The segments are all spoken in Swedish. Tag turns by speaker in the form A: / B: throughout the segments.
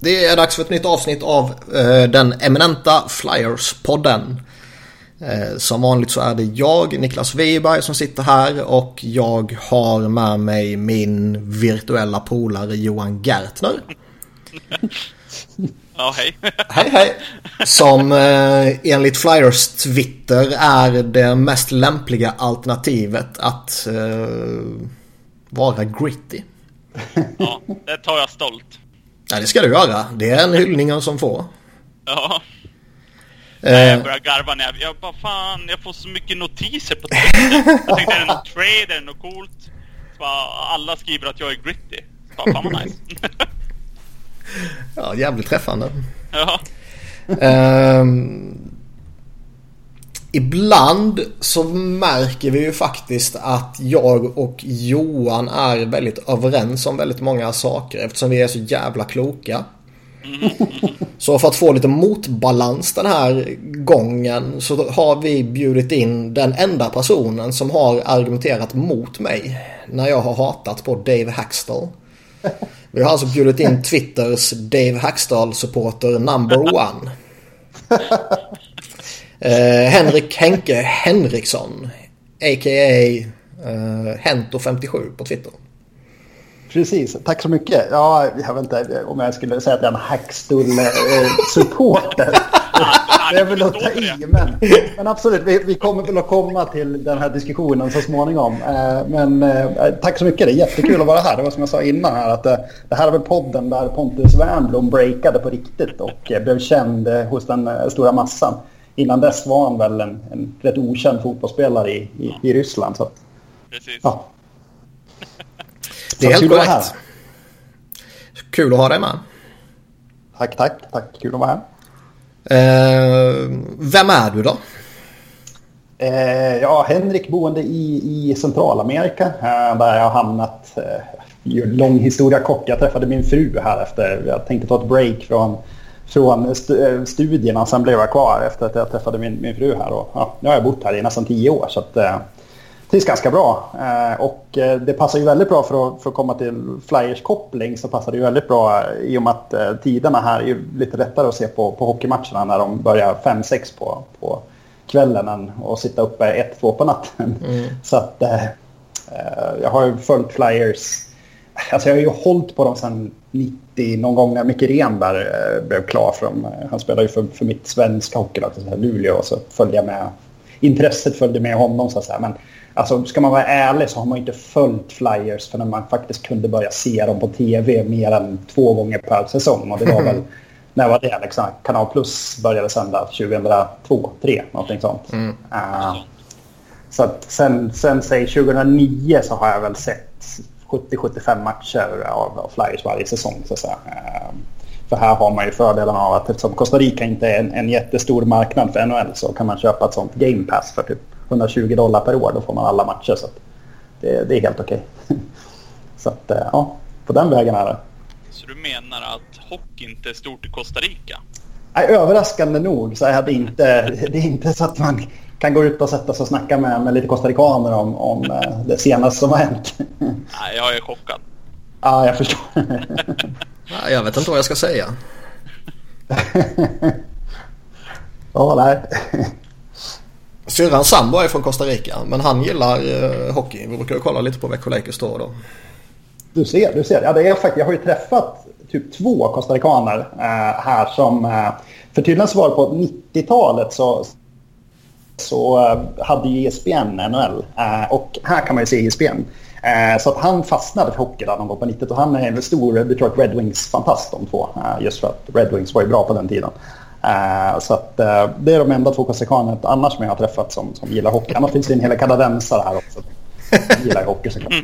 A: Det är dags för ett nytt avsnitt av den eminenta Flyers-podden. Som vanligt så är det jag, Niklas Wiberg, som sitter här och jag har med mig min virtuella polare Johan Gärtner.
B: Ja, hej.
A: Hej. Som enligt Flyers Twitter är det mest lämpliga alternativet att vara gritty.
B: Ja, det tar jag stolt.
A: Ja, det ska du göra. Det är en hyllning som får.
B: Ja. Jag börjar garva när jag bara fan, jag får så mycket notiser på Twitter. Jag tänkte, är det någon trade, är det något coolt? Så bara, alla skriver att jag är gritty. Så bara, fan vad nice.
A: Ja, jävligt träffande.
B: Ja.
A: Ibland så märker vi ju faktiskt att jag och Johan är väldigt överens om väldigt många saker eftersom vi är så jävla kloka. Så för att få lite motbalans den här gången så har vi bjudit in den enda personen som har argumenterat mot mig när jag har hatat på Dave Hackstall. Vi har alltså bjudit in Twitters Dave Hackstall-supporter number one. Henrik Henke Henriksson, a.k.a. Hento57 på Twitter.
C: Precis, tack så mycket. Ja, jag vet inte om jag skulle säga att jag är en Hackstall-supporter. Det är väl att ta i, men absolut, vi kommer väl att komma till den här diskussionen så småningom. Men tack så mycket, det är jättekul att vara här. Det var som jag sa innan här, att det här är väl podden där Pontus Wernbloom breakade på riktigt och blev känd hos den stora massan. Innan dess var han väl en rätt okänd fotbollsspelare i Ryssland. Så.
B: Precis.
C: Ja.
A: Det är helt korrekt. Kul att ha dig med.
C: Tack. Kul att vara här.
A: Vem är du då?
C: Henrik, boende i Centralamerika. Där jag har hamnat. Lång historia kort. Jag träffade min fru här efter. Jag tänkte ta ett break från studierna. Sen blev jag kvar efter att jag träffade min fru här. Och, nu har jag bott här i nästan 10 år. Så att, det är ganska bra. Och det passar ju väldigt bra för att komma till Flyers koppling, så passar det ju väldigt bra i och med att tiderna här är ju lite lättare att se på hockeymatcherna när de börjar 5-6 på kvällen än att sitta uppe 1-2 på natten. Så att jag har ju följt Flyers. Alltså jag har ju hållit på dem sedan 90 någon gång när Micke Renberg blev klar. Han spelade ju för mitt svenska hockeylag i Luleå, och så följde jag med. Intresset följde med honom så att säga. Men alltså, ska man vara ärlig så har man inte följt Flyers för när man faktiskt kunde börja se dem på tv mer än 2 gånger per säsong. Och det var väl, när var det liksom, Kanal Plus började sända 2002-2003, någonting sånt. Så att sen säg 2009 så har jag väl sett 70-75 matcher av Flyers varje säsong så att säga. För här har man ju fördelen av att eftersom Costa Rica inte är en jättestor marknad för NHL, så kan man köpa ett sånt Game Pass för typ $120 per år. Då får man alla matcher, så att det är helt okej. Så att på den vägen är det.
B: Så du menar att hockey inte är stort i Costa Rica?
C: Nej, överraskande nog så är det är inte så att man kan gå ut och sätta sig och snacka med lite costaricaner om det senaste som har hänt.
B: Nej, jag är chockad.
C: Ja, jag förstår.
A: Jag vet inte vad jag ska säga.
C: Nej.
A: Syrran Sambo är från Costa Rica, men han gillar hockey. Vi brukar kolla lite på Växjö Lakers då. Du
C: ser. Ja, det är faktiskt, jag har ju träffat typ 2 costaricaner här som för tydligen så var det på 90-talet så hade ju ESPN NHL och här kan man ju se ESPN. Så att han fastnade för hockey där någon gång på 90-talet, och han är en stor Detroit Red Wings-fantast de 2. Just för att Red Wings var ju bra på den tiden. Så att det är de enda 2 costaricaner annars som jag har träffat som gillar hockey. Annars finns det en hela kanadensare här också som gillar hockey såklart.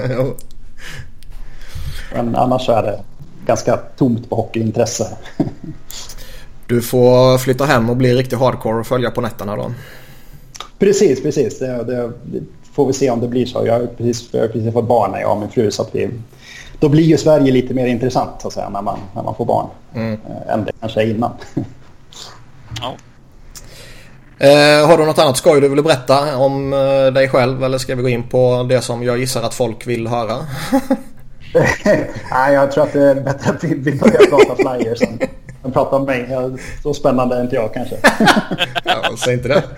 C: Men annars så är det ganska tomt på hockeyintresse.
A: Du får flytta hem och bli riktigt hardcore och följa på nätterna då.
C: Precis. Det får vi se om det blir så. Jag har precis fått barn när jag och min fru, så att då blir ju Sverige lite mer intressant så att säga, när man får barn än det kanske är innan.
B: Ja.
A: Har du något annat skoj du vill berätta om dig själv, eller ska vi gå in på det som jag gissar att folk vill höra?
C: Nej, jag tror att det är bättre att vi börjar prata Flyers än prata om mig. Så spännande är inte jag kanske.
A: Ja, säg inte det.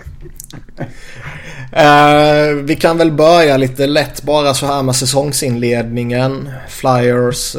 A: Vi kan väl börja lite lätt bara så här med säsongsinledningen. Flyers...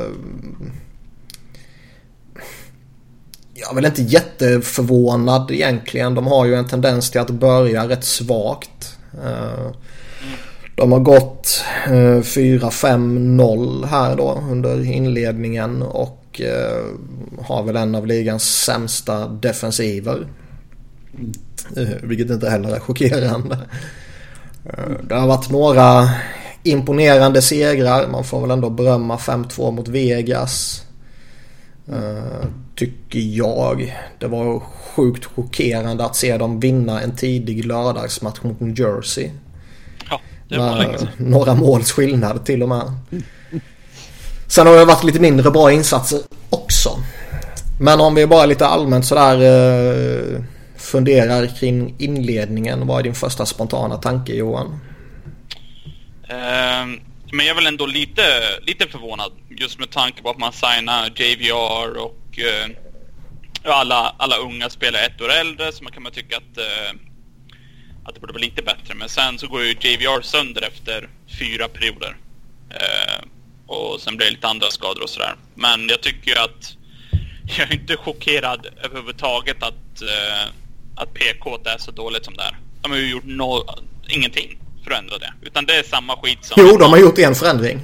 A: jag är väl inte jätteförvånad egentligen. De har ju en tendens till att börja rätt svagt. De har gått 4-5-0 här då under inledningen och har väl en av ligans sämsta defensiver. Vilket inte heller är chockerande. Det har varit några imponerande segrar. Man får väl ändå berömma 5-2 mot Vegas. Tycker jag. Det var sjukt chockerande att se dem vinna en tidig lördagsmatch mot New Jersey.
B: Ja, det var länge sedan.
A: Några måls skillnad till och med. Sen har det varit lite mindre bra insatser också. Men om vi bara lite allmänt sådär funderar kring inledningen. Vad är din första spontana tanke, Johan?
B: Men jag är väl ändå lite förvånad just med tanke på att man signar JVR och alla unga spelar ett år äldre, så man kan tycka att det borde vara lite bättre. Men sen så går ju JVR sönder efter 4 perioder. Och sen blir det lite andra skador och sådär. Men jag tycker ju att jag är inte chockerad överhuvudtaget att PK är så dåligt som det är. De har ju gjort ingenting för att ändra det. Utan det är samma skit som...
A: Jo, de har gjort en förändring.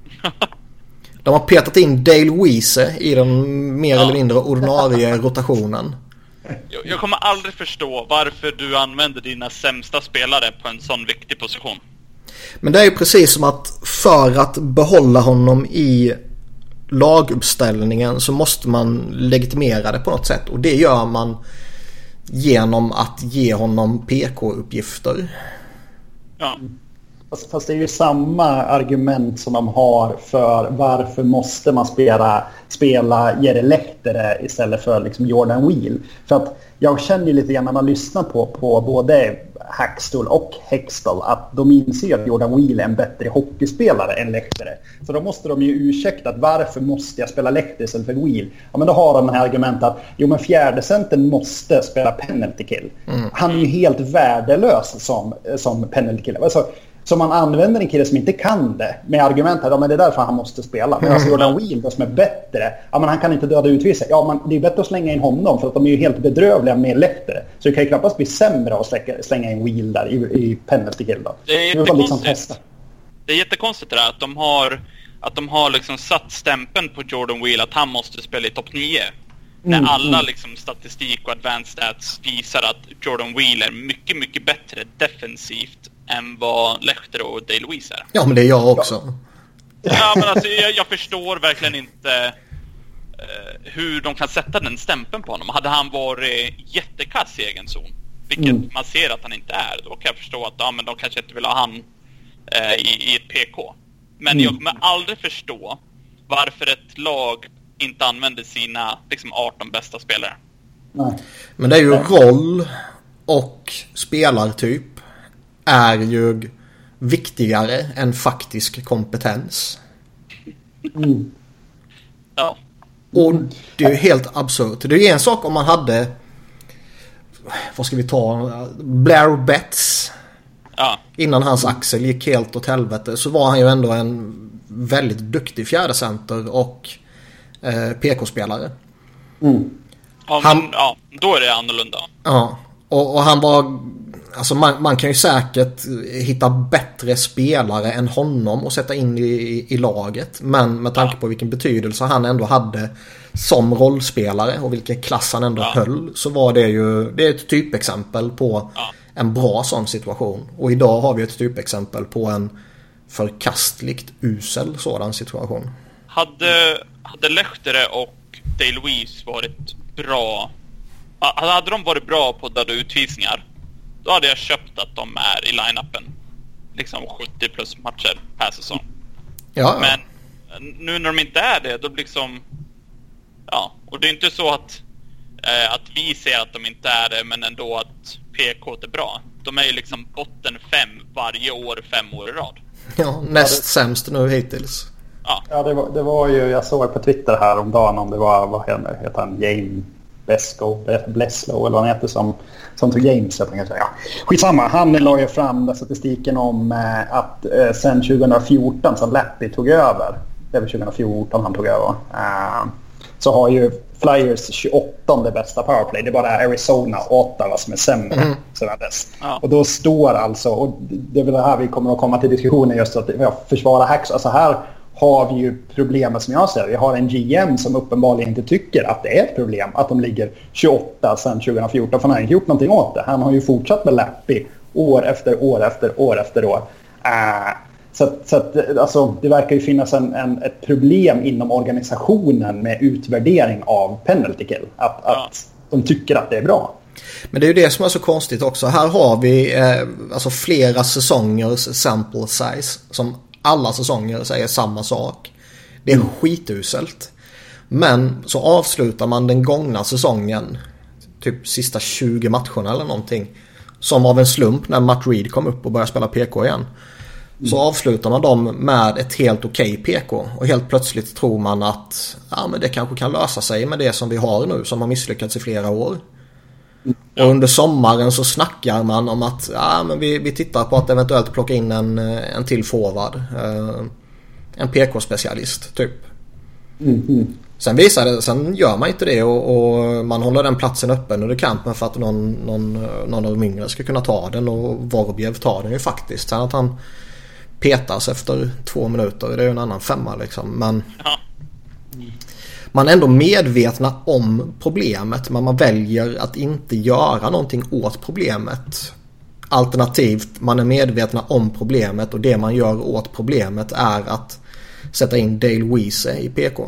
A: De har petat in Dale Weise i den mer eller mindre ordinarie rotationen.
B: Jag kommer aldrig förstå varför du använder dina sämsta spelare på en sån viktig position.
A: Men det är ju precis som att för att behålla honom i laguppställningen så måste man legitimera det på något sätt. Och det gör man genom att ge honom PK-uppgifter.
B: Ja.
C: Fast det är ju samma argument som de har för varför måste man spela Jere Lehtera istället för liksom Jordan Wheel. För att jag känner ju lite grann när man lyssnar på både Hackstall och Hextall att de inser att Jordan Wheel är en bättre hockeyspelare än Lehtera. Så då måste de ju ursäkta att varför måste jag spela Lehtera istället för Wheel? Ja, men då har de det här argumentet att jo, men fjärdecentern måste spela penalty kill. Han är ju helt värdelös som penalty kill. Alltså, så man använder en kille som inte kan det med argument att ja, men det är därför han måste spela. Men alltså Jordan Wheel då, som är bättre, ja, men han kan inte döda utvisa. Ja, men det är bättre att slänga in honom för att de är ju helt bedrövliga med Lehtera. Så det kan ju knappast bli sämre att slänga in Wheel där i penalty kill då.
B: Det är jättekonstigt. Det är jättekonstigt det där att de har liksom satt stämpeln på Jordan Wheel att han måste spela i topp 9. När alla liksom statistik och advanced stats visar att Jordan Wheel är mycket, mycket bättre defensivt än vad Lehtera och Dale Weise är.
A: Ja, men det är jag också.
B: Ja, men alltså jag förstår verkligen inte hur de kan sätta den stämpeln på honom. Hade han varit jättekass i egen zon, vilket man ser att han inte är, då kan jag förstå att ja, men de kanske inte vill ha han i ett PK. Men jag kommer aldrig förstå varför ett lag inte använder sina liksom 18 bästa spelare.
C: Nej.
A: Men det är ju roll och spelartyp är ju viktigare än faktisk kompetens.
B: Ja.
A: Och det är ju helt absurt. Det är ju en sak om man hade, vad ska vi ta, Blair Betts.
B: Ja.
A: Innan hans axel gick helt åt helvete så var han ju ändå en väldigt duktig fjärdecenter och PK-spelare.
B: Ja, då är det annorlunda.
A: Ja, och han var, alltså man kan ju säkert hitta bättre spelare än honom och sätta in i laget, men med tanke på vilken betydelse han ändå hade som rollspelare och vilken klass han ändå höll, så var det är ett typexempel på en bra sån situation. Och idag har vi ett typexempel på en förkastligt usel sådan situation.
B: Hade Lehtera och Dale Weise varit bra, hade de varit bra på döda utvisningar, då hade jag köpt att de är i line-upen liksom 70 plus matcher per säsong. Ja. Men nu när de inte är det, då liksom och det är inte så att vi ser att de inte är det, men ändå att PK är bra. De är ju liksom botten 5 varje år, 5 år i rad.
A: Ja, näst sämst nu hittills.
C: Ja, det var ju, jag såg på Twitter här om dagen om det var, vad heter han, James Bledsoe eller vad han heter som tog James. Jag tänkte, ja, skitsamma, han la ju fram statistiken om att sen 2014 som Lappy tog över, det var 2014 han tog över, så har ju Flyers 28 det bästa powerplay. Det är bara Arizona och Ottawa som är sämre sedan dess. Ja. Och då står alltså, och det är väl det här vi kommer att komma till diskussionen, just att försvara hacks. Alltså här har vi ju problemet som jag ser. Vi har en GM som uppenbarligen inte tycker att det är ett problem att de ligger 28 sedan 2014. För han har inte gjort någonting åt det. Han har ju fortsatt med Lappy år efter år. Så att, alltså, det verkar ju finnas ett problem inom organisationen med utvärdering av penalty kill. Att de tycker att det är bra.
A: Men det är ju det som är så konstigt också. Här har vi alltså flera säsongers sample size som alla säsonger säger samma sak. Det är skituselt. Men så avslutar man den gångna säsongen, typ sista 20 matcherna eller någonting, som av en slump när Matt Reed kom upp och började spela PK igen. Så avslutar man dem med ett helt okej PK. Och helt plötsligt tror man att men det kanske kan lösa sig med det som vi har nu, som har misslyckats i flera år. Och under sommaren så snackar man om att men vi tittar på att eventuellt plocka in en till forward. En PK-specialist typ. Sen gör man inte det och man håller den platsen öppen under kampen för att någon av de yngre ska kunna ta den, och Vorobjev tar den ju faktiskt. Sen att han petas efter 2 minuter, det är ju en annan femma liksom. Men man är ändå medvetna om problemet, men man väljer att inte göra någonting åt problemet. Alternativt, man är medvetna om problemet och det man gör åt problemet är att sätta in Dale Weise i PK.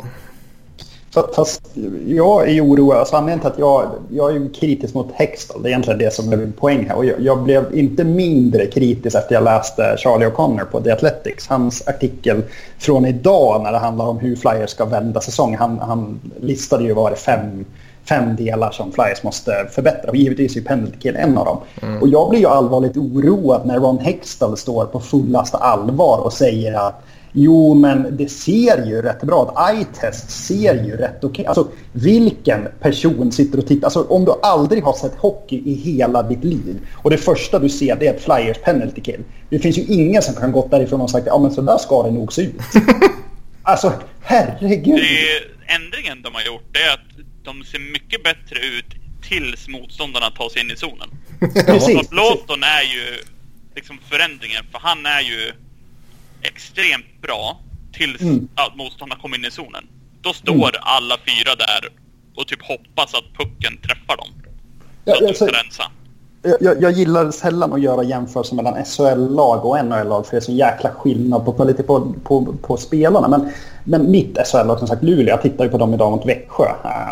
C: Fast jag är oroad. Alltså, anledningen till att jag är kritisk mot Hextall, det är egentligen det som är min poäng här. Och jag blev inte mindre kritisk efter jag läste Charlie O'Connor på The Athletics. Hans artikel från idag när det handlar om hur Flyers ska vända säsong. Han listade ju var det 5 delar som Flyers måste förbättra. Och givetvis är penalty kill en av dem. Och jag blir ju allvarligt oroad när Ron Hextall står på fullaste allvar och säger att jo, men det ser ju rätt bra. Att eye-test ser ju rätt okej. Alltså, vilken person sitter och tittar? Alltså, om du aldrig har sett hockey i hela ditt liv och det första du ser det är ett Flyers penalty kill. Det finns ju ingen som kan gå därifrån och sagt men så där ska det nog se ut. Alltså, herregud.
B: Ändringen de har gjort det är att de ser mycket bättre ut tills motståndarna tar sig in i zonen. Precis. Lawton är ju liksom förändringen, för han är ju extremt bra tills att motståndarna kommer in i zonen. Då står alla 4 där och typ hoppas att pucken träffar dem. Så att de ska rensa.
C: Jag gillar sällan att göra jämförelser mellan SHL-lag och NHL-lag, för det är så jäkla skillnad på kvalitet på spelarna. Men mitt SHL-lag, som sagt Luleå, jag tittar ju på dem idag mot Växjö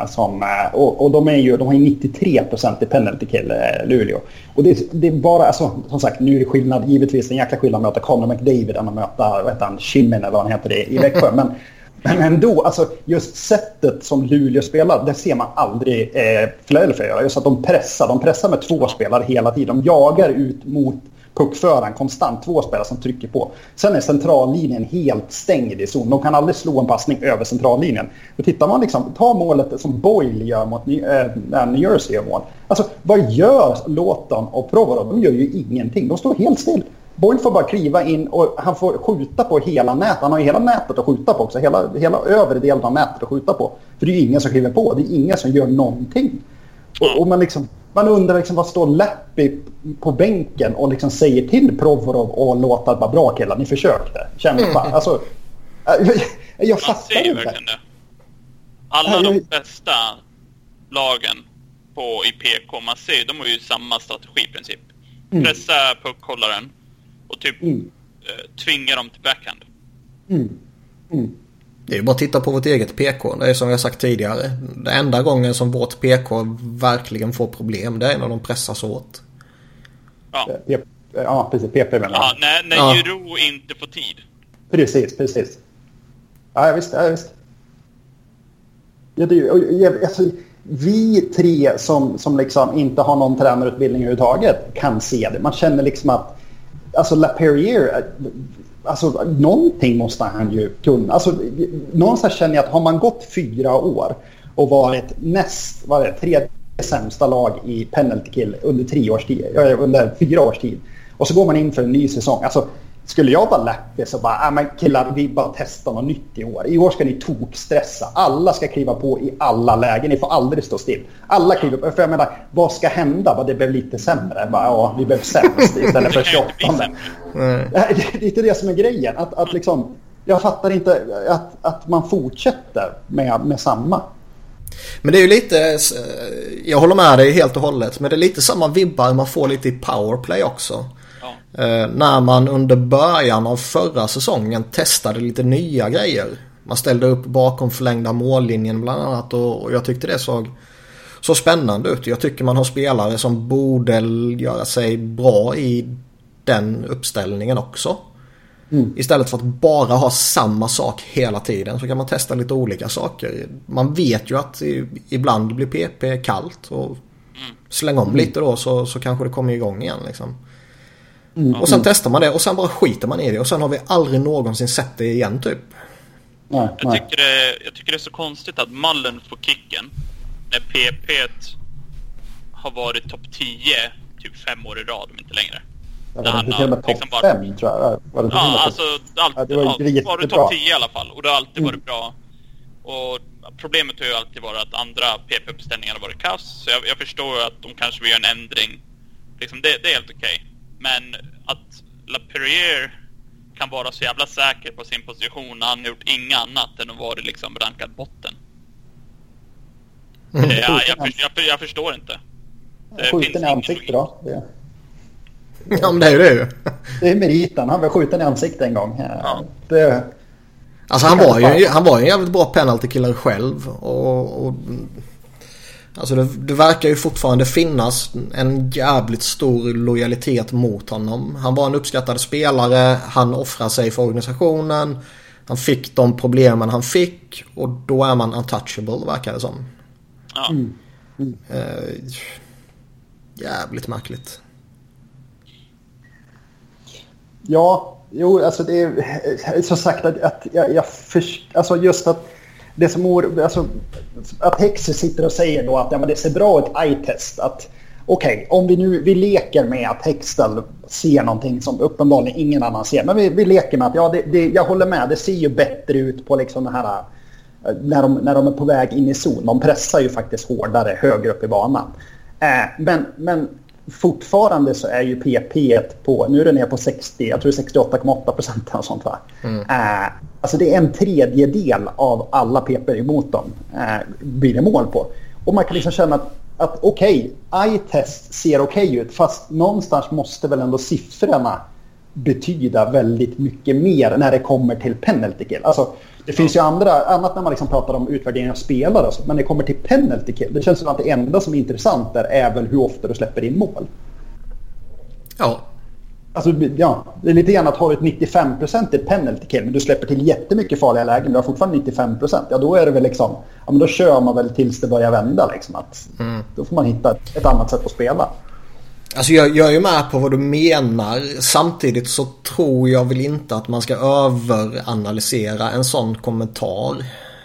C: och de har ju 93% i penalty kill, Luleå. Och det är bara, alltså, som sagt, nu är det skillnad, givetvis en jäkla skillnad att möta Connor McDavid än att möta Schimmen eller vad han heter det i Växjö. Men ändå, alltså just sättet som Luleå spelar, det ser man aldrig Philadelphia göra. Just att de pressar med 2 spelare hela tiden. De jagar ut mot puckföraren konstant, 2 spelare som trycker på. Sen är centrallinjen helt stängd i zon. De kan aldrig slå en passning över centrallinjen. Då tittar man liksom, ta målet som Boyle gör mot New Jersey mål. Alltså, vad gör Lawton och Provorov? De gör ju ingenting. De står helt still. Boyle får bara kliva in och han får skjuta på hela nätet. Han har ju hela nätet att skjuta på också. Hela övre delen av nätet att skjuta på. För det är ju ingen som kliver på. Det är ingen som gör någonting. Och man undrar liksom, vad står Lappy på bänken och liksom säger till Provorov och låta bara bra killar, ni försökte. Känner bara, alltså, jag fattar inte. Verkligen det.
B: Alla de bästa lagen i PK, man ser, de har ju samma strategi i princip. Pressa puckhållaren och typ tvinga dem till backhand.
A: Det är ju bara att titta på vårt eget PK. Det är som jag sagt tidigare. Det enda gången som vårt PK verkligen får problem, det är när de pressas åt.
C: Ja, precis. PP menar jag.
B: När Jero inte får tid.
C: Precis. Ja, visst. Alltså, vi 3 som liksom inte har någon tränarutbildning överhuvudtaget kan se det. Man känner liksom att alltså LaPerriere, alltså någonting måste han ju kunna. Alltså, någonstans känner jag att har man gått 4 år och varit tredje sämsta lag i penalty kill under 4 års tid. Och så går man in för en ny säsong. Alltså, skulle jag vara läppig så bara, men killar, vi bara testar något nytt i år. I år ska ni tokstressa. Alla ska kliva på i alla lägen. Ni får aldrig stå still. Alla kliver på. För jag menar, vad ska hända? Det blev lite sämre. Bara, vi blev sämst istället för 28. Det är inte det som är grejen. Att liksom, jag fattar inte att man fortsätter med samma.
A: Men det är ju lite, jag håller med dig helt och hållet, men det är lite samma vibbar man får lite i powerplay också. När man under början av förra säsongen testade lite nya grejer. Man ställde upp bakom förlängda mållinjen bland annat, och jag tyckte det såg så spännande ut. Jag tycker man har spelare som borde göra sig bra i den uppställningen också. Istället för att bara ha samma sak hela tiden så kan man testa lite olika saker. Man vet ju att ibland blir PP kallt, och släng om lite då så kanske det kommer igång igen liksom. Och sen testar man det och sen bara skiter man i det, och sen har vi aldrig någonsin sett det igen typ.
B: Jag tycker det är så konstigt att Mullen får kicken när PP har varit topp 10 typ 5 år i rad, om inte längre.
C: Det var till och med topp 5 tror jag.
B: Alltså alltid varit topp 10 i alla fall, och det har alltid varit bra. Och problemet har ju alltid varit att andra PP-uppställningar har varit kass. Så jag förstår att de kanske vill göra en ändring. Liksom det är helt okej. Men att Laperriere kan vara så jävla säker på sin position när han har gjort inget annat än att vara liksom rankad botten. Jag förstår inte.
C: Skjuten i ansiktet då?
A: Ja, men det är ju det ju.
C: Det är meriten. Han var skjuten i ansiktet en gång.
A: Ja. Alltså han var ju en jävligt bra penalty-killer själv, och alltså det verkar ju fortfarande finnas en jävligt stor lojalitet mot honom. Han var en uppskattad spelare, han offrar sig för organisationen, han fick de problemen han fick, och då är man untouchable, verkar det som.
B: Ja.
A: Jävligt märkligt.
C: Ja, jo, alltså det är så sagt att alltså just att det som att Hexer sitter och säger då att det ser bra ut eye-test, att okej, om vi leker med att Hextall ser någonting som uppenbarligen ingen annan ser, men vi leker med att jag håller med, det ser ju bättre ut på liksom det här när de är på väg in i zon. De pressar ju faktiskt hårdare högre upp i banan. Men fortfarande så är ju PP på, nu är det ner på 60, jag tror 68,8% och sånt va. Alltså det är en tredjedel av alla PP emot dem blir det mål på. Och man kan liksom känna att okej, eye-test ser okej ut, fast någonstans måste väl ändå siffrorna betyda väldigt mycket mer när det kommer till penalty kill. Alltså det finns ju annat när man liksom pratar om utvärdering av spelare, men när det kommer till penalty kill, det känns som att det enda som är intressant är väl hur ofta du släpper in mål.
A: Ja.
C: Alltså ja, det är lite grann att ha ett 95% i penalty kill, men du släpper till jättemycket farliga lägen, du har fortfarande 95%. Ja, då är det väl liksom, ja men då kör man väl tills det börjar vända liksom, att då får man hitta ett annat sätt att spela.
A: Alltså jag är ju med på vad du menar. Samtidigt så tror jag väl inte att man ska överanalysera en sån kommentar.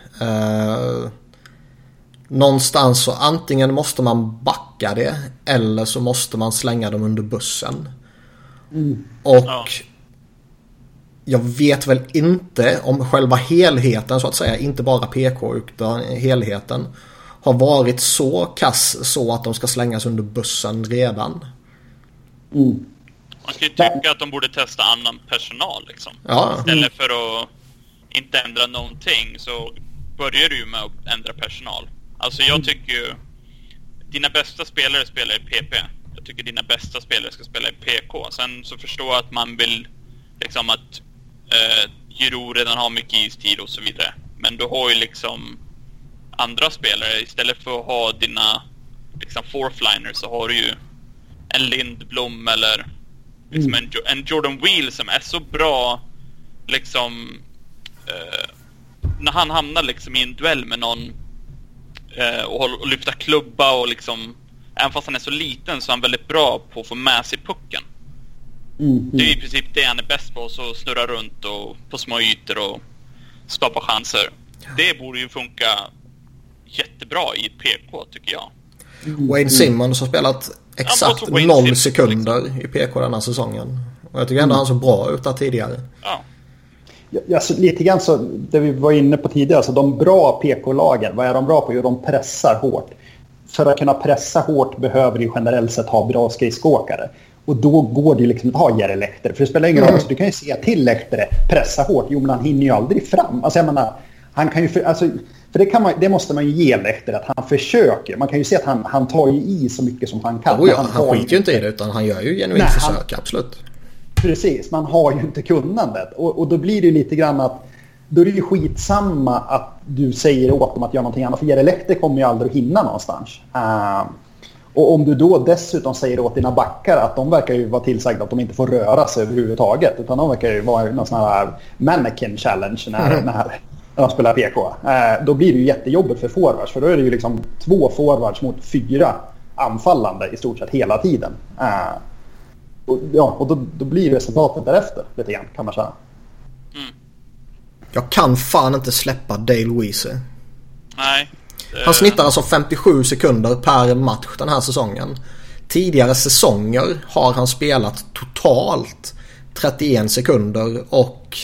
A: Någonstans så antingen måste man backa det, eller så måste man slänga dem under bussen. Och jag vet väl inte om själva helheten så att säga, inte bara PK utan helheten, har varit så kass så att de ska slängas under bussen redan.
B: Man ska ju tycka att de borde testa annan personal liksom. Istället för att inte ändra någonting, så börjar du ju med att ändra personal. Alltså jag tycker ju dina bästa spelare spelar i PP. Jag tycker dina bästa spelare ska spela i PK. Sen så förstår jag att man vill liksom att Giro redan har mycket istid och så vidare. Men du har ju liksom andra spelare, istället för att ha dina liksom fourth-liners, så har du ju en Lindblom eller liksom en Jordan Wheel som är så bra liksom när han hamnar liksom i en duell med någon och lyfta klubba och liksom, även fast han är så liten så är han väldigt bra på att få med sig pucken. Det är i princip det han är bäst på, så snurra runt och på små ytor och skapa chanser. Det borde ju funka jättebra i PK, tycker jag.
A: Wayne Simmons har spelat exakt 0 sekunder i PK den här säsongen. Och jag tycker ändå han så bra ut där tidigare.
C: Ja, så lite grann så det vi var inne på tidigare, alltså de bra PK-lagen, vad är de bra på? Jo, de pressar hårt. För att kunna pressa hårt behöver du generellt sett ha bra skridskåkare. Och då går det ju liksom att ha Jere Lehtera. För det spelar ingen roll, så du kan ju se till Lehtera pressa hårt. Jo, men han hinner ju aldrig fram. Alltså jag menar, han kan ju... För det måste man ju ge Lehtera, att han försöker. Man kan ju se att han tar ju i så mycket som han kan.
A: Han skiter ju inte i det, utan han gör ju genuint försök, absolut.
C: Precis, man har ju inte kunnandet. Och då blir det ju lite grann att... Då är det ju skitsamma att du säger åt dem att göra någonting annat. För Jere Lehtera kommer ju aldrig att hinna någonstans. Och om du då dessutom säger åt dina backar att de verkar ju vara tillsagda att de inte får röra sig överhuvudtaget. Utan de verkar ju vara någon sån här mannequin challenge när de spelar PK. Då blir det ju jättejobbigt för forwards. För då är det ju liksom 2 forwards mot 4 anfallande i stort sett hela tiden. Och då blir resultatet därefter lite grann, kan man säga.
A: Jag kan fan inte släppa Dale Weise.
B: Nej.
A: Han snittar alltså 57 sekunder per match den här säsongen. Tidigare säsonger har han spelat totalt 31 sekunder och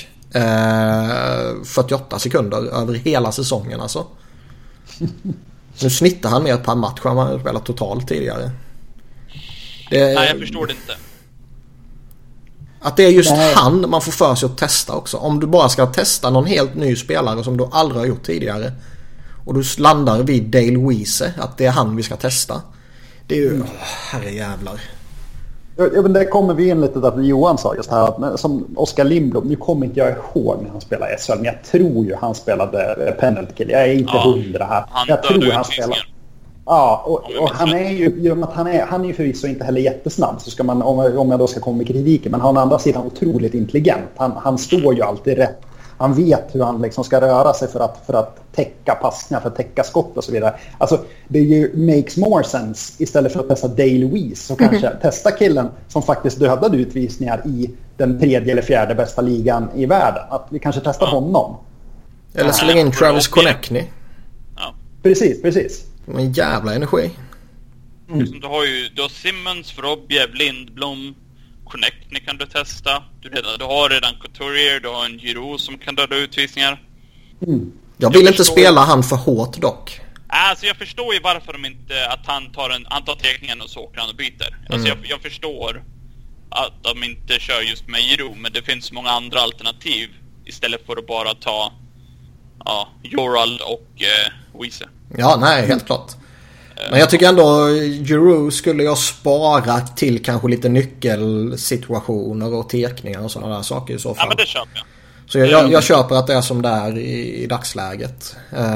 A: 48 sekunder över hela säsongen alltså. Nu snittar han mer per match än han har spelat totalt tidigare.
B: Nej, jag förstår det inte.
A: Att det är just han man får för sig att testa också. Om du bara ska testa någon helt ny spelare som du aldrig har gjort tidigare och du landar vid Dale Weise, att det är han vi ska testa. Det är ju, herrejävlar.
C: Ja, men där kommer vi in lite där Johan sa just här, att som Oskar Lindblom, nu kommer inte jag ihåg när han spelade SHL, men jag tror ju han spelade penalty kill. Jag är inte 100 här. Jag tror han spelade. Ja, och han är ju, han är ju förvisso inte heller jättesnabb, så ska man, om jag då ska komma med kritiken, men han å andra sidan otroligt intelligent. Han står ju alltid rätt. Han vet hur han liksom ska röra sig för att täcka passningar, för att täcka skott och så vidare. Alltså, det är ju makes more sense istället för att testa Dale Weise, så kanske testa killen som faktiskt dödade utvisningar i den 3:e eller 4:e bästa ligan i världen. Att vi kanske testar honom.
A: Eller släng in Travis Konechny.
B: Ja.
C: Precis.
A: En jävla energi.
B: Du har Simmons, Vorobjev, Lindblom, Konechny kan du testa. Du har redan Couturier, du har en Giroux som kan döda utvisningar.
A: Jag vill inte spela han för hårt dock.
B: Alltså jag förstår ju varför de inte, att han tar teckningen och så åker han och byter. Alltså jag förstår att de inte kör just med Giroux, men det finns många andra alternativ istället för att bara ta Jorald och Weise.
A: Ja, nej, helt klart. Men jag tycker ändå Giroux skulle jag spara till kanske lite nyckelsituationer och tekningar och sådana där saker i så fall.
B: Ja, men det köper jag.
A: Så jag köper att det är som det är i dagsläget.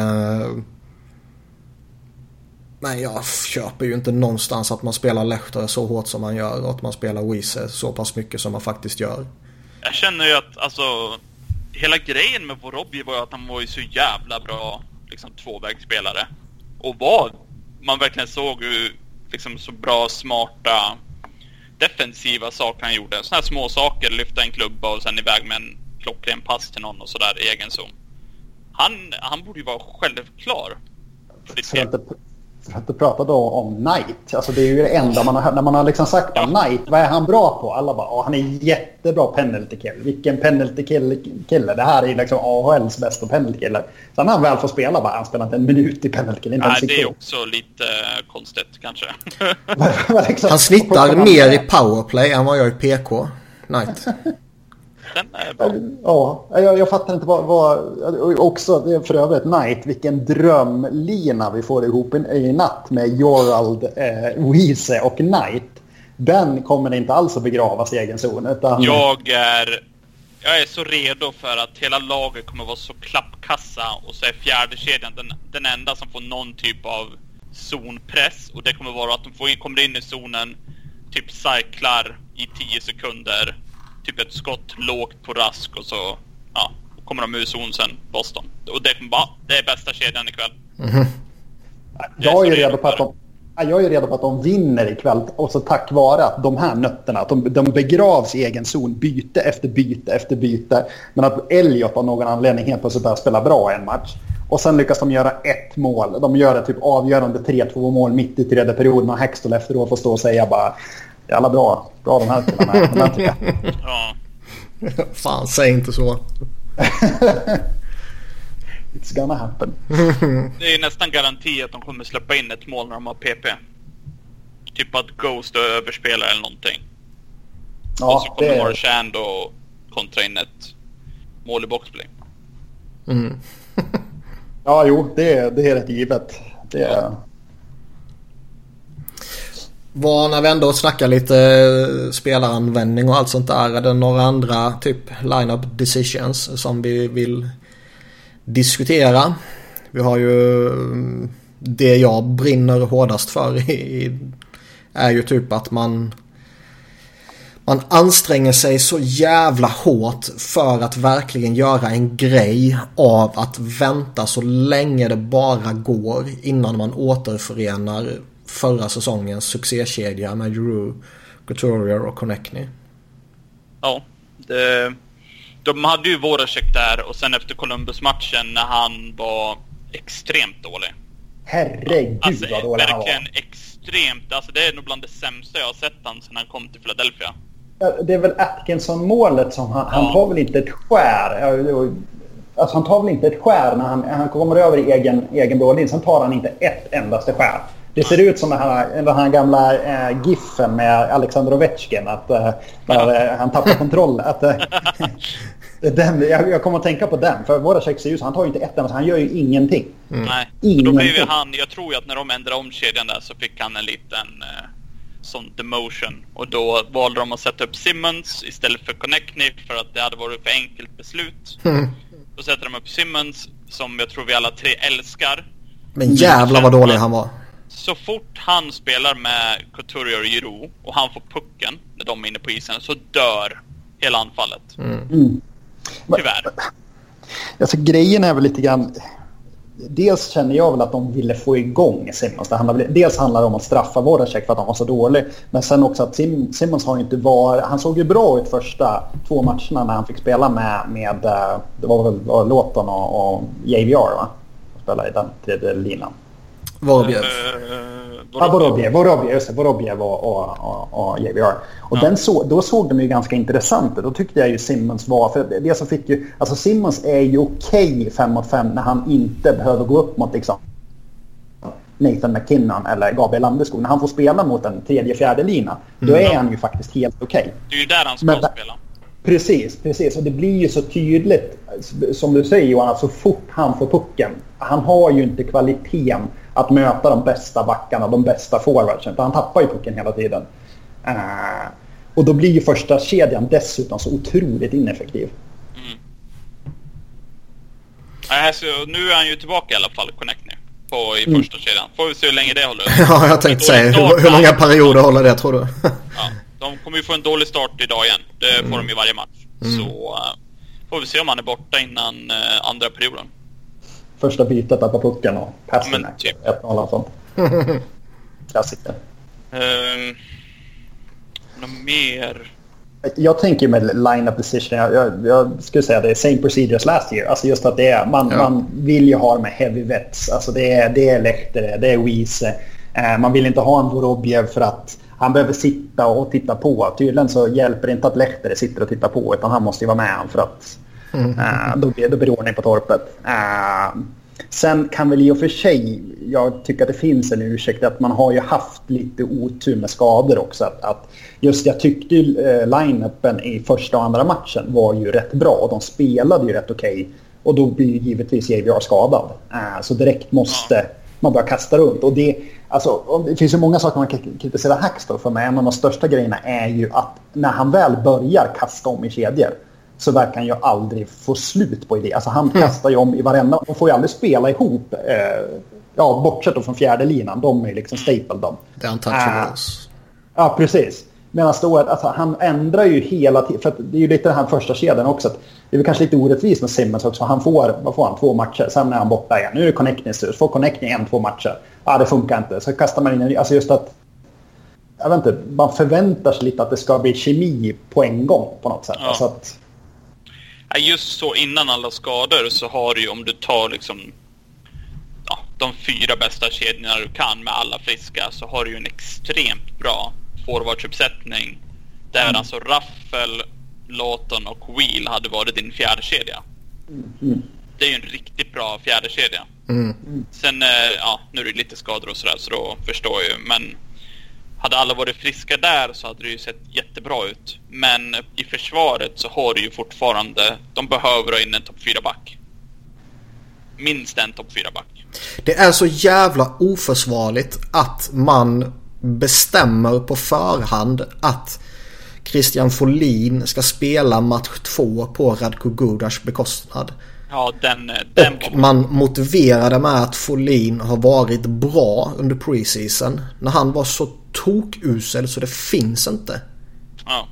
A: Men jag köper ju inte någonstans att man spelar Lehtera så hårt som man gör och att man spelar Weise så pass mycket som man faktiskt gör.
B: Jag känner ju att alltså, hela grejen med Vorobjev var att han var ju så jävla bra liksom, tvåvägsspelare. Och man verkligen såg ju liksom så bra, smarta defensiva saker han gjorde. Såna här små saker, lyfta en klubba och sen iväg med en klockren pass till någon och sådär i egen zon. Han borde ju vara självklar.
C: För att du pratade då om Knight. Alltså det är ju det enda man har hört. När man har liksom sagt Knight, vad är han bra på? Alla bara, han är jättebra penalty kill. Vilken penalty kille. Det här är liksom AHLs bästa penalty killer. Sen när han väl får spela, han spelar inte en minut i penalty kill.
B: Nej, det är också lite konstigt kanske.
C: Liksom,
A: han snittar mer i powerplay än vad jag gör i PK. Knight.
C: Ja, jag fattar inte vad också det är för övrigt Knight, vilken drömlina vi får ihop i natt med Jorald, Weise och Knight. Den kommer inte alls att begravas i egen zon, utan
B: jag är så redo för att hela laget kommer vara så klappkassa och så är fjärde kedjan den enda som får någon typ av zonpress, och det kommer vara att de kommer in i zonen, typ cyklar i 10 sekunder, typ ett skott lågt på Rask och så kommer de ur zon sen Boston. Och det är bästa kedjan ikväll.
C: Jag är redo på att Jag är ju redo på att de vinner ikväll. Och så tack vare att de här nötterna, att de begravs i egen zon byte efter byte efter byte. Men att Elliot av någon anledning helt plötsligt börjar spela bra en match. Och sen lyckas de göra ett mål. De gör ett typ avgörande 3-2 mål mitt i tredje perioden. Och Hextall efteråt får stå och säga bara jävla bra de här killarna.
B: Ja.
A: Fan, säg inte så.
C: It's gonna happen.
B: Det är nästan garanti att de kommer släppa in ett mål när de har PP. Typ att Ghost överspelar eller någonting. Ja, och så kommer Marchand och kontra in ett mål i boxplay.
A: Mm.
C: Ja, jo, det är rätt givet. Det är...
A: När vi ändå snackar lite spelaranvändning och allt sånt där, är det några andra typ line-up decisions som vi vill diskutera? Vi har ju det jag brinner hårdast för är ju typ att man anstränger sig så jävla hårt för att verkligen göra en grej av att vänta så länge det bara går innan man återförenar förra säsongens succékedja med Giroux, Couturier och Konechny.
B: Ja, de hade ju Voracek där och sen efter Columbus-matchen när han var extremt dålig.
C: Herregud, alltså, vad dålig han var.
B: Verkligen extremt. Alltså det är nog bland det sämsta jag har sett han sedan han kom till Philadelphia.
C: Det är väl Atkinson-målet som han tar väl inte ett skär. Alltså han tar väl inte ett skär när han kommer över i egen blålin. Sen tar han inte ett endaste skär. Det ser ut som den här gamla giffen med Alexander Ovechkin att han tappar kontroll. Jag kommer att tänka på den. För Voracek ser ut så han tar ju inte ett enda, så han gör ju ingenting.
B: Nej, så då blev ju han, jag tror ju att när de ändrade om kedjan där så fick han en liten sån demotion. Och då valde de att sätta upp Simmons istället för Konechny för att det hade varit för enkelt beslut. Då sätter de upp Simmons som jag tror vi alla tre älskar.
A: Men jävlar vad dålig han var.
B: Så fort han spelar med Couturier och Giroux och han får pucken när de är inne på isen så dör hela anfallet. Tyvärr.
C: Alltså grejen är väl lite grann... Dels känner jag väl att de ville få igång Simmons. Dels handlar det om att straffa Voracek för att han var så dålig. Men sen också att Simmons har inte varit... Han såg ju bra ut första 2 matcherna när han fick spela med det var väl Låton och JVR, va? Spela i den tredje linan. Vorobjev och JVR. Och då såg de ju ganska intressant. Då tyckte jag ju Simmons var... För det som fick ju... Alltså Simmons är ju okej 5-mot-5 när han inte behöver gå upp mot liksom Nathan McKinnon eller Gabriel Landeskog. När han får spela mot en tredje, fjärde lina, då är han ju faktiskt helt okej.
B: Det är ju där han ska spela.
C: Precis. Och det blir ju så tydligt, som du säger Johan, att så fort han får pucken, han har ju inte kvaliteten att möta de bästa backarna, de bästa forwardsen. Han tappar ju pucken hela tiden. Och då blir ju första kedjan dessutom så otroligt ineffektiv.
B: Så nu är han ju tillbaka i alla fall, Konechny, i första kedjan. Får vi se hur länge det håller.
A: Ja, jag tänkte säga, hur många perioder håller det, tror du?
B: Ja, de kommer ju få en dålig start idag igen. Det får de i varje match. Så får vi se om han är borta innan andra perioden.
C: Första bytet på pucken och passen.
B: Typ.
C: 1-0 och sånt. Klassiker.
B: Något mer?
C: Jag tänker med line-up decision. Jag skulle säga det är same procedures last year. Alltså just att det är, man vill ju ha med heavy vets. Alltså det är Lehtere, det är Wiese. Man vill inte ha en Vorobjev för att han behöver sitta och titta på. Tydligen så hjälper det inte att Lehtere sitter och tittar på, utan han måste ju vara med för att då blir det ordning på torpet. Sen kan väl i och för sig, jag tycker att det finns en ursäkt att man har ju haft lite otur med skador också. Att just jag tyckte line-upen i första och andra matchen var ju rätt bra och de spelade ju rätt okej. Och då blir ju givetvis JVR skadad. Så direkt måste man börja kasta runt. Och det finns ju många saker man kan kritisera Hextall för, men en av de största grejerna är ju att när han väl börjar kasta om i kedjor så verkar han ju aldrig få slut på idé. Alltså han kastar ju om i varenda... De får ju aldrig spela ihop. Bortsett från fjärde linan. De är liksom staple dem.
A: Det är untouchables.
C: Ja, precis. Medan då, alltså, han ändrar ju hela tiden. För att det är ju lite den här första kedjan också. Att det är väl kanske lite orättvist med Simmons också. Han får 2 matcher. Sen är han borta igen. Nu är det connecting slut. Får connecting 1-2 matcher. Det funkar inte. Så kastar man in. Alltså just att... Jag vet inte. Man förväntar sig lite att det ska bli kemi på en gång på något sätt.
B: Ja.
C: Alltså att...
B: Just så innan alla skador så har du ju, om du tar liksom... de 4 bästa kedjorna du kan med alla friska, så har du ju en extremt bra forwardsuppsättning där alltså Raffel, Lawton och Wheel hade varit din fjärde kedja. Det är ju en riktigt bra fjärde kedja. Sen nu är det lite skador och sådär, så då förstår jag ju, men hade alla varit friska där så hade det ju sett jättebra ut. Men i försvaret så har du ju fortfarande, de behöver ha in en topp 4-back. Minst en topp 4-back.
A: Det är så jävla oförsvarligt att man bestämmer på förhand att Christian Folin ska spela match 2 på Radko Gudas bekostnad.
B: Ja, den
A: och man motiverade med att Folin har varit bra under preseason när han var så tokusel så det finns inte.
B: Ja.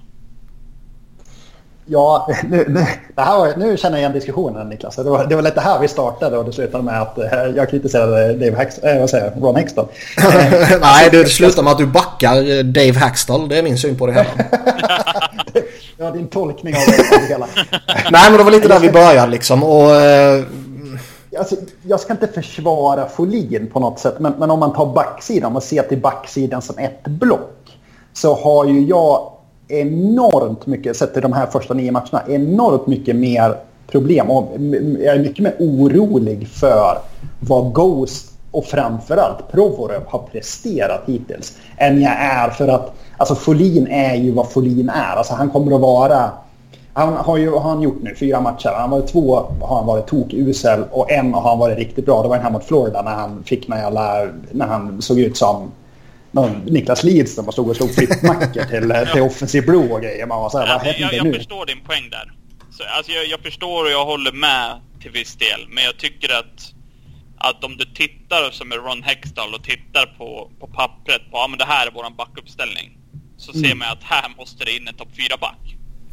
C: Ja, nu känner jag igen diskussionen, Niklas. Det var lite här vi startade och det slutade med att jag kritiserade Ron Hextall.
A: Nej, det slutar med att du backar Dave Haxtell. Det är min syn på det hela.
C: Ja, din tolkning av det hela.
A: Nej, men det var lite där vi började liksom. Och,
C: alltså, jag ska inte försvara Folin på något sätt. Men om man tar backsidan, om man ser till backsidan som ett block, så har ju jag enormt mycket, sett i de här första 9 matcherna, enormt mycket mer problem. Och jag är mycket mer orolig för vad Ghost och framförallt Provorov har presterat hittills än jag är för att, alltså Folin är ju vad Folin är. Alltså han kommer att vara, han har gjort nu 4 matcher. Han var 2 har han varit tokusel och 1 har han varit riktigt bra. Det var den här mot Florida när han fick när han såg ut som Niklas Lidström och stod och slog flippmackor till offensiv blå och grejer. Man var så här, vad händer
B: jag
C: nu?
B: förstår din poäng där. Så, alltså, jag förstår och jag håller med till viss del. Men jag tycker att om du tittar som är Ron Hextall och tittar på pappret på men det här är våran backuppställning, så ser man att här måste det in en topp 4-back.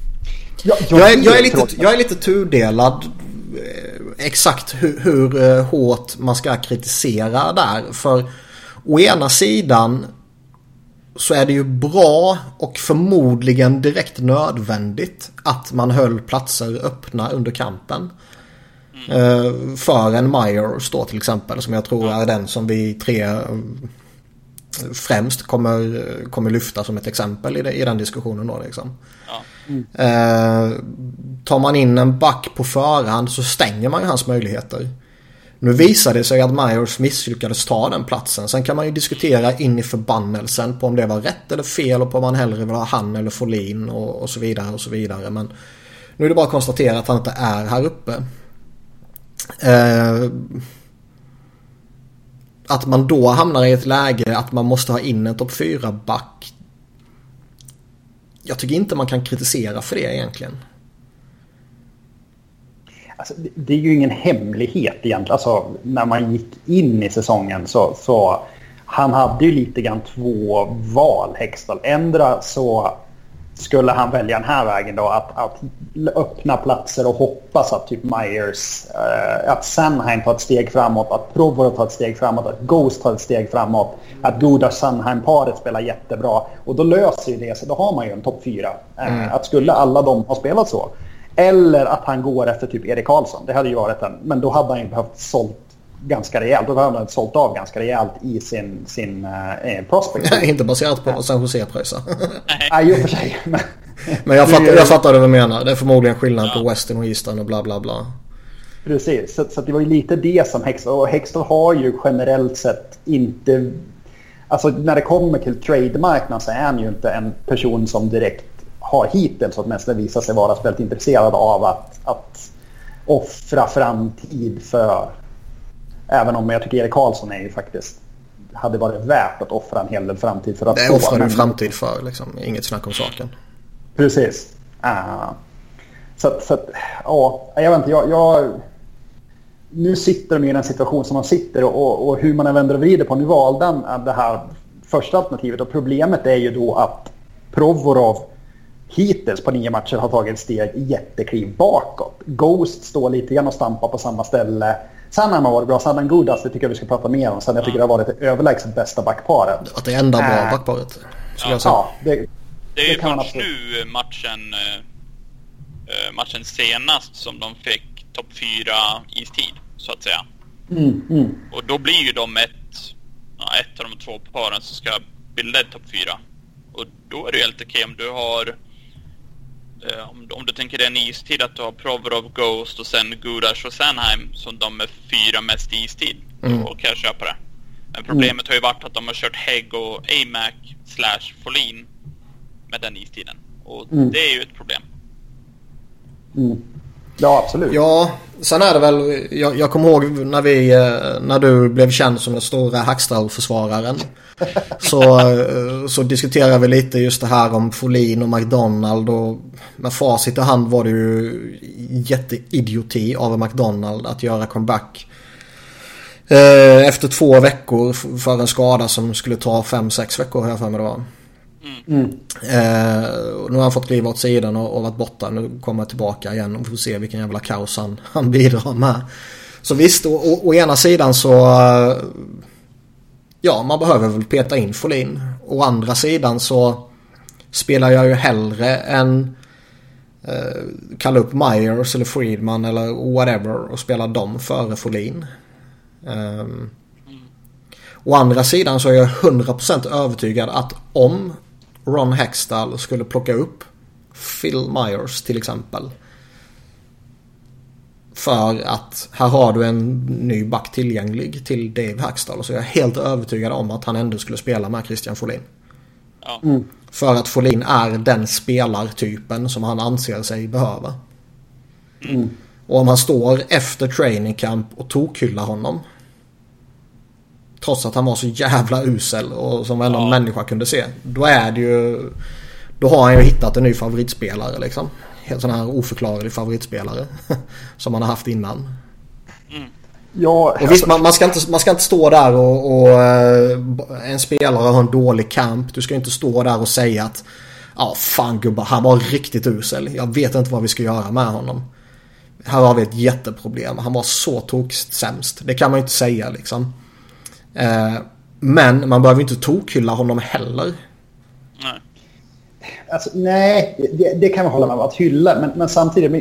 A: Jag är lite tudelad exakt hur hårt man ska kritisera där. För å ena sidan så är det ju bra och förmodligen direkt nödvändigt att man höll platser öppna under kampen. För en Myers då till exempel, som jag tror är den som vi 3 främst kommer lyfta som ett exempel i den diskussionen då liksom. Tar man in en back på förhand så stänger man ju hans möjligheter. Nu visade det sig att Myers misslyckades ta den platsen. Sen kan man ju diskutera in i förbannelsen på om det var rätt eller fel och på om man hellre vill ha han eller Folin och så vidare och så vidare. Men nu är det bara att konstatera att han inte är här uppe. Att man då hamnar i ett läge att man måste ha in en topp 4-back. Jag tycker inte man kan kritisera för det egentligen.
C: Alltså, det är ju ingen hemlighet egentligen. Alltså, när man gick in i säsongen så han hade ju lite grann 2 val, Hextall. Ändra så skulle han välja den här vägen då, att öppna platser och hoppas att typ Myers, att Sanheim tar ett steg framåt, att Provorov tar ett steg framåt, att Ghost tar ett steg framåt, att Gudas-Sanheim-paret spelar jättebra. Och då löser ju det, så då har man ju en topp 4. Att skulle alla de ha spelat så. Eller att han går efter typ Erik Karlsson. Det hade ju varit men då hade han ju behövt sålt ganska rejält. Då hade han sålt av ganska rejält i sin prospect.
A: Inte baserat på San Jose-pröjsar.
C: Nej, för sig.
A: Men jag fattar vad du menar. Det är förmodligen skillnad på Western och Eastern och bla bla bla.
C: Precis, så det var ju lite det som Hextall. Och Hextall har ju generellt sett inte... Alltså när det kommer till trade-marknaden så är han ju inte en person som direkt har hittills åtminstone visat sig vara väldigt intresserad av att offra framtid för, även om jag tycker Erik Karlsson är ju faktiskt hade varit värt att offra en hel del framtid för att
A: det offrar en framtid för liksom, inget snack om saken.
C: Precis. Så ja, jag vet inte, jag nu sitter de i den situation som man sitter och hur man vänder och vrider på. Nu valde han det här första alternativet och problemet är ju då att Provorov hittills på 9 matcher har tagit ett steg jättekliv bakåt. Ghost står lite grann och stampar på samma ställe. Sen har man varit bra. Sandan Gudas, det tycker jag vi ska prata mer om. Sen jag tycker det har varit det överlägset bästa backparet.
A: Att det är enda bra backparet.
B: Ja, det är ju först nu matchen senast som de fick topp 4 istid, så att säga. Och då blir ju de ett av de 2 paren som ska bilda ett topp 4. Och då är det ju helt okej om du har om du tänker dig en istid att du har Provorov, Ghost och sen Gudas och Sanheim som de är 4 mest istid. Då kan jag köpa det. Men problemet har ju varit att de har kört Hägg och Amac / Folin med den istiden. Och det är ju ett problem.
C: Ja, absolut.
A: Ja, sen är det väl, jag kommer ihåg när du blev känd som den stora Hackstall-försvararen så diskuterade vi lite just det här om Folin och McDonald, och med facit i hand var det ju jätteidioti av McDonald att göra comeback efter 2 veckor för en skada som skulle ta 5-6 veckor här för mig det var. Nu har han fått kliva åt sidan och varit borta. Nu kommer jag tillbaka igen och får se vilken jävla kaos han bidrar med. Så visst, å ena sidan så ja, man behöver väl peta in Folin. Å andra sidan så spelar jag ju hellre än kalla upp Myers eller Friedman eller whatever och spela dem före Folin. Å andra sidan så är jag 100% övertygad att om Ron Hextall skulle plocka upp Phil Myers till exempel, för att här har du en ny back tillgänglig till Dave Hextall, så jag är helt övertygad om att han ändå skulle spela med Christian Folin. För att Folin är den spelartypen som han anser sig behöva. Och om han står efter training camp och tokhyllar honom trots att han var så jävla usel och som varenda människa kunde se, då är det ju, då har han ju hittat en ny favoritspelare liksom. Helt sån här oförklarlig favoritspelare som man har haft innan.
C: Ja,
A: och visst, man ska inte stå där och en spelare har en dålig camp. Du ska inte stå där och säga att fan gubbar, han var riktigt usel. Jag vet inte vad vi ska göra med honom. Här har vi ett jätteproblem. Han var så tokigt sämst. Det kan man ju inte säga liksom. Men man behöver inte tokhylla honom heller.
B: Nej.
C: Alltså, nej, det kan man hålla med om att hylla. Men samtidigt,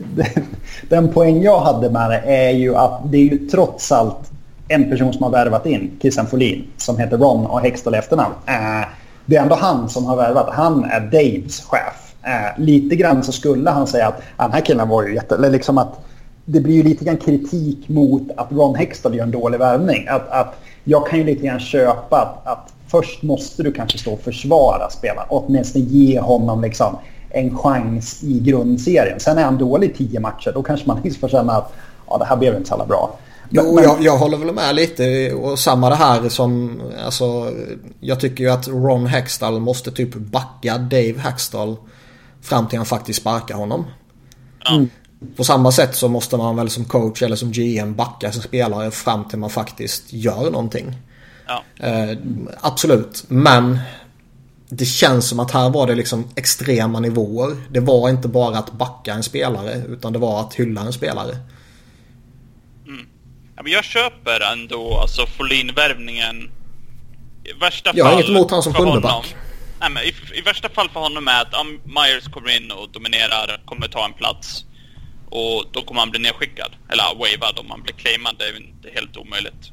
C: den poäng jag hade med det är ju att det är ju trots allt en person som har värvat in Christian Folin som heter Ron och Hextall efternamn. Det är ändå han som har värvat. Han är Daves chef. Lite grann så skulle han säga att den här killen var ju liksom att det blir ju lite grann kritik mot att Ron Hextall gör en dålig värvning. Att jag kan ju lite grann köpa att först måste du kanske stå och försvara spelaren och åtminstone ge honom liksom en chans i grundserien. Sen är han dålig i 10 matcher. Då kanske man får känna att det här blev inte så bra.
A: Jag håller väl med lite. Och samma det här som, alltså, jag tycker ju att Ron Hextall måste typ backa Dave Hextall fram till han faktiskt sparkar honom. På samma sätt så måste man väl som coach eller som GM backa sin spelare fram till man faktiskt gör någonting. Absolut. Men det känns som att här var det liksom extrema nivåer. Det var inte bara att backa en spelare, utan det var att hylla en spelare.
B: Ja, men jag köper ändå alltså Folin-värvningen. I värsta
A: jag har
B: fall
A: inget emot han som kundeback.
B: Nej, men i värsta fall för honom är att Myers kommer in och dominerar, kommer ta en plats. Och då kommer han bli nedskickad. Eller wavad om han blir claimad. Det är inte helt omöjligt.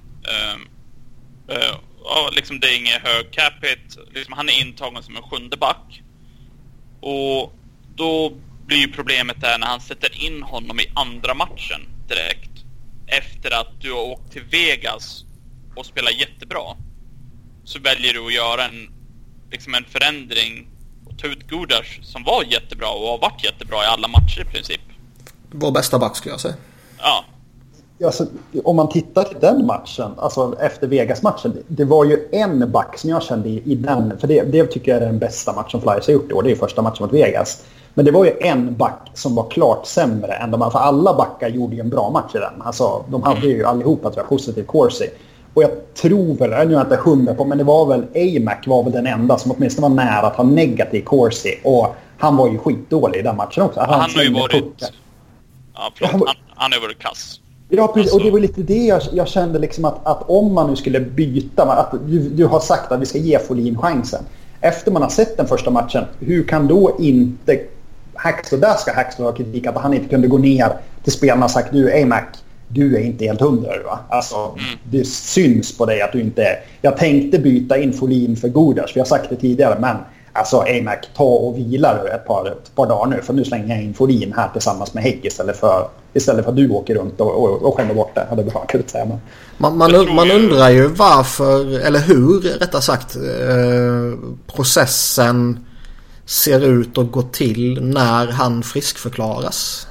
B: Liksom det är ingen hög cap hit. Liksom han är intagen som en 7:e back. Och då blir ju problemet där när han sätter in honom i andra matchen direkt. Efter att du har åkt till Vegas och spelar jättebra. Så väljer du att göra en förändring och ta ut Gudas som var jättebra och har varit jättebra i alla matcher i princip.
A: Vår bästa back skulle jag säga.
B: Ja.
C: Alltså, om man tittar till den matchen, alltså efter Vegas-matchen, det var ju en back som jag kände i den, för det tycker jag är den bästa matchen Flyers har gjort, och det är första matchen mot Vegas. Men det var ju en back som var klart sämre än de andra, för alla backar gjorde ju en bra match i den. Alltså, de hade ju allihopa, tror jag, positiv Corsi. Och jag tror väl, nu är jag inte 100 på, men det var väl Amac var väl den enda som åtminstone var nära att ha negativ Corsi. Och han var ju skitdålig i den matchen också.
B: Han har ju varit... Ja, förlåt. Han har ju varit kass.
C: Ja, precis. Och det var lite det jag kände liksom att om man nu skulle byta, att du har sagt att vi ska ge Folin chansen. Efter man har sett den första matchen, hur kan då inte Hackstall, där ska Hackstall ha kritik att han inte kunde gå ner till spelarna och sagt du Amac, du är inte helt 100, va? Alltså, det syns på dig att du inte är. Jag tänkte byta in Folin för Godas, för jag har sagt det tidigare, men alltså Amac, ta och vila ett par dagar nu, för nu slänger jag in Folin här tillsammans med Hägg istället för att du åker runt och skämmer bort det. Det behöver jag inte säga, men...
A: Man undrar ju varför, eller hur rättare sagt, processen ser ut att gå till när han friskförklaras.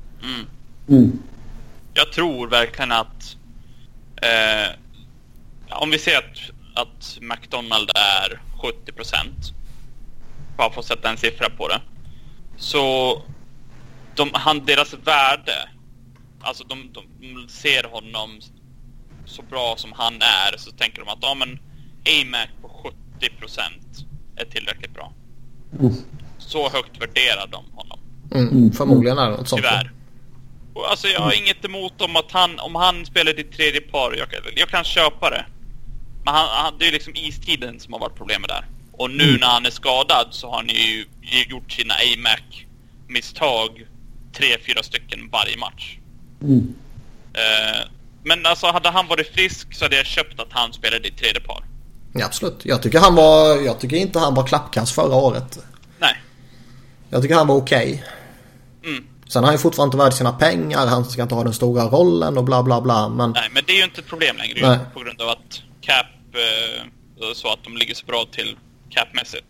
B: Jag tror verkligen att om vi ser att McDonald är 70%, bara för att sätta en siffra på det, så deras värde, alltså de ser honom så bra som han är, så tänker de att AMAC på 70% är tillräckligt bra. Så högt värderar de honom.
A: Förmodligen är det något sånt.
B: Tyvärr. Och alltså jag har inget emot om han spelar i tredje par, jag kan köpa det. Men det är ju liksom istiden som har varit problemet där. Och nu när han är skadad så har han ju gjort sina AMAC-misstag 3-4 stycken varje match. Men alltså hade han varit frisk så hade jag köpt att han spelade i tredje par.
A: Ja, absolut. Jag tycker inte han var klappkass förra året.
B: Nej.
A: Jag tycker han var okej. Sen har han ju fortfarande inte värd sina pengar. Han ska inte ha den stora rollen och bla bla bla. Nej,
B: men det är ju inte ett problem längre på grund av att cap så att de ligger så bra till capmässigt.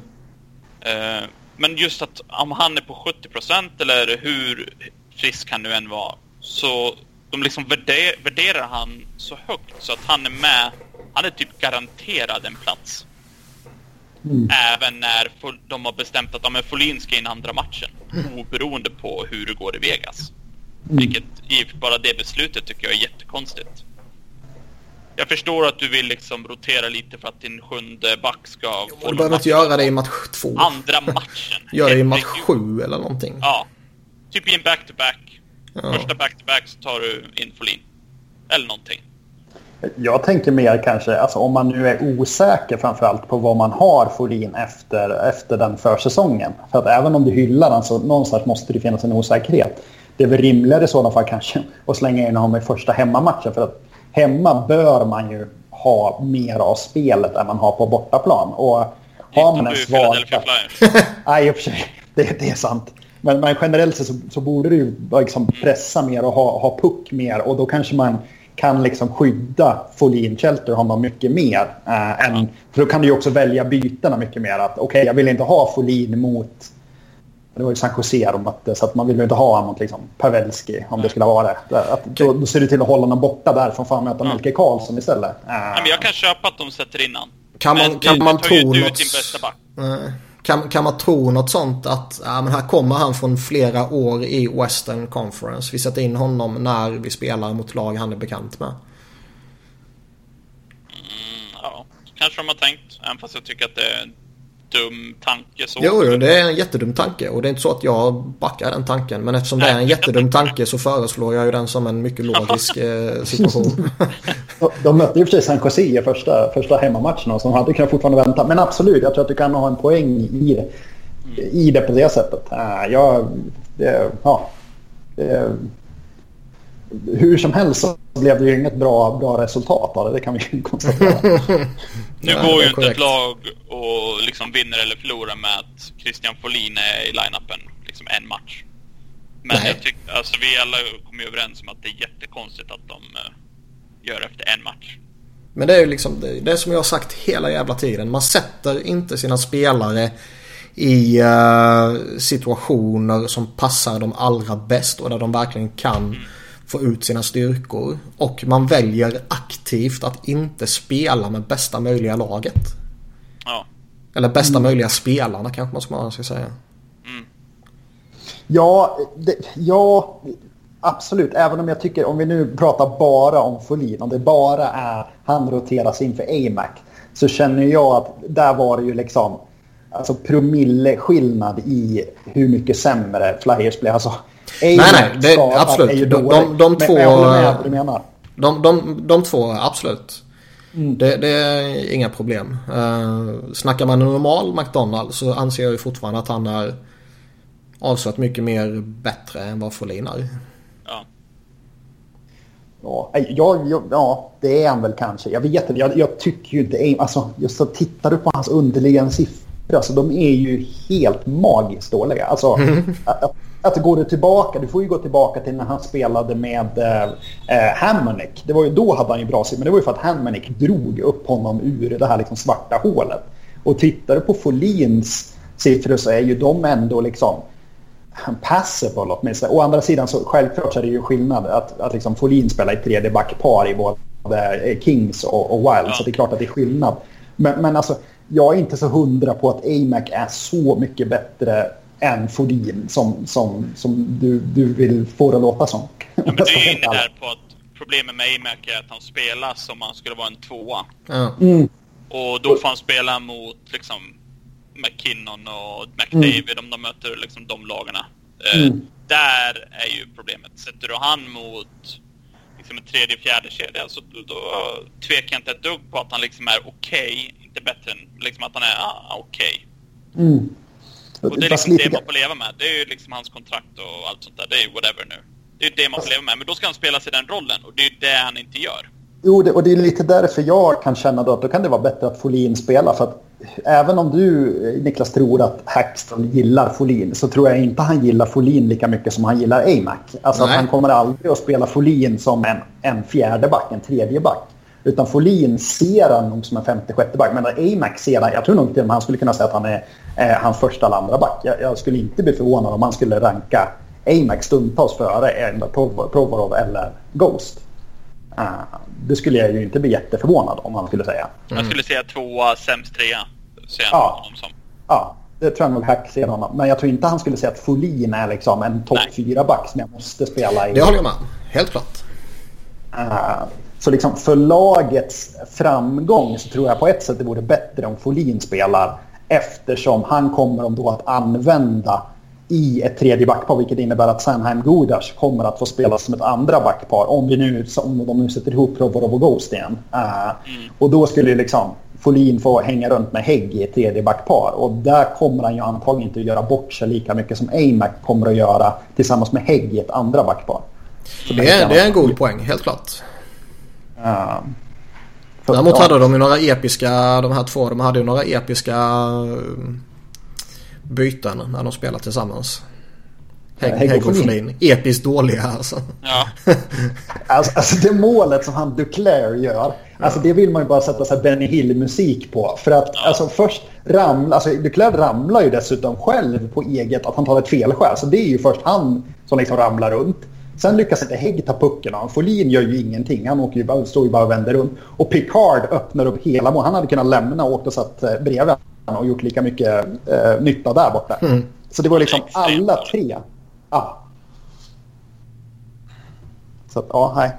B: Men just att om han är på 70% eller hur frisk han nu än var, så de liksom värderar han så högt så att han är med. Han är typ garanterad en plats. Även när de har bestämt att Folin ska in andra matchen, oberoende på hur det går i Vegas. Vilket bara det beslutet tycker jag är jättekonstigt. Jag förstår att du vill liksom rotera lite för att din sjunde back ska få...
A: Du behöver inte göra det i match 2.
B: Andra matchen.
A: Gör det i match 7 eller någonting.
B: Ja. Typ i en back-to-back. Första back-to-back så tar du in Folin. Eller någonting.
C: Jag tänker mer kanske, alltså om man nu är osäker framförallt på vad man har Folin efter den försäsongen. För att även om du hyllar den så någonstans måste det finnas en osäkerhet. Det är väl rimligare i sådana fall kanske att slänga in honom i första hemmamatchen. För att hemma bör man ju ha mer av spelet än man har på bortaplan. Och har man en svag... Nej, i och för sig. Det är sant. Men generellt så borde du ju liksom pressa mer och ha puck mer. Och då kanske man kan liksom skydda Folin Shelter honom mycket mer. För då kan du ju också välja bytena mycket mer. Att okej, jag vill inte ha Folin mot... Det var ju San Jose så att man vill ju inte ha honom mot liksom Pavelski om det skulle vara det. Då ser du till att hålla honom borta där från fan möta Melke Karlsson istället.
B: Men jag kan köpa att de sätter in han.
A: Kan man tro något sånt att men här kommer han från flera år i Western Conference. Vi sätter in honom när vi spelar mot lag han är bekant med.
B: Ja, kanske de har tänkt. Även fast jag tycker att det är en dum tanke.
A: Jo, det är en jättedum tanke. Och det är inte så att jag backar den tanken. Men eftersom det är en jättedum tanke så föreslår jag ju den som en mycket logisk situation.
C: De mötte ju för sig San Jose i första hemmamatchen och som hade kunnat fortfarande vänta. Men absolut, jag tror att du kan ha en poäng i det på det sättet. Hur som helst så blev det ju inget bra resultat av det kan vi konstatera.
B: Nu går ju inte ett lag och liksom vinner eller förlorar med att Christian Folin är i line-upen liksom en match. Men jag tycker, alltså vi alla kommer ju överens om att det är jättekonstigt att de gör efter en match.
A: Men det är ju liksom det är som jag har sagt hela jävla tiden. Man sätter inte sina spelare i situationer som passar dem allra bäst och där de verkligen kan få ut sina styrkor. Och man väljer aktivt att inte spela med bästa möjliga laget.
B: Ja.
A: Eller bästa möjliga spelarna kanske man ska säga.
C: Ja, absolut. Även om jag tycker, om vi nu pratar bara om Folin, om det bara är han roteras in för AMAC, så känner jag att där var det ju liksom alltså promilleskillnad i hur mycket sämre Flyers blev. Alltså
A: nej, det absolut.
C: Är ju
A: de två,
C: men jag håller med vad du menar.
A: De två, absolut. Det är inga problem. Snackar man en normal McDonald så anser jag ju fortfarande att han är avsevärt mycket mer bättre än vad Folin är.
C: Ja, det är han väl kanske. Jag vet inte, jag tycker ju inte... Alltså, just så tittar du på hans underliggande siffror, alltså, de är ju helt magiskt dåliga. Alltså, att går du tillbaka, du får ju gå tillbaka till när han spelade med Hamonic. Det var ju då hade han ju bra siffror, men det var ju för att Hamonic drog upp honom ur det här liksom svarta hålet. Och tittar du på Folins siffror så är ju de ändå liksom passable åtminstone. Å andra sidan så självklart så är det ju skillnad att liksom Folin spelar i tredje backpar i både Kings och Wild, så det är klart att det är skillnad. Men alltså, jag är inte så hundra på att AMAC är så mycket bättre än Folin som du vill få det att låta som.
B: Ja, men du är inne där på att problemet med AMAC är att han spelar som han skulle vara en tvåa. Och då får han spela mot liksom McKinnon och McDavid om de möter liksom de lagarna. Där är ju problemet. Sätter du han mot liksom en tredje, fjärde kedja, så då tvekar jag inte ett dugg på att han liksom är okej. Inte bättre än liksom att han är okej. Och det är liksom det man får leva med. Det är ju liksom hans kontrakt och allt sånt där. Det är ju whatever nu. Det är ju det man får leva med. Men då ska han spela sig den rollen. Och det är ju det han inte gör.
C: Jo, och det är lite därför jag kan känna då att då kan det vara bättre att Folin spelar. För att även om du, Niklas, tror att Hackstall gillar Folin, så tror jag inte han gillar Folin lika mycket som han gillar AMAC. Alltså att han kommer aldrig att spela Folin som en fjärde back, en tredje back. Utan Folin ser han nog som en femte, sjätte back. Men AMAC ser han, jag tror nog inte att han skulle kunna säga att han är hans första eller andra back. Jag skulle inte bli förvånad om han skulle ranka AMAC stundtals före Provorov eller Ghost. Det skulle jag ju inte bli jätteförvånad om han skulle säga.
B: Jag skulle säga tvåa, sämst trea. Honom som.
C: Ja, det tror jag nog Hack ser honom. Men jag tror inte han skulle säga att Folin är liksom en topp 4 back som jag måste spela i.
A: Det håller jag med. Helt klart.
C: Så liksom för lagets framgång så tror jag på ett sätt det vore bättre om Folin spelar, eftersom han kommer då att använda i ett tredje backpar, vilket innebär att Sanheim Gudas kommer att få spela som ett andra backpar om de nu sätter ihop Provorov och Ghost igen. Och då skulle liksom Folin få hänga runt med Hägg i ett tredje backpar, och där kommer han ju antagligen inte att göra bort sig lika mycket som AMAC kommer att göra tillsammans med Hägg i ett andra backpar.
A: Det är en god poäng, helt klart. Däremot hade de ju några episka, de här två, de hade ju några episka byten när de spelar tillsammans. Hägg och Folin. Episkt dåliga alltså.
B: Ja.
C: alltså det målet som han Duclair gör, alltså det vill man ju bara sätta så här Benny Hill-musik på. För att alltså först Duclair ramlar ju dessutom själv på eget, att han tar ett felskär. Så det är ju först han som liksom ramlar runt. Sen lyckas inte Hägg ta pucken av. Folin gör ju ingenting. Han står ju bara och vänder runt. Och Picard öppnar upp hela mål. Han hade kunnat lämna och åkt och satt bredvid och gjort lika mycket nytta där borta. Så det var liksom alla tre. Så att, nej.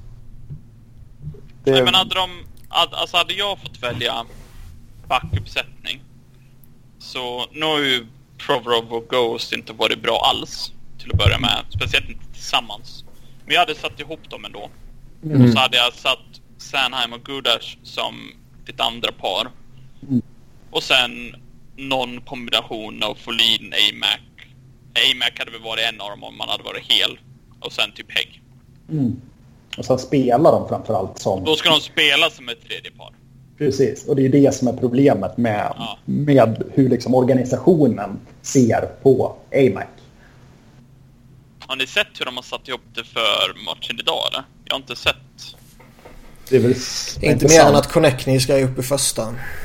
B: Nej, men hade jag fått välja backuppsättning, så nu har ju Provorov och Ghost inte varit bra alls till att börja med, speciellt inte tillsammans. Men jag hade satt ihop dem ändå. Och så hade jag satt Sanheim och Gudas som ditt andra par. Och sen någon kombination av Folin, AMAC. AMAC hade väl varit en av dem om man hade varit hel. Och sen typ Hägg.
C: Och sen spelar de framförallt som...
B: Då ska de spela som ett tredje par.
C: Precis, och det är det som är problemet med hur liksom organisationen ser på AMAC.
B: Har ni sett hur de har satt ihop det för matchen idag, eller? Jag har inte sett.
C: Det är väl
A: inte mer än att Konechny ska upp i första.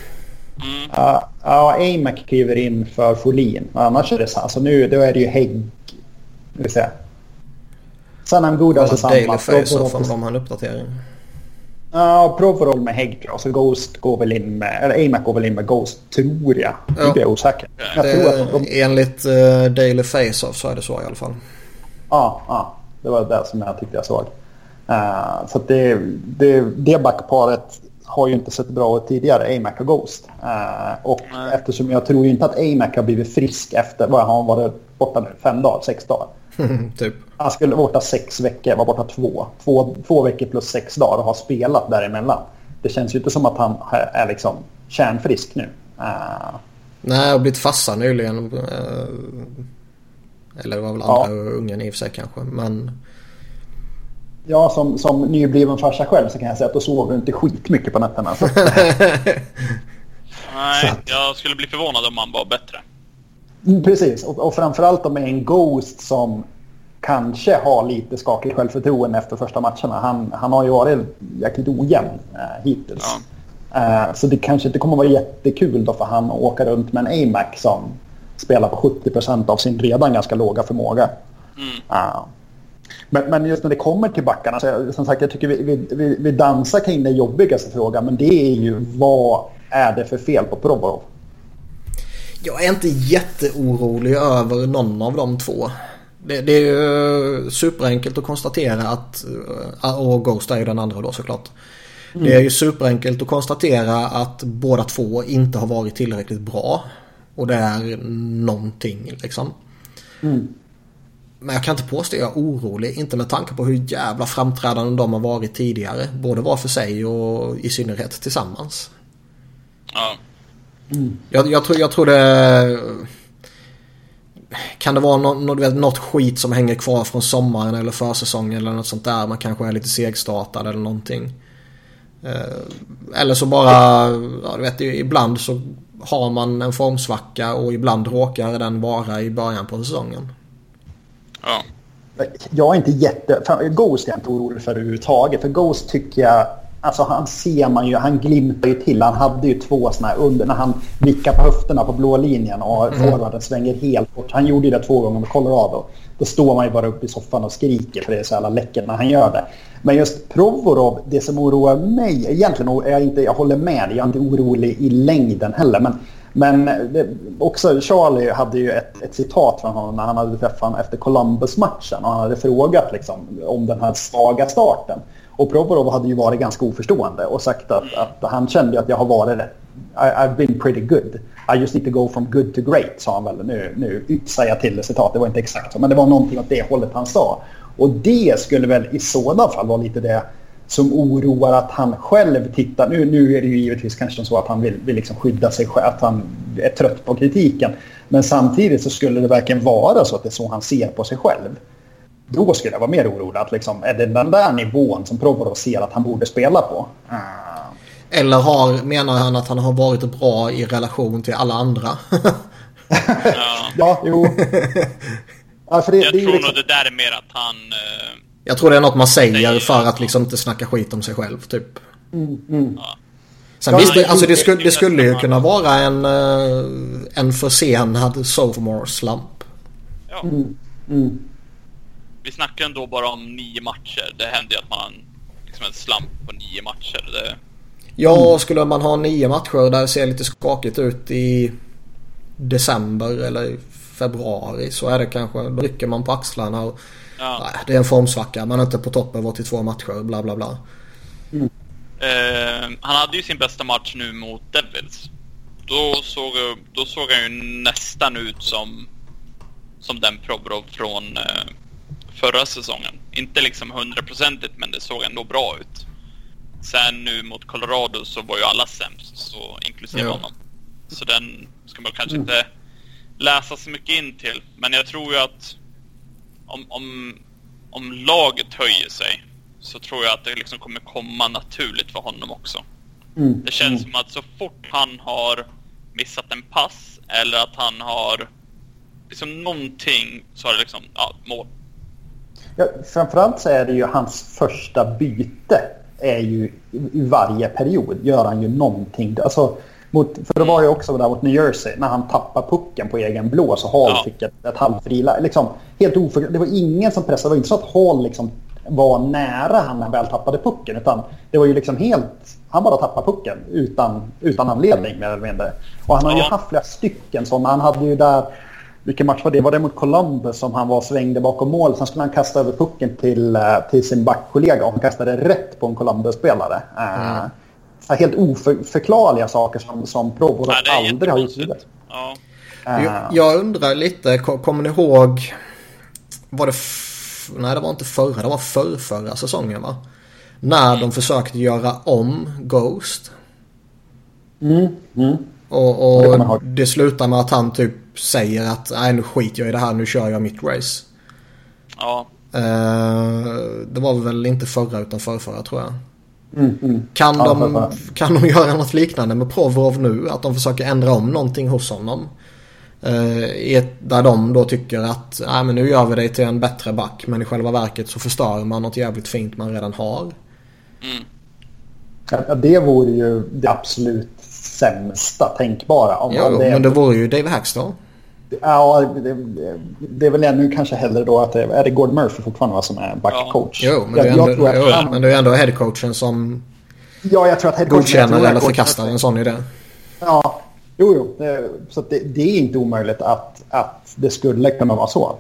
C: AMAC kliver in för Folin. Annars är det så. Alltså nu då är det ju Hägg. Vi vill säga. Sanheim Gudas är samma.
A: Daily face-off om de har en uppdatering.
C: Ja, Provorov med Hägg. Så Ghost går väl in med... Eller AMAC går väl in med Ghost, tror jag. Det är osäker.
A: Enligt Daily face-off så är det så i alla fall.
C: Ja. Det var det som jag tyckte jag såg. Så att det backparet har ju inte sett bra ut tidigare, Amac och Ghost. Och eftersom jag tror ju inte att Amac har blivit frisk efter, vad har han varit borta nu? 5 dagar, 6 dagar?
A: Typ.
C: Han skulle borta 6 veckor, var borta 2 veckor plus 6 dagar och har spelat däremellan. Det känns ju inte som att han är liksom kärnfrisk nu.
A: Nej, och blivit fassa nyligen. Eller det var väl andra ungen i och för sig kanske, men...
C: Ja, som nybliven farsa själv så kan jag säga att då sover du inte skitmycket på nätterna. Så.
B: Nej, jag skulle bli förvånad om han var bättre.
C: Precis, och framförallt om en Ghost som kanske har lite skakigt självförtroende efter första matcherna. Han har ju varit jäkligt ojämn hittills. Ja. Så det kanske inte kommer vara jättekul då för han att åka runt med en Amac som spelar på 70% av sin redan ganska låga förmåga. Men just när det kommer till backarna, så som sagt, jag tycker vi dansar kring den jobbigaste frågan, men det är ju vad är det för fel på Provorov?
A: Jag är inte jätteorolig över någon av de två. Det är ju superenkelt att konstatera att, och Ghost är ju den andra då såklart. Det är ju superenkelt att konstatera att båda två inte har varit tillräckligt bra. Och det är någonting liksom. Men jag kan inte påstå att jag är orolig. Inte med tanke på hur jävla framträdande de har varit tidigare. Både var för sig och i synnerhet tillsammans.
B: Ja.
A: Jag tror det... Kan det vara något skit som hänger kvar från sommaren eller försäsongen eller något sånt där. Man kanske är lite segstartad eller någonting. Eller så bara... Ja, du vet, ibland så har man en formsvacka och ibland råkar den vara i början på säsongen.
B: Ja.
C: Jag är inte Ghost är jag inte orolig för överhuvudtaget. För Ghost tycker jag, alltså han ser man ju, han glimtar ju till. Han hade ju 2 såna här under när han vickar på höfterna på blå linjen och forwarden svänger helt bort. Han gjorde ju det 2 gånger med Colorado. Då står man ju bara upp i soffan och skriker för det är så jävla läckert när han gör det. Men just Provorov, det som oroar mig egentligen, jag håller med, jag är inte orolig i längden heller, men också Charlie hade ju ett citat från honom när han hade träffat honom efter Columbus-matchen och han hade frågat liksom, om den här svaga starten. Och Provorov hade ju varit ganska oförstående och sagt att han kände att jag har varit I've been pretty good. I just need to go from good to great, sa han väl. Nu säger jag till det citat, det var inte exakt så, men det var någonting åt det hållet han sa. Och det skulle väl i sådana fall vara lite det som oroar att han själv tittar. Nu är det ju givetvis kanske så att han vill liksom skydda sig själv, att han är trött på kritiken. Men samtidigt så skulle det verkligen vara så att det är så han ser på sig själv. Då skulle jag vara mer orolig att liksom, är det den där nivån som Provorov ser att han borde spela på?
A: Eller menar han att han har varit bra i relation till alla andra?
C: Ja, jo. Ja, för
B: jag tror nog det där är mer att han...
A: Jag tror det är något man säger för att liksom inte snacka skit om sig själv, typ.
B: Ja.
A: Sen visst, alltså det skulle ju kunna vara en försenad sophomore slump.
B: Ja. Vi snackar ändå bara om 9 matcher. Det händer ju att man liksom en slump på 9 matcher.
A: Ja, skulle man ha 9 matcher där det ser lite skakigt ut i december eller februari, så är det kanske, då rycker man på axlarna och nej, det är en formsvacka, man är inte på topp över 82 matcher, bla bla bla.
B: Han hade ju sin bästa match nu mot Devils. Då såg han ju nästan ut som den Provorov från förra säsongen. Inte liksom 100%, men det såg ändå bra ut. Sen nu mot Colorado så var ju alla sämst, så inklusive honom. Så den ska man kanske inte läsa så mycket in till. Men jag tror ju att om laget höjer sig, så tror jag att det liksom kommer komma naturligt för honom också. Det känns som att så fort han har missat en pass eller att han har liksom någonting, så är det liksom mål. Ja,
C: framförallt så är det ju hans första byte är ju i varje period gör han ju någonting. Alltså, för det var ju också där mot New Jersey när han tappade pucken på egen blå, så Hall fick ett halvfrila. Liksom, helt det var ingen som pressade. Det var inte så att Hall liksom var nära han när han väl tappade pucken, utan det var ju liksom helt, han bara tappade pucken utan anledning mer eller mindre. Och han har ju haft flera stycken sådana. Han hade ju där vilken match var det? Var det mot Columbus som han svängde bakom mål? Sen skulle han kasta över pucken till sin backkollega och han kastade rätt på en Columbus-spelare. Helt oförklarliga saker som Provorov aldrig har gjort.
B: Ja.
A: Jag undrar lite, kommer ni ihåg, var det nej, det var inte förra, det var förra säsongen, va? När de försökte göra om Ghost. Och det slutar med att han typ säger att nej, nu skiter jag i det här, nu kör jag mitt race.
B: Ja.
A: Det var väl inte förra utan förra, tror jag. Kan de göra något liknande med Provorov nu? Att de försöker ändra om någonting hos honom? Där de då tycker att nej, men nu gör vi det till en bättre back, men i själva verket så förstör man något jävligt fint man redan har.
C: Ja, det vore ju det absolut sämsta tänkbara.
A: Men det vore ju Dave Hackstall.
C: Ja, det är väl ännu kanske hellre då att är det Gord Murphy fortfarande som är backcoach.
A: Jo, men det är ändå headcoachen som
C: jag tror att
A: godkänner eller förkastar en sån idé.
C: Ja, jo. Så att det är inte omöjligt att det skulle kunna vara så.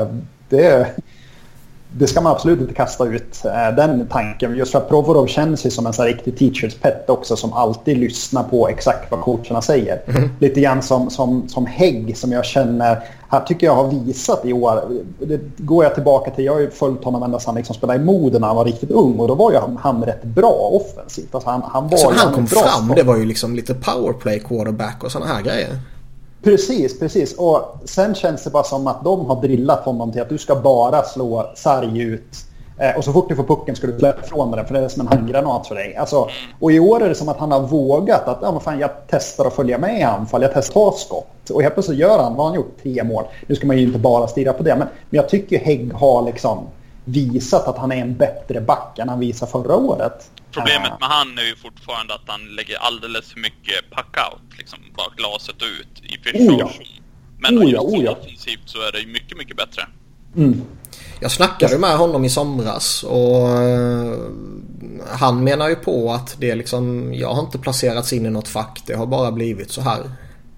C: Det ska man absolut inte kasta ut den tanken. Just för att Provorov känns sig som en sån här riktig teacher's pet också, som alltid lyssnar på exakt vad coacherna säger. Lite grann som Hägg, som jag känner, här tycker jag har visat i år. Det går jag tillbaka till, jag har ju följt honom ända sedan han liksom spelade i Moden när han var riktigt ung, och då var ju han rätt bra offensivt. Alltså han
A: kom fram, det var ju liksom lite powerplay quarterback och såna här grejer.
C: Precis. Och sen känns det bara som att de har drillat honom till att du ska bara slå sarg ut. Och så fort du får pucken ska du släppa ifrån den, för det är som en handgranat för dig. Alltså, och i år är det som att han har vågat att jag testar att följa med i anfall. Jag testar skott. Och helt plötsligt gör han, vad han gjort, 3 mål. Nu ska man ju inte bara stirra på det. Men jag tycker Hägg har liksom visat att han är en bättre back än han visade förra året.
B: Problemet med han är ju fortfarande att han lägger alldeles för mycket puck-out, liksom bara glaset ut i precision. Men offensivt så är det mycket, mycket bättre.
A: Jag snackade med honom i somras och han menar ju på att det är liksom, jag har inte placerats in i något fack, det har bara blivit så här.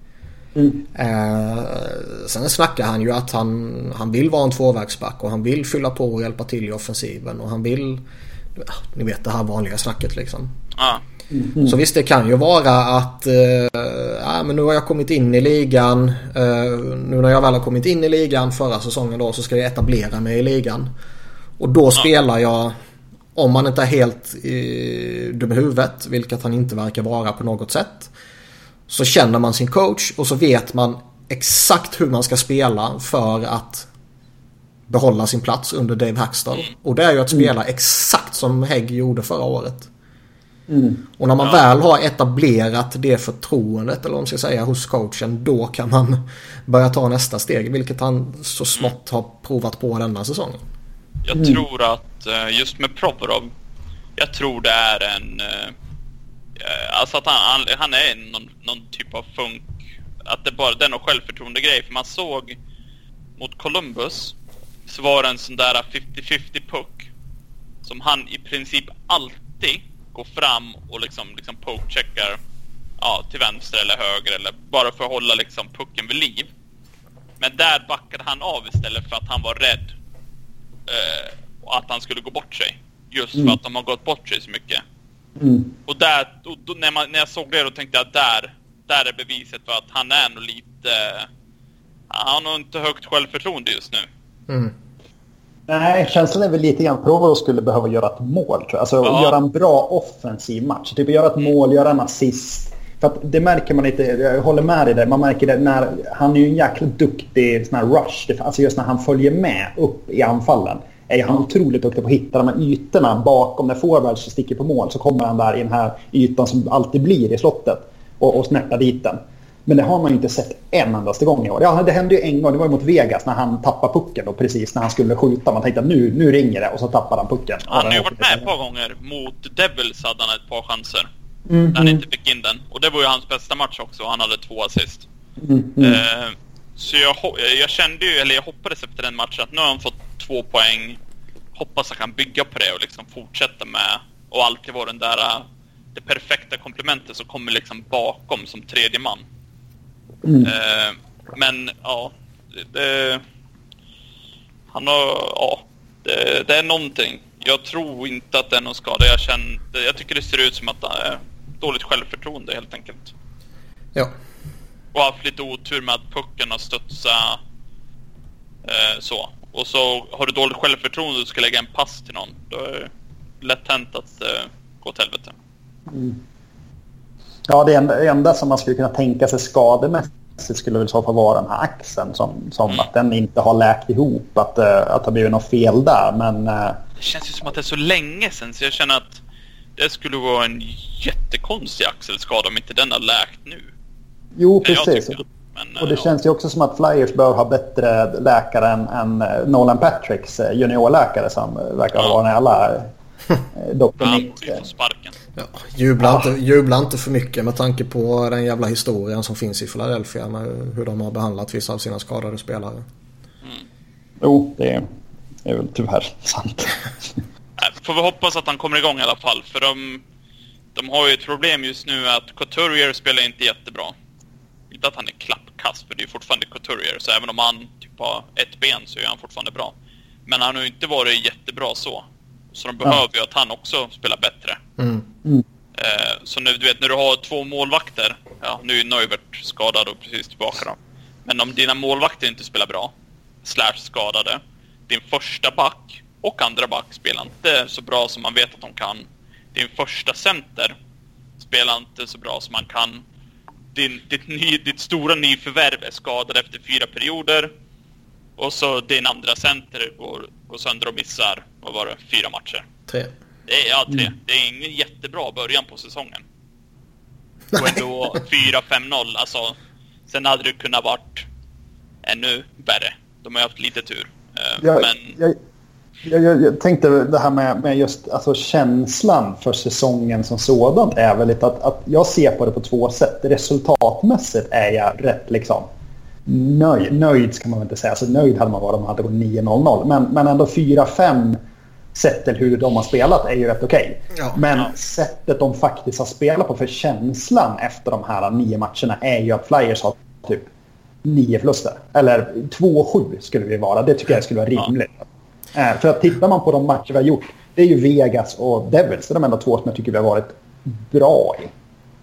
A: Sen snackar han ju att han vill vara en tvåvägsback och han vill fylla på och hjälpa till i offensiven och han vill, ni vet det här vanliga snacket liksom. Så visst, det kan ju vara att men nu har jag kommit in i ligan, nu när jag väl har kommit in i ligan förra säsongen då, så ska jag etablera mig i ligan och då spelar jag, om man inte är helt dum i huvudet, vilket han inte verkar vara på något sätt, så känner man sin coach och så vet man exakt hur man ska spela för att behålla sin plats under Dave Hackstall. Och det är ju att spela exakt som Hägg gjorde förra året. Och när man väl har etablerat det förtroendet, eller om man ska säga, hos coachen, då kan man börja ta nästa steg, vilket han så smått har provat på denna säsongen.
B: Jag tror att just med Provorov, jag tror det är en alltså att han är någon typ av funk, att det bara är någon självförtroende grej, för man såg mot Columbus så var det en sån där 50-50 puck som han i princip alltid går fram och liksom poke-checkar till vänster eller höger, eller bara för att hålla liksom pucken vid liv. Men där backade han av istället för att han var rädd och att han skulle gå bort sig. Just för att de har gått bort sig så mycket. Och då, när jag såg det, då tänkte jag att där är beviset för att han är nog lite, han har inte högt självförtroende just nu.
C: Nej, känslan är väl lite grann Provorov skulle behöva göra ett mål, tror jag. Alltså göra en bra offensiv match. Typ göra ett mål, göra en assist. För att det märker man inte, jag håller med dig där. Man märker det när han är ju en jäkla duktig sån här rush. Alltså just när han följer med upp i anfallen är han otroligt duktig på att hitta de här ytorna bakom. När forwards sticker på mål så kommer han där i den här ytan som alltid blir i slottet och snärtar dit den. Men det har man ju inte sett en endaste gång i år. Ja, det hände ju en gång, det var ju mot Vegas när han tappade pucken då, precis när han skulle skjuta. Man tänkte att nu ringer det, och så tappade han pucken.
B: Han har ju varit med ett par gånger. Mot Devils hade han ett par chanser när han inte fick in den. Och det var ju hans bästa match också. Han hade 2 assist. Så jag kände ju, eller jag hoppades efter den matchen, att nu har han fått 2 poäng. Hoppas att han kan bygga på det och liksom fortsätta med, och alltid vara den där det perfekta komplementet som kommer liksom bakom som tredje man. Men ja, Han har... Ja, det är någonting. Jag tror inte att det är någon skada. Jag tycker det ser ut som att det är dåligt självförtroende helt enkelt.
A: Ja.
B: Och haft lite otur med att pucken har studsat så. Och så har du dåligt självförtroende och du ska lägga en pass till någon. Då är det lätt hänt att gå åt helvete.
C: Ja, det enda som man skulle kunna tänka sig skademässigt skulle väl så fall vara den här axeln som att den inte har läkt ihop, att det har blivit något fel där, men
B: det känns ju som att det är så länge sedan, så jag känner att det skulle vara en jättekonstig axelskada om inte den har läkt nu.
C: Jo, precis. Och det känns ju också som att Flyers bör ha bättre läkare än Nolan Patricks juniorläkare som verkar vara när alla
B: Dr. Sparken.
A: Ja, jubla inte för mycket med tanke på den jävla historien som finns i Philadelphia med hur de har behandlat vissa av sina skadade spelare.
C: Jo, det är väl tyvärr sant.
B: Får vi hoppas att han kommer igång i alla fall, för de har ju ett problem just nu att Couturier spelar inte jättebra. Inte att han är klappkast, för det är fortfarande Couturier, så även om han typ har ett ben så är han fortfarande bra. Men han har ju inte varit jättebra så de behöver ju att han också spelar bättre. Så nu, du vet, när du har två målvakter, nu är Neuvert skadad och precis tillbaka då. Men om dina målvakter inte spelar bra / skadade, din första back och andra back spelar inte så bra som man vet att de kan. Din första center spelar inte så bra som man kan. Ditt stora nyförvärv är skadad efter 4 perioder. Och så din andra center går sönder och missar, vad var det, 4 matcher?
A: 3.
B: 3. Det är ingen jättebra början på säsongen. Och ändå 4-5-0. Alltså, sen hade det kunnat varit ännu värre. De har haft lite tur.
C: Jag tänkte det här med just alltså, känslan för säsongen som sådant är väl lite att jag ser på det på 2 sätt. Resultatmässigt är jag rätt liksom nöjd ska man väl inte säga. Så nöjd hade man varit om man hade gått 9-0-0. Men ändå 4-5 sett till hur de har spelat är ju rätt okej.
A: Ja,
C: men sättet de faktiskt har spelat på, för känslan efter de här 9 matcherna är ju att Flyers har typ 9 förluster. Eller 2-7 skulle vi vara. Det tycker jag skulle vara rimligt. För att tittar man på de matcher vi har gjort, det är ju Vegas och Devils. Det är de enda 2 som jag tycker vi har varit bra i.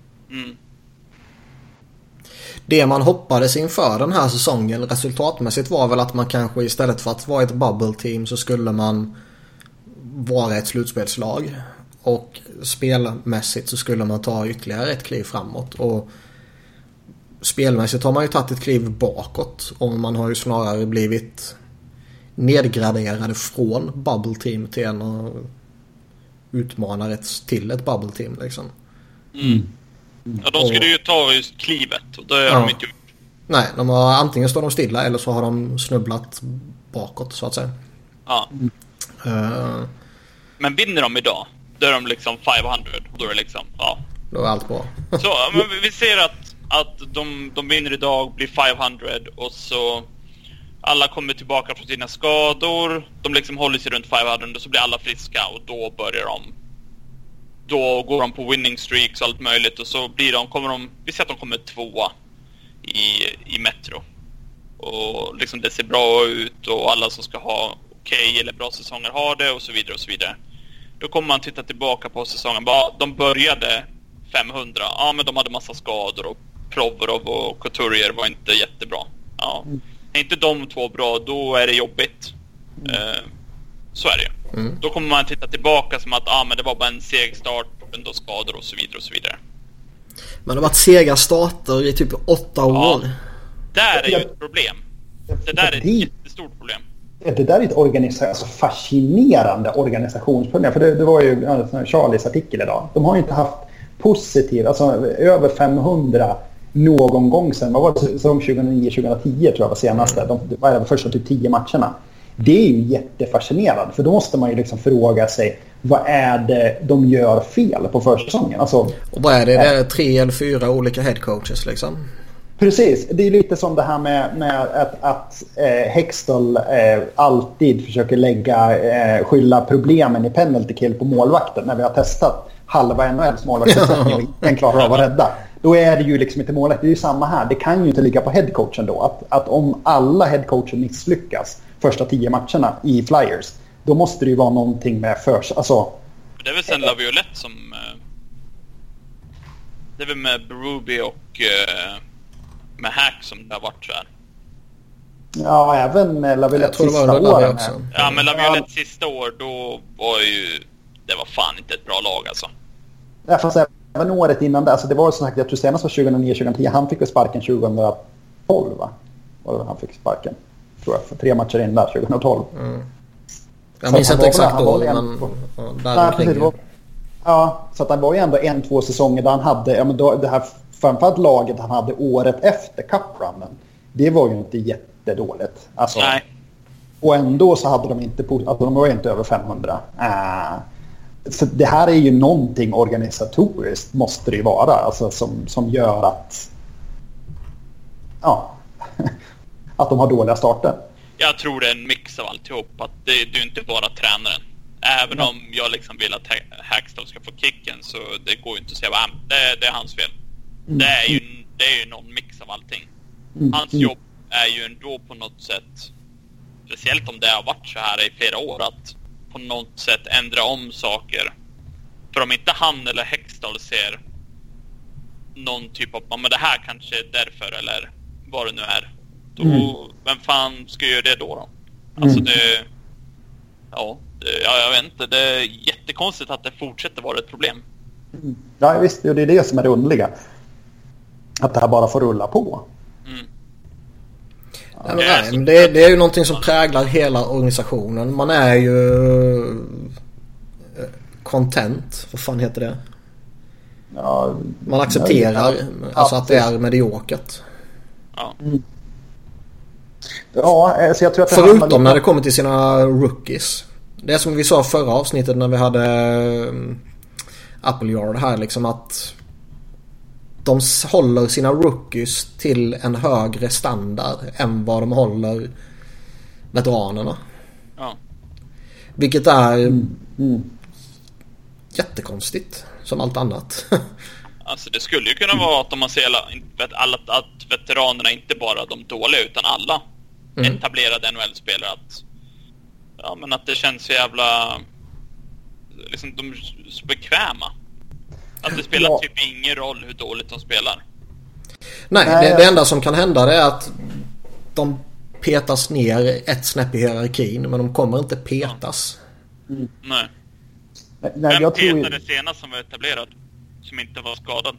A: Det man hoppades inför den här säsongen resultatmässigt var väl att man kanske istället för att vara ett bubble team så skulle man vara ett slutspelslag. Och spelmässigt så skulle man ta ytterligare ett kliv framåt. Och spelmässigt har man ju tagit ett kliv bakåt. Och man har ju snarare blivit nedgraderade från bubble team till en utmanare till ett bubble team liksom.
B: Ja, de skulle ju ta just klivet och det har de inte gjort.
A: Nej, de har antingen står de stilla eller så har de snubblat bakåt så att säga.
B: Ja. Men vinner de idag, då är de liksom 500 och då är det liksom,
A: då är allt bra.
B: Så men vi ser att de vinner idag, blir 500 och så alla kommer tillbaka från sina skador. De liksom håller sig runt 500 och så blir alla friska och då börjar de. Då går de på winning streaks och allt möjligt och så vi ser att de kommer 2 i Metro. Och liksom det ser bra ut och alla som ska ha okej eller bra säsonger har det och så vidare och så vidare. Då kommer man titta tillbaka på säsongen. De började 500. Ja, men de hade massa skador och Provorov och Couturier var inte jättebra. Ja. Är inte de 2 bra, då är det jobbigt. Så är det ju. Då kommer man titta tillbaka som att men det var bara en seg start, ändå skador och så vidare och så vidare.
A: Men det har varit sega starter i typ 8 år.
B: Ja, där är ju ett problem. Det där är ett jättestort problem.
C: Det där är ett fascinerande organisationsproblem. För det var ju Charlies artikel idag. De har ju inte haft positiv, alltså över 500 någon gång sedan. Vad var det? Som 2009-2010 tror jag var senaste. Det var de första typ 10 matcherna. Det är ju jättefascinerande. För då måste man ju liksom fråga sig, vad är det de gör fel på försäsongen? Alltså,
A: och vad är det? Det är 3 eller 4 olika headcoaches liksom.
C: Precis, det är lite som det här med att Hextall alltid försöker skylla problemen i penalty kill på målvakten när vi har testat halva NHLs målvaktsuppsättning och ingen klarar av att rädda. då är det ju liksom inte målet. Det är ju samma här. Det kan ju inte ligga på headcoachen då. Att om alla headcoacher misslyckas första 10 matcherna i Flyers, då måste det ju vara någonting med alltså.
B: Det är väl sen Laviolette som... Det är väl med Berube och med Hack som det har varit så här.
C: Ja, även Laviolette sista åren.
B: Ja, men Laviolette sista år, då var ju... Det var fan inte ett bra lag alltså.
C: Ja, fast även året innan det. Alltså det var så att jag tror senast var 2009-2010. Han fick väl sparken 2012, va? Var det han fick sparken? Tror jag, för 3 matcher in där, 2012.
A: Jag minns inte exakt då, men...
C: Så att han var ju ändå 1-2 säsonger där han hade... Ja, men då, det här framförallt laget han hade året efter cup-runnen, det var ju inte jättedåligt. Alltså, nej. Och ändå så hade de inte... Alltså de var ju inte över 500. Så det här är ju någonting organisatoriskt, måste det ju vara. Alltså som gör att... Ja... att de har dåliga starter.
B: Jag tror det är en mix av alltihop. Att det är inte bara tränaren. Även om jag liksom vill att Hackstall ska få kicken, så det går ju inte att säga att det är hans fel. Det är ju någon mix av allting. Hans jobb är ju ändå på något sätt, speciellt om det har varit så här i flera år, att på något sätt ändra om saker. För om inte han eller Hextall ser någon typ av, men det här kanske är därför, eller vad det nu är, då, vem fan ska göra det då? Alltså det... Ja, jag vet inte. Det är jättekonstigt att det fortsätter vara ett problem.
C: Ja, visst. Det är det som är det underliga. Att det här bara får rulla på.
A: Ja, men det är ju någonting som präglar hela organisationen. Man är ju content. Vad fan heter det?
C: Ja,
A: man accepterar alltså att det är mediokert.
B: Ja.
C: Ja, så jag tror att
A: förutom när det kommer till sina rookies. Det är som vi sa förra avsnittet när vi hade Appleyard här, liksom att de håller sina rookies till en högre standard än vad de håller veteranerna.
B: Ja.
A: Vilket är jättekonstigt som allt annat.
B: Alltså det skulle ju kunna vara att om man ser att veteranerna inte bara de dåliga utan alla etablerade NHL-spelare, att det känns så jävla liksom de är så bekväma. Att det spelar typ ingen roll hur dåligt de spelar.
A: Nej, det enda som kan hända är att de petas ner ett snäpp i hierarkin, men de kommer inte petas.
B: Nej.
C: Nej,
B: jag petade det senast som var etablerad, som inte var skadad?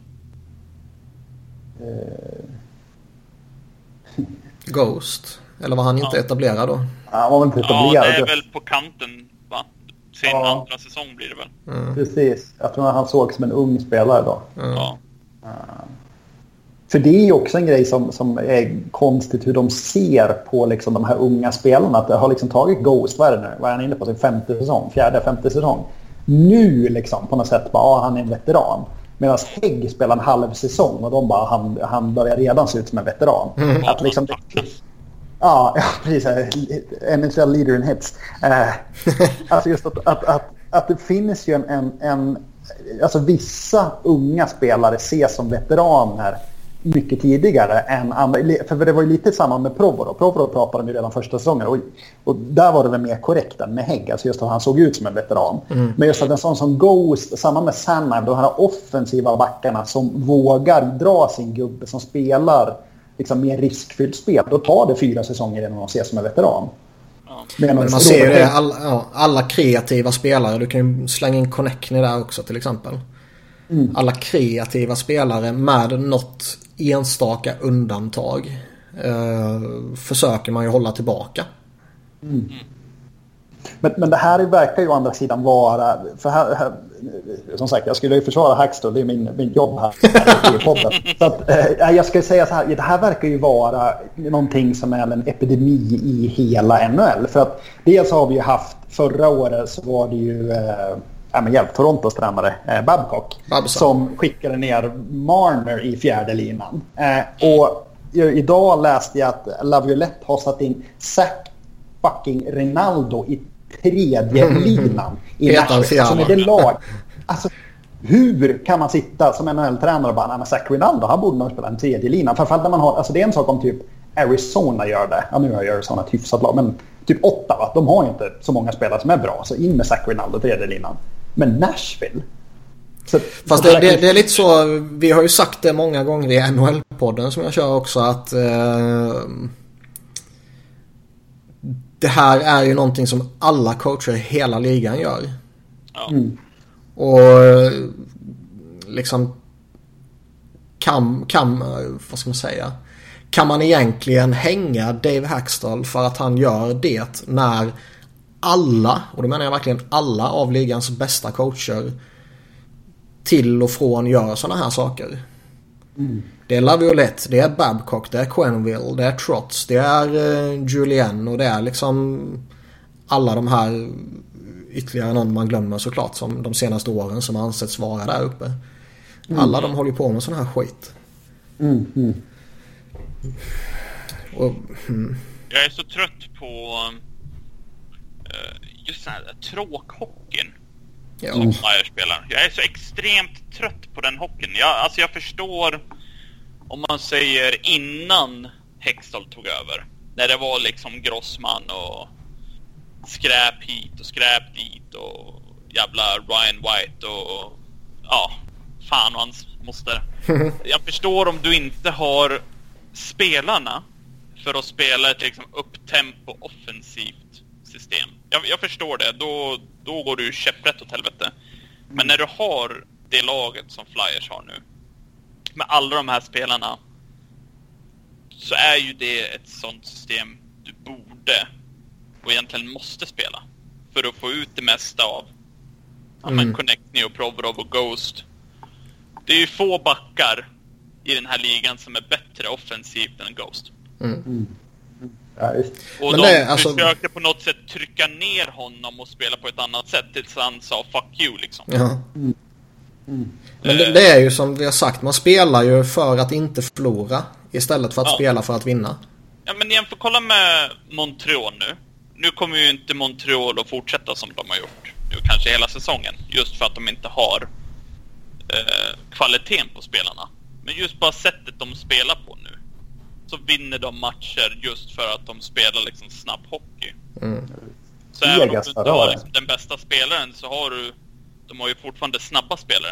A: Ghost. Eller var han inte etablerad då?
C: Han var inte etablerad.
B: Ja, det är väl på kanten, va? Sin andra säsong blir det väl.
C: Precis. Jag tror att han såg som en ung spelare då.
B: Ja.
C: För det är ju också en grej som är konstigt, hur de ser på liksom de här unga spelarna. Att det har liksom tagit Ghost, vad är det nu? Vad är han inne på? Sin 4:e säsong. Nu liksom på något sätt bara, han är en veteran. Medan Hägg spelar en halv säsong och de bara, han börjar redan se ut som en veteran. Att liksom ja, precis. NHL leader in hits. Alltså just att det finns ju en alltså vissa unga spelare ses som veteraner mycket tidigare än andra. För det var ju lite samma med Provorov. Provorov pratade ju redan första säsongen och där var det väl mer korrekt än med Hägg. Alltså just att han såg ut som en veteran. Men just att en sån som Ghost, samma med Sanheim, de här offensiva backarna som vågar dra sin gubbe, som spelar liksom mer riskfyllt spel, då tar det 4 säsonger innan de ses som en veteran.
A: Men man ser ju det, alla kreativa spelare. Du kan ju slänga in Connectney där också till exempel. Alla kreativa spelare med något enstaka undantag försöker man ju hålla tillbaka.
C: Men det här verkar ju å andra sidan vara, för här som sagt, jag skulle ju försvara Hackstall, det är min jobb här i podden. Så att, jag ska säga så här, det här verkar ju vara någonting som är en epidemi i hela NHL. För att dels har vi ju haft, förra året så var det ju Torontos tränare Babcock som skickade ner Marner i 4:e linan. Och idag läste jag att Laviolette har satt in Zach fucking Rinaldo i 3:e linan i Nashville, som är det lag. Alltså, hur kan man sitta som NHL-tränare och bara, nej men Zach Rinaldo, han borde nog spela en tredje lina. Framförallt när man har, alltså det är en sak om typ Arizona gör det. Ja, nu har Arizona ett hyfsat lag, men typ Ottawa, de har ju inte så många spelare som är bra. Så in med Zach Rinaldo tredje linan. Men Nashville...
A: Fast det är lite så, vi har ju sagt det många gånger i NHL-podden som jag kör också, att det här är ju någonting som alla coacher i hela ligan gör.
B: Ja.
A: Och liksom vad ska man säga, kan man egentligen hänga Dave Hakstol för att han gör det när alla, och då menar jag verkligen alla av ligans bästa coacher till och från gör sådana här saker. Det är Laviolette, det är Babcock, det är Quenneville, det är Trotz, det är Julien, och det är liksom alla de här, ytterligare någon man glömmer såklart, som de senaste åren som ansetts vara där uppe. Alla de håller på med sån här skit. Och,
B: Jag är så trött på just den här tråkhockeyn som Flyers spelar. Jag är så extremt trött på den hockeyn. Jag förstår om man säger innan Hextall tog över. När det var liksom Grossman och skräp hit och skräp dit och jävla Ryan White och ja, fan och hans moster. Jag förstår om du inte har spelarna för att spela ett liksom upptempo offensivt system. Jag förstår det. Då går du käpprätt åt helvete. Men när du har det laget som Flyers har nu, med alla de här spelarna, så är ju det ett sånt system du borde och egentligen måste spela för att få ut det mesta av Konechny och Provorov och Ghost. Det är ju få backar i den här ligan som är bättre offensivt än Ghost.
C: Ja,
B: och
A: men
B: de
A: alltså...
B: försökte på något sätt trycka ner honom och spela på ett annat sätt tills han sa fuck you liksom.
A: Ja. Men det är ju som vi har sagt, man spelar ju för att inte förlora istället för att spela för att vinna.
B: Ja, men igen, får kolla med Montreal nu. Nu kommer ju inte Montreal att fortsätta som de har gjort nu kanske hela säsongen, just för att de inte har kvaliteten på spelarna. Men just bara sättet de spelar på nu, så vinner de matcher just för att de spelar liksom snabb hockey. Så även om du inte har liksom den bästa spelaren, så har du, de har ju fortfarande snabba spelare.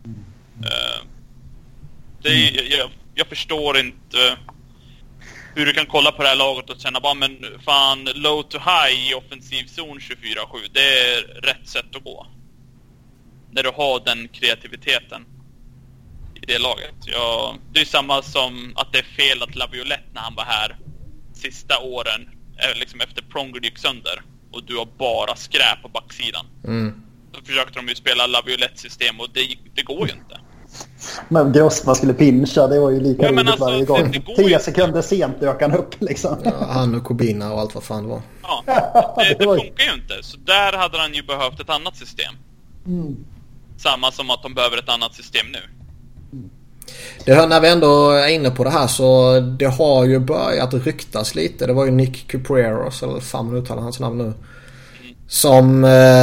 B: Jag förstår inte hur du kan kolla på det här laget och känna bara, men fan, low to high i offensiv zon 24-7, det är rätt sätt att gå. När du har den kreativiteten i det laget. Det är samma som att det är fel att Laviolette när han var här sista åren, liksom efter Pronger gick sönder, och du har bara skräp på backsidan. Då försökte de ju spela Laviolette-system, och det går ju inte.
C: Men Grossman skulle pincha, det var ju lika roligt
B: alltså,
C: varje gång. 3 sekunder sent dök han upp liksom.
A: Ja, han och Kobina och allt vad fan det var.
B: Ja, det funkar ju inte. Så där hade han ju behövt ett annat system. Samma som att de behöver ett annat system nu.
A: När vi ändå är inne på det här, så det har ju börjat ryktas lite. Det var ju Nick Cupreros, eller fan man uttalar hans namn nu, som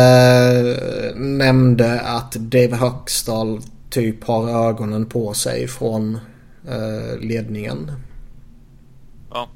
A: nämnde att Dave Hakstol typ har ögonen på sig från ledningen.
B: Ja.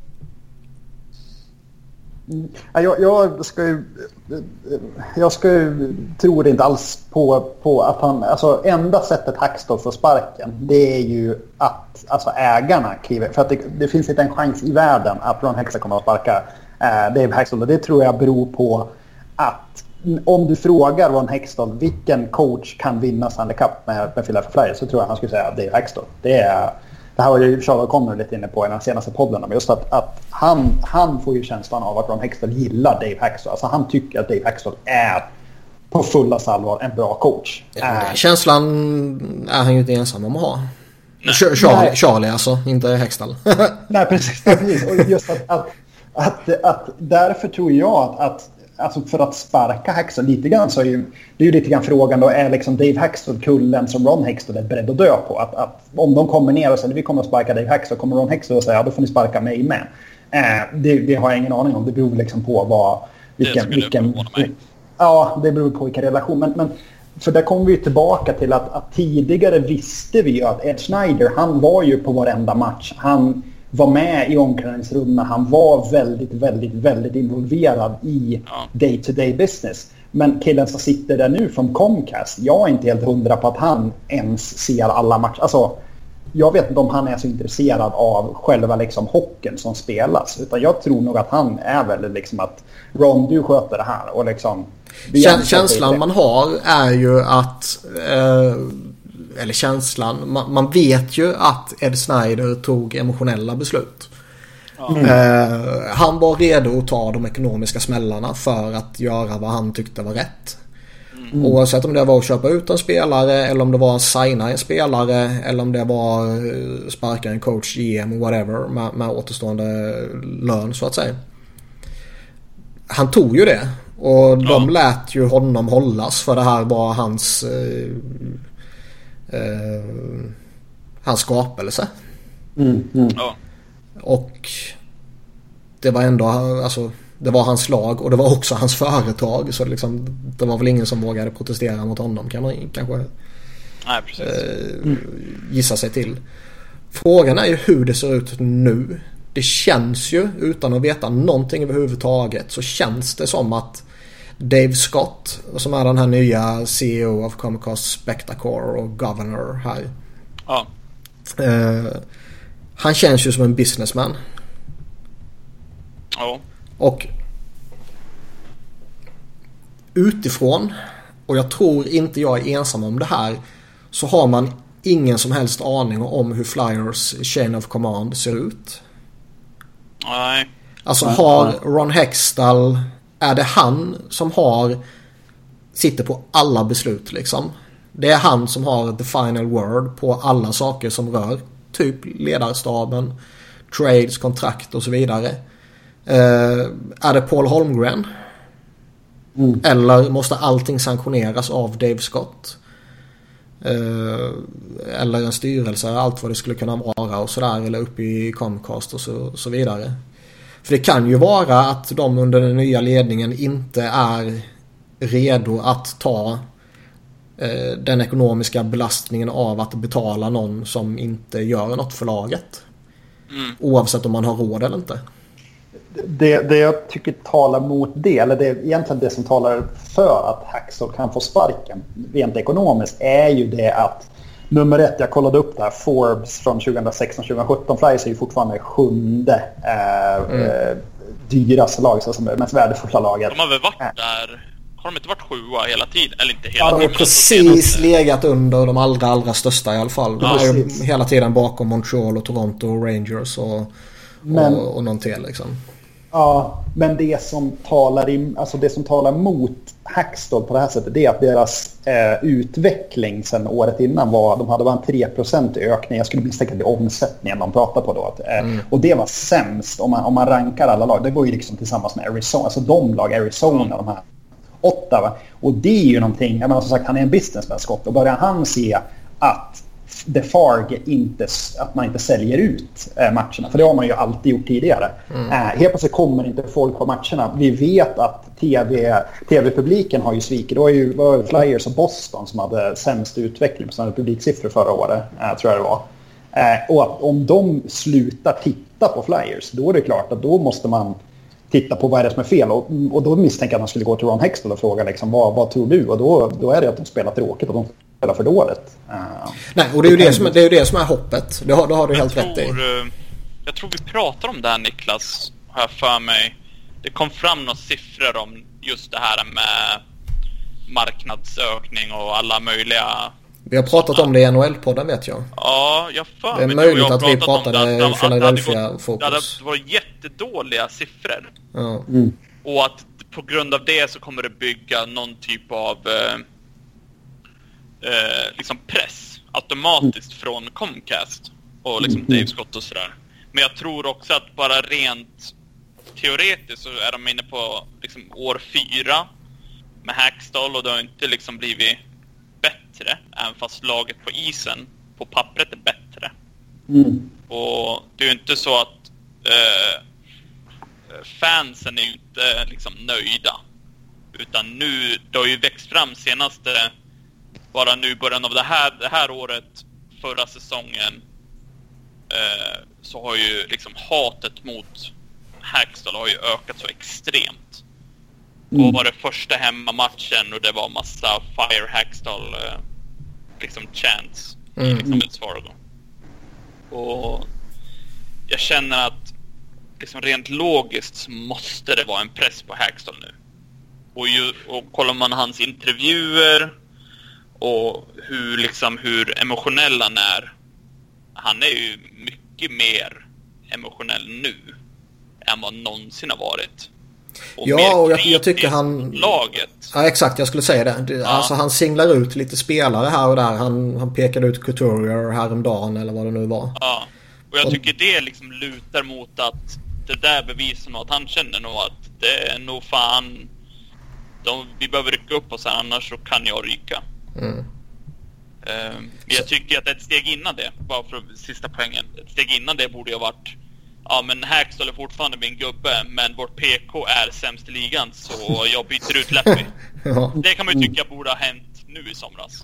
C: Jag ska ju tror inte alls på att han, alltså enda sättet Hakstol får sparken, det är ju att alltså ägarna kliver, för att det finns inte en chans i världen att Ron Hextall kommer att sparka Dave Hakstol, och det tror jag beror på att om du frågar Ron Hextall vilken coach kan vinna Stanley Cup med Philadelphia Flyers, så tror jag han skulle säga Dave Hakstol. Det här var ju Charles O'Connor lite inne på i den senaste podden, men just att han får ju känslan av att Ron Hextall gillar Dave Hakstol. Alltså han tycker att Dave Hakstol är på fulla allvar en bra coach.
A: Känslan är han ju inte ensam om att ha. Charlie alltså, inte Hextall.
C: Nej, precis. Och just att därför tror jag att alltså för att sparka Hakstol lite grann, så är det är ju lite grann frågan då, är liksom Dave Hakstol kullen som Ron Hextall är beredd att dö på? Att om de kommer ner och säger vi kommer att sparka Dave Hakstol, kommer Ron Hextall att säga ja, då får ni sparka mig med. Det har jag ingen aning om. Det beror liksom på vilken ja, det beror på vilken relation. Men För där kommer vi tillbaka till att tidigare visste vi ju att Ed Snider, han var ju på varenda match. Han var med i omklädningsrummen. Han var väldigt, väldigt, väldigt involverad i day-to-day business. Men killen som sitter där nu från Comcast, jag är inte helt hundra på att han ens ser alla matcher. Alltså, jag vet inte om han är så intresserad av själva liksom hockeyn som spelas. Utan jag tror nog att han är väl liksom att Ron, du sköter det här. Och liksom,
A: känslan man har är ju att eller känslan, man vet ju att Ed Snider tog emotionella beslut. Han var redo att ta de ekonomiska smällarna för att göra vad han tyckte var rätt. Oavsett om det var att köpa ut en spelare eller om det var att signa en spelare eller om det var sparka en coach, GM, whatever med återstående lön så att säga. Han tog ju det och de lät ju honom hållas för det här var hans skapelse. Och det var ändå alltså, det var hans lag och det var också hans företag så liksom, det var väl ingen som vågade protestera mot honom kan man kanske gissa sig till. Frågan är ju hur det ser ut nu. Det känns ju, utan att veta någonting överhuvudtaget, så känns det som att Dave Scott, som är den här nya CEO of Comcast Spectacor och governor här. Han känns ju som en businessman. Och utifrån, och jag tror inte jag är ensam om det här, så har man ingen som helst aning om hur Flyers chain of command ser ut.
B: Nej.
A: Alltså har Ron Hextall, är det han som sitter på alla beslut liksom? Det är han som har the final word på alla saker som rör typ ledarstaben, trades, kontrakt och så vidare. Är det Paul Holmgren? Eller måste allting sanktioneras av Dave Scott? Eller en styrelse, allt vad det skulle kunna vara och sådär, eller uppe i Comcast och så vidare. För det kan ju vara att de under den nya ledningen inte är redo att ta den ekonomiska belastningen av att betala någon som inte gör något för laget. Oavsett om man har råd eller inte.
C: Det jag tycker talar mot det, eller det är egentligen det som talar för att Hacksaw kan få sparken rent ekonomiskt, är ju det att nummer ett, jag kollade upp det här, Forbes från 2016-2017, Flyers är ju fortfarande 7:e dyraste lag, så som är mest värdefulla laget.
B: De har väl varit där, har de inte varit 7:a hela tiden? Eller inte hela
A: tiden. De har precis legat under de allra största i alla fall. De är ju hela tiden bakom Montreal och Toronto och Rangers och någon till liksom.
C: Ja, men det som talar mot Hackstall på det här sättet, det är att deras utveckling sen året innan de hade bara en 3% ökning. Jag skulle misstänka att det är omsättningen de pratar på då. Och det var sämst om man rankar alla lag. Det går ju liksom tillsammans med Arizona, alltså de lag, Arizona, de här 8. Va? Och det är ju någonting, jag menar som sagt, han är en businessman, Scott, och börjar han se att att man inte säljer ut matcherna, för det har man ju alltid gjort tidigare. Helt plötsligt kommer inte folk på matcherna. Vi vet att tv-publiken har ju svikit. Det var Flyers och Boston som hade sämst utveckling på sådana publiksiffror förra året, tror jag det var. Och att om de slutar titta på Flyers, då är det klart att då måste man titta på vad är det som är fel, och då misstänker jag att man skulle gå till Ron Hextall och fråga liksom, vad tror du? Och då är det att de spelar tråkigt och de spelar för dåligt.
A: Nej, och det är ju det som är hoppet. Det har du helt rätt i.
B: Jag tror vi pratar om det här, Niklas, har jag för mig. Det kom fram några siffror om just det här med marknadsökning och alla möjliga.
A: Vi har pratat om det i NHL-podden, vet jag.
B: Ja, jag för
A: mig. Det är möjligt att vi pratade Philadelphia-fokus.
B: Det var jättedåliga siffror.
A: Ja.
B: Och att på grund av det så kommer det bygga någon typ av liksom press automatiskt från Comcast och liksom Dave Scott och sådär. Men jag tror också att bara rent teoretiskt så är de inne på liksom år 4 med Hackstall, och det har inte liksom blivit bättre, även fast laget på isen på pappret är bättre. Och det är ju inte så att fansen är ju inte liksom nöjda, utan nu, det har ju växt fram senaste bara nu i början av det här året, förra säsongen, så har ju liksom hatet mot Hackstall har ju ökat så extremt. Och var det första hemmamatchen och det var massa Fire Hackstall liksom chants i liksom Wells Fargo. Och jag känner att liksom rent logiskt så måste det vara en press på Hackstall nu. Och kollar man hans intervjuer och hur emotionell han är ju mycket mer emotionell nu än vad någonsin har varit. Och
A: jag tycker han...
B: laget.
A: Ja, exakt, jag skulle säga det. Ja. Alltså han singlar ut lite spelare här och där. Han pekade ut Couturier häromdagen eller vad det nu var.
B: Ja, och jag tycker det liksom lutar mot att det där bevisar nog att han känner nog att det är nog fan... vi behöver rycka upp oss här, annars så kan jag ryka. Jag tycker att ett steg innan det, bara för sista poängen, ett steg innan det borde ju ha varit, ja men Hackstall är fortfarande min gubbe, men vårt PK är sämst i ligan, så jag byter ut Leppy.
A: Ja.
B: Det kan man ju tycka borde ha hänt nu i somras.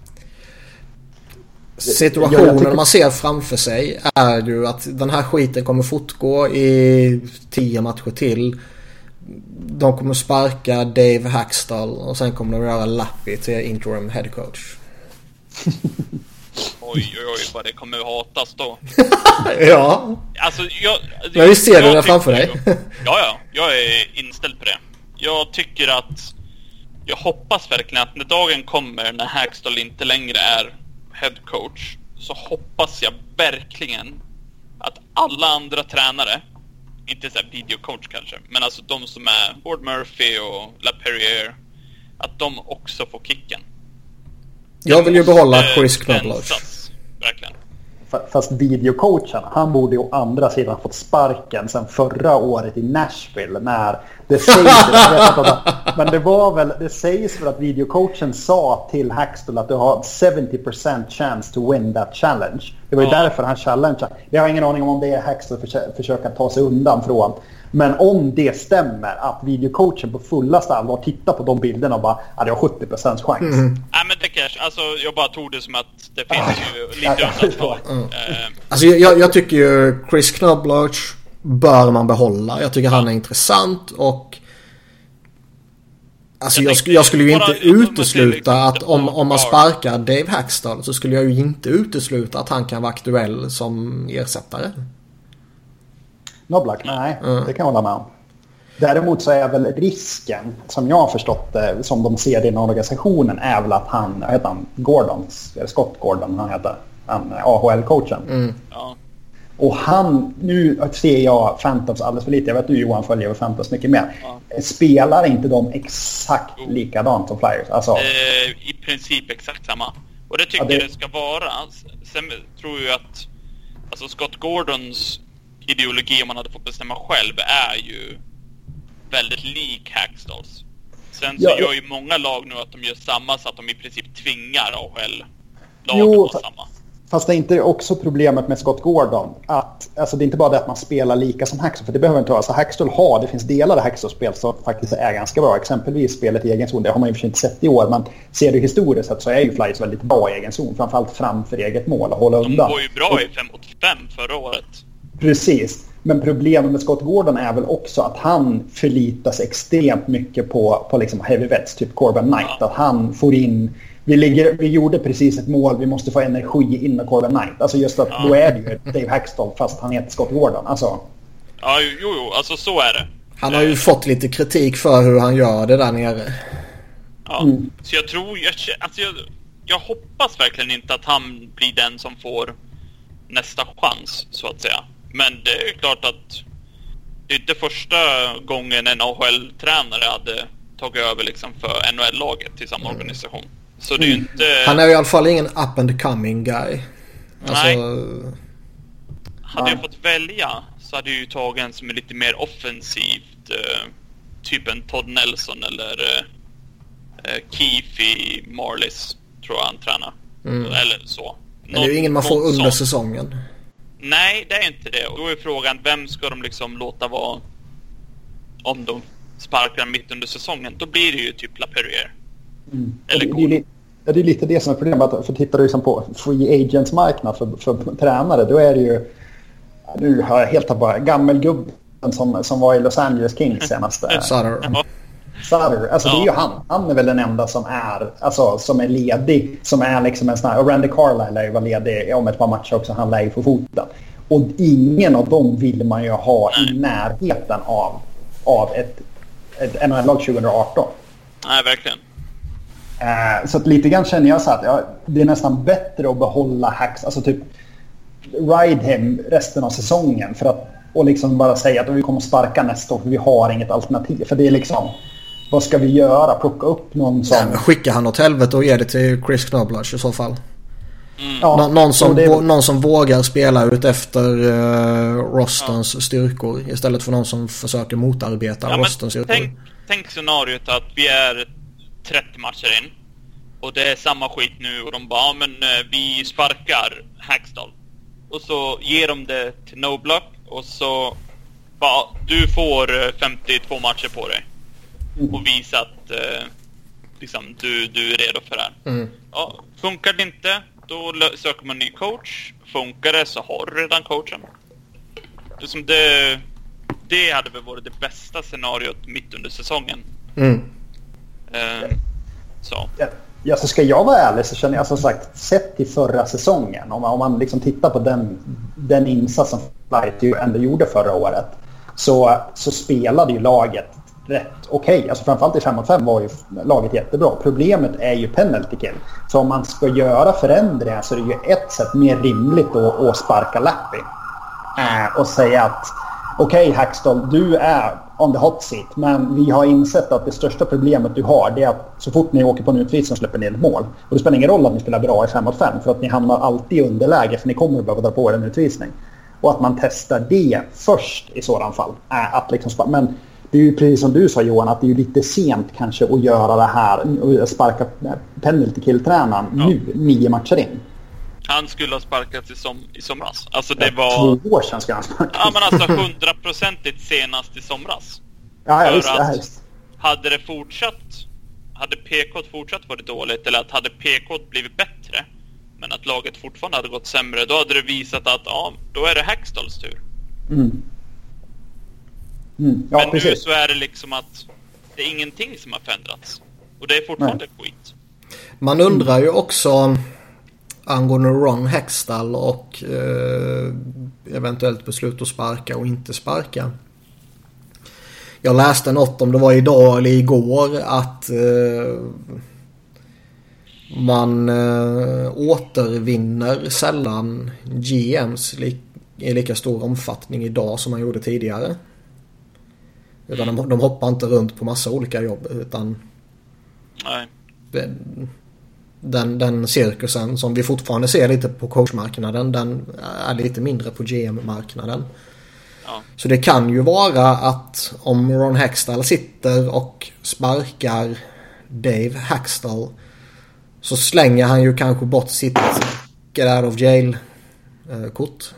A: Situationen man ser framför sig är ju att den här skiten kommer fortgå i 10 matcher till. De kommer sparka Dave Hackstall och sen kommer de göra Lappy till interim head coach.
B: Oj, vad det kommer hatas då.
A: Ja.
B: Alltså,
A: men vi ser det där framför dig.
B: Ja, jag är inställd på det. Jag hoppas verkligen att när dagen kommer när Hackstall inte längre är head coach, så hoppas jag verkligen att alla andra tränare, inte så här videocoach kanske, men alltså de som är Ward Murphy och LaPerriere, att de också får kicken.
A: Jag vill ju behålla Chris Knobloch.
B: Verkligen.
C: Fast videocoachen, han borde ju å andra sidan fått sparken sen förra året i Nashville när det sägs väl att videocoachen sa till Hackstall att du har 70% chance to win that challenge. Det var ju därför han challengeade. Jag har ingen aning om det är Hackstall försöker ta sig undan från. Men om det stämmer att videocoachen på fullaste allvar tittar på de bilderna och bara, ja, det har 70% chans.
B: Nej, men det kanske, alltså jag bara tog det som att det finns ju lite undantag.
A: Alltså jag tycker ju Chris Knobloch bör man behålla. Jag tycker han är intressant och alltså jag skulle ju inte utesluta att om man sparkar Dave Hackstall, så skulle jag ju inte utesluta att han kan vara aktuell som ersättare.
C: Knobloch, nej, det kan jag hålla med om. Däremot så är väl risken, som jag har förstått det, som de ser det i organisationen, är väl att Scott Gordon, han AHL-coachen.
B: Ja.
C: Och han, nu ser jag Phantoms alldeles för lite. Jag vet du Johan följer Phantoms mycket mer. Spelar inte de exakt likadant som Flyers? Alltså...
B: I princip exakt samma. Och det tycker jag det ska vara. Sen tror jag att alltså Scott Gordons ideologi, om man hade fått bestämma själv, är ju väldigt lik Hackstalls. Sen så gör ju många lag nu att de gör samma, så att de i princip tvingar AHL-lagen på samma.
C: Fast det är inte också problemet med Scott Gordon att, alltså det är inte bara det att man spelar lika som Hackstall, för det behöver inte vara. Alltså Hackstall det finns delar av Hackstall-spel som faktiskt är ganska bra. Exempelvis spelet i egen zon, det har man ju inte sett i år, men ser du historiskt så är ju Flyers väldigt bra i egen zon, framförallt framför eget mål och hålla undan.
B: De var ju bra i 5-5 förra året. Precis.
C: Men problemet med Scott Gordon är väl också att han förlitar sig extremt mycket på liksom heavy vets, typ Corbin Knight. Ja. Att han får in... Vi gjorde precis ett mål, vi måste få energi in med Corbin Knight. Alltså just att då är det ju Dave Hackstall fast han heter Scott Gordon. Alltså.
B: Ja, jo, alltså så är det.
A: Han har ju fått lite kritik för hur han gör det där nere.
B: Ja, så jag tror... Jag hoppas verkligen inte att han blir den som får nästa chans, så att säga. Men det är klart att det är inte första gången en AHL-tränare hade tagit över liksom för NHL-laget till samma organisation. Så det är ju inte...
A: Han är i alla fall ingen up and coming guy.
B: Nej. Hade jag fått välja så hade jag ju tagit en som är lite mer offensivt, typ en Todd Nelson eller Keefe i Marlies, tror jag han tränar. Eller så.
A: Men det är ju ingen man får under säsongen.
B: Nej, det är inte det. Och då är frågan, vem ska de liksom låta vara, om de sparkar mitt under säsongen? Då blir det ju typ LaPerriere. Eller
C: det är lite det som är problemet. För tittar du liksom på free agents marknad för tränare, då är det ju... Nu har jag helt tappat gammelgubben som var i Los Angeles Kings senaste... Sutter. Alltså det är ju han. Han är väl den enda som är, alltså, som är ledig. Som är liksom en sån här... Och Randy Carlyle lär ju vara ledig om ett par matcher också. Han lär ju få foten. Och ingen av dem vill man ju ha i närheten av ett NHL-lag 2018.
B: Nej, verkligen.
C: Så att lite grann känner jag så att det är nästan bättre att behålla Hacks, alltså typ ride him resten av säsongen för att, och liksom bara säga att vi kommer att sparka nästa år för vi har inget alternativ. För det är liksom, vad ska vi göra? Plocka upp någon som...
A: Skicka han åt helvete och ge det till Chris Knoblauch i så fall.
C: Ja,
A: någon som vågar spela ut efter Rostons styrkor istället för någon som försöker motarbeta Rostons styrkor.
B: Tänk scenariot att vi är 30 matcher in och det är samma skit nu och de bara, men vi sparkar Hackstall och så ger de det till Knoblauch och så bara, du får 52 matcher på dig och visa att liksom, du är redo för det här. Ja, funkar det inte, då söker man ny coach. Funkar det så har du redan coachen. Det hade väl varit det bästa scenariot mitt under säsongen. Så.
C: Ja, så ska jag vara ärlig så känner jag som sagt, sett till förra säsongen, om man liksom tittar på den insats som Flight ändå gjorde förra året, så spelade ju laget rätt okej. Alltså framförallt i 5-5 var ju laget jättebra. Problemet är ju penalty kill. Så om man ska göra förändringar så är det ju ett sätt mer rimligt att sparka Lappy. Och säga att okej, Hackstall, du är on the hot seat, men vi har insett att det största problemet du har, det är att så fort ni åker på en utvisning släpper ni ett mål. Och det spelar ingen roll att ni spelar bra i 5-5 för att ni hamnar alltid i underläge för ni kommer att behöva dra på er en utvisning. Och att man testar det först i sådan fall. Att liksom, men det är ju precis som du sa, Johan, att det är ju lite sent kanske att göra det här och sparka penalty kill-tränaren nu 9 matcher in.
B: Han skulle ha sparkats i somras. Alltså det var...
C: 2 år sedan ska han sparkas.
B: Ja, men alltså 100% senast i somras.
C: Ja,
B: just. Hade det fortsatt... Hade PK fortsatt varit dåligt, eller att hade PK blivit bättre, men att laget fortfarande hade gått sämre, då hade det visat att då är det Hackstalls tur. Ja, men precis. Nu så är det liksom att det är ingenting som har förändrats. Och det är fortfarande skit.
A: Man undrar ju också angående Ron Hextall och eventuellt beslut att sparka och inte sparka. Jag läste något, om det var idag eller igår, att man återvinner sällan GMs i lika stor omfattning idag som man gjorde tidigare. Utan de hoppar inte runt på massa olika jobb, utan den cirkusen som vi fortfarande ser lite på coachmarknaden, den är lite mindre på GM-marknaden. Ja. Så det kan ju vara att om Ron Hextall sitter och sparkar Dave Hackstall, så slänger han ju kanske bort sitt get out of jail-kort.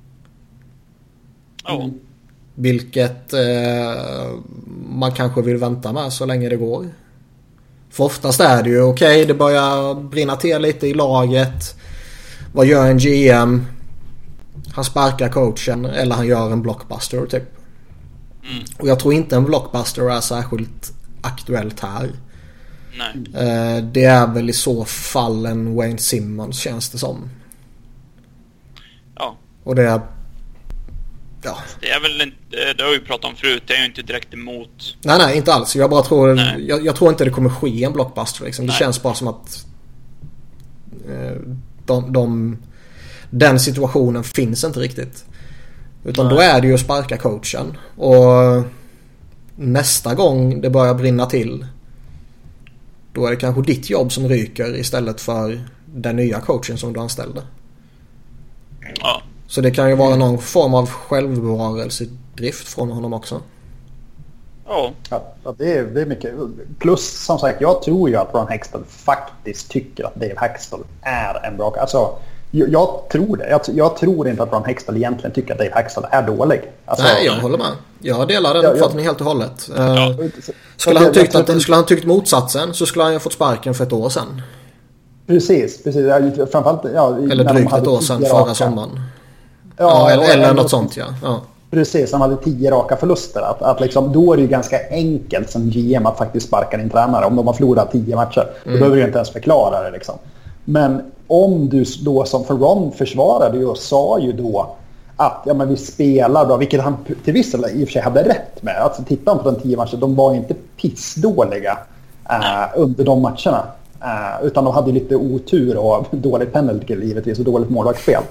A: Vilket man kanske vill vänta med så länge det går. För oftast är det ju okej, det börjar brinna till lite i laget. Vad gör en GM? Han sparkar coachen, eller han gör en blockbuster typ. Och jag tror inte en blockbuster är särskilt aktuellt här. Nej. Det är väl i så fall en Wayne Simmons, känns det som.
B: Ja.
A: Och det är... Ja.
B: Det är väl inte, det har vi pratat om förut, det är ju inte direkt emot.
A: Nej, inte alls. Jag bara tror, jag tror inte det kommer ske en blockbuster liksom. Det känns bara som att den situationen finns inte riktigt. Utan då är det ju att sparka coachen. Och nästa gång det börjar brinna till, då är det kanske ditt jobb som ryker istället för den nya coachen som du anställde. Ja. Så det kan ju vara någon form av självbevarelsedrift från honom också.
B: Ja,
C: det är mycket. Plus som sagt, jag tror ju att Ron Hextall faktiskt tycker att Dave Hackstall är en bra... Alltså, jag tror det. Jag tror inte att Ron Hextall egentligen tycker att Dave Hackstall är dålig. Alltså,
A: nej, jag håller med. Jag delar den uppfattningen helt och hållet. Skulle han tyckt motsatsen, så skulle han ju fått sparken för ett år sedan.
C: Precis. Framförallt,
A: eller drygt ett år sedan, förra sommaren. Eller något sånt, ja.
C: Precis, han hade 10 raka förluster. Att liksom, då är det ju ganska enkelt som GM att faktiskt sparka din tränare om de har förlorat 10 matcher. Då behöver du inte ens förklara det liksom. Men om du då som för Ron försvarade ju och sa ju då att men vi spelar bra, vilket han till viss del i och för sig hade rätt med. Alltså titta på de 10 matcherna, de var inte pissdåliga under de matcherna. Utan de hade lite otur och dåligt penalty givetvis och dåligt målvaktsspel.